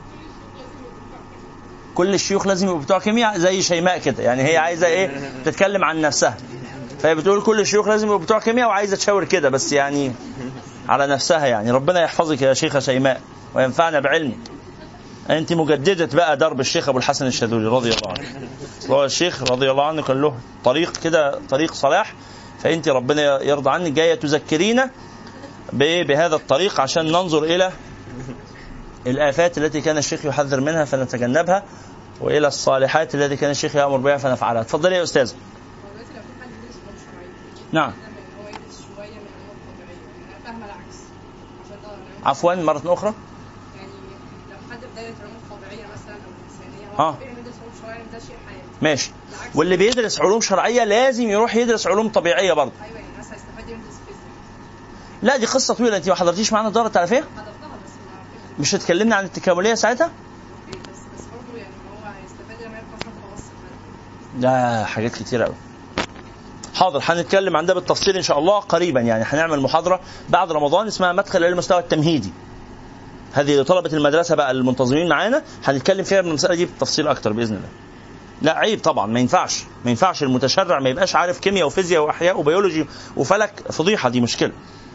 كل الشيوخ لازم يبقوا بتوع كيمياء زي شيماء كده، يعني هي عايزة إيه؟ تتكلم عن نفسها، فهي بتقول كل الشيوخ لازم يبقوا بتوع كيمياء، وعايزة تشاور كده بس يعني على نفسها. يعني ربنا يحفظك يا شيخة شيماء وينفعنا بعلمك. أنت مجددة بقى درب الشيخ أبو الحسن الشاذلي رضي الله عنه. هو الشيخ رضي الله عنه كان له طريق كده، طريق صلاح، فأنت ربنا يرضى عنك جاية تذكرينا بهذا الطريق عشان ننظر إلى الآفات التي كان الشيخ يحذر منها فنتجنبها، وإلى الصالحات التي كان الشيخ يأمر بها فنفعلها. تفضلي يا أستاذ. نعم. عفوا مرة أخرى. يعني لو حد بداية علوم طبيعية مثلا أو إنسانية بيدرس علوم شرعية ده شيء حياتي. ماشي. واللي بيدرس علوم شرعية لازم يروح يدرس علوم طبيعية برضه. أيوة يعني الناس هيستفاد يدرس فيزياء. لا دي قصة طويلة. أنت ما حضرتيش معنا الدورة التعريفية؟ حضرتها بس ما مش اتكلمنا عن التكاملية ساعتها؟ بس برضه يعني هو هيستفاد لما يبقى شرط متوسط. ده حاجات كتيرة قوي. حاضر هنتكلم عن ده بالتفصيل إن شاء الله قريبا. يعني هنعمل محاضرة بعد رمضان اسمها مدخل إلى المستوى التمهيدي. هذه طلبة المدرسة بقى المنتظمين معانا هنتكلم فيها من المسألة دي بالتفصيل أكتر بإذن الله. لا عيب طبعا، ما ينفعش المتشرع ما يبقاش عارف كيمياء وفيزياء واحياء وبيولوجي وفلك، فضيحه دي، مشكله.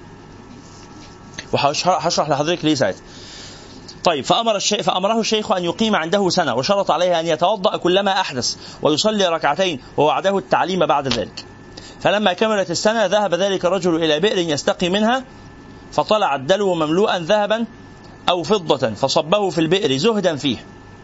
وهشرح لحضرتك ليه ساعتها. طيب فأمره الشيخ أن يقيم عنده سنة، وشرط عليه أن يتوضأ كلما أحدث ويصلي ركعتين، ووعده التعليم بعد ذلك. فلما كملت السنة ذهب ذلك الرجل إلى بئر يستقي منها، فطلع الدلو مملوءا ذهبا أو فضة فصبه في البئر زهدا فيه.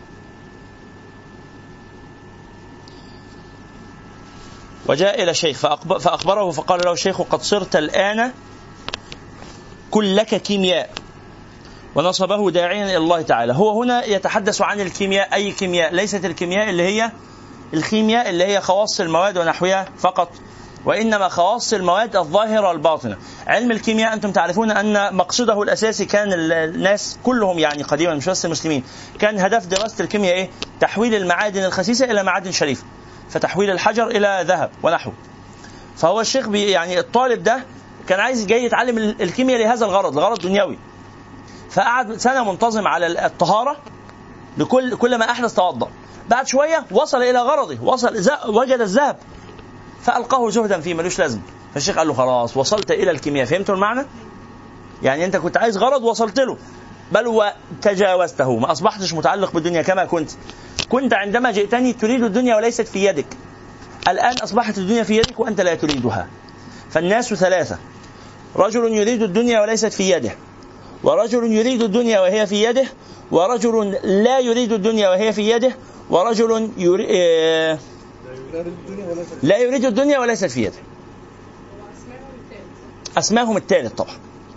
وجاء إلى الشيخ فأخبره، فقال له الشيخ: قد صرت الآن كلك كيمياء. ونصبه داعيا إلى الله تعالى. هو هنا يتحدث عن الكيمياء، أي كيمياء؟ ليست الكيمياء اللي هي الخيمياء اللي هي خواص المواد ونحوها فقط، وإنما خواص المواد الظاهرة والباطنة. علم الكيمياء أنتم تعرفون أن مقصده الأساسي كان الناس كلهم يعني قديما مش بس المسلمين، كان هدف دراسة الكيمياء إيه؟ تحويل المعادن الخسيسة إلى معادن شريفة، فتحويل الحجر إلى ذهب ونحو. فهو الشيخ يعني الطالب ده كان عايز جاي يتعلم الكيمياء لهذا الغرض، لغرض دنيوي. فقعد سنة منتظم على الطهارة، كل ما أحدث توضأ. بعد شوية وصل إلى غرضه، وجد الذهب فألقاه زهدا فيه، ملوش لازم. فالشيخ قال له: خلاص وصلت إلى الكيمياء. فهمتوا المعنى؟ يعني أنت كنت عايز غرض وصلت له، بل وتجاوزته، ما أصبحتش متعلق بالدنيا كما كنت عندما جئتني تريد الدنيا وليست في يدك. الآن أصبحت الدنيا في يدك وأنت لا تريدها. فالناس ثلاثة: رجل يريد الدنيا وليست في يده، ورجل يريد الدنيا وهي في يده، ورجل لا يريد الدنيا وهي في يده، ورجل لا يريد الدنيا وليست في يده. أسماهم الثالث طبعا.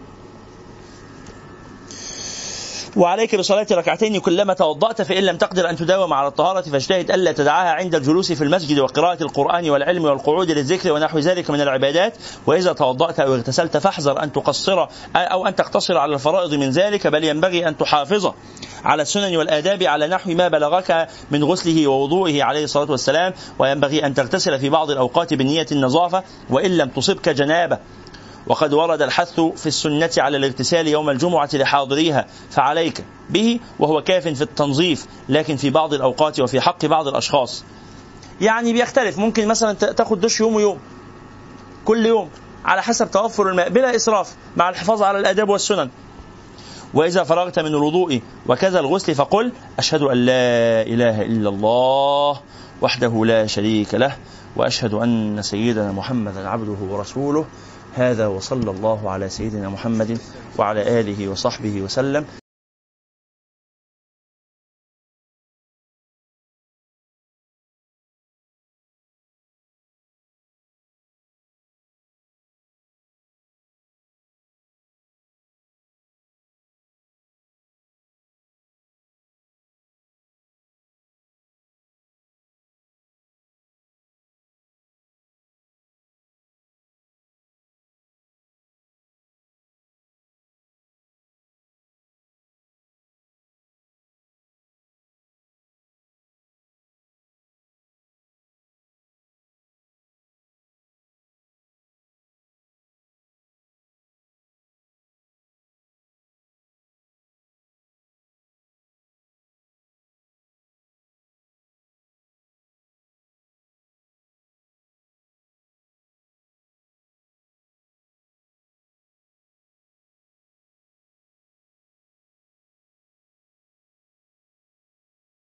وعليك بصلاة ركعتين كلما توضأت، فإن لم تقدر أن تداوم على الطهارة فاجتهد ألا تدعاها عند الجلوس في المسجد وقراءة القرآن والعلم والقعود للذكر ونحو ذلك من العبادات. وإذا توضأت أو اغتسلت فاحذر أن تقصر أو أن تقتصر على الفرائض من ذلك، بل ينبغي أن تحافظ على السنن والآداب على نحو ما بلغك من غسله ووضوئه عليه الصلاة والسلام. وينبغي أن تغتسل في بعض الأوقات بالنية النظافة وإن لم تصبك جنابة. وقد ورد الحث في السنة على الاغتسال يوم الجمعة لحاضريها، فعليك به، وهو كاف في التنظيف، لكن في بعض الأوقات وفي حق بعض الأشخاص. يعني بيختلف، ممكن مثلا تاخد دش يوم ويوم، كل يوم، على حسب توفر الماء بلا إسراف، مع الحفاظ على الآداب والسنن. وإذا فرغت من الوضوء وكذا الغسل فقل: أشهد أن لا إله إلا الله وحده لا شريك له، وأشهد أن سيدنا محمدا عبده ورسوله. هذا، وصلى الله على سيدنا محمد وعلى آله وصحبه وسلم.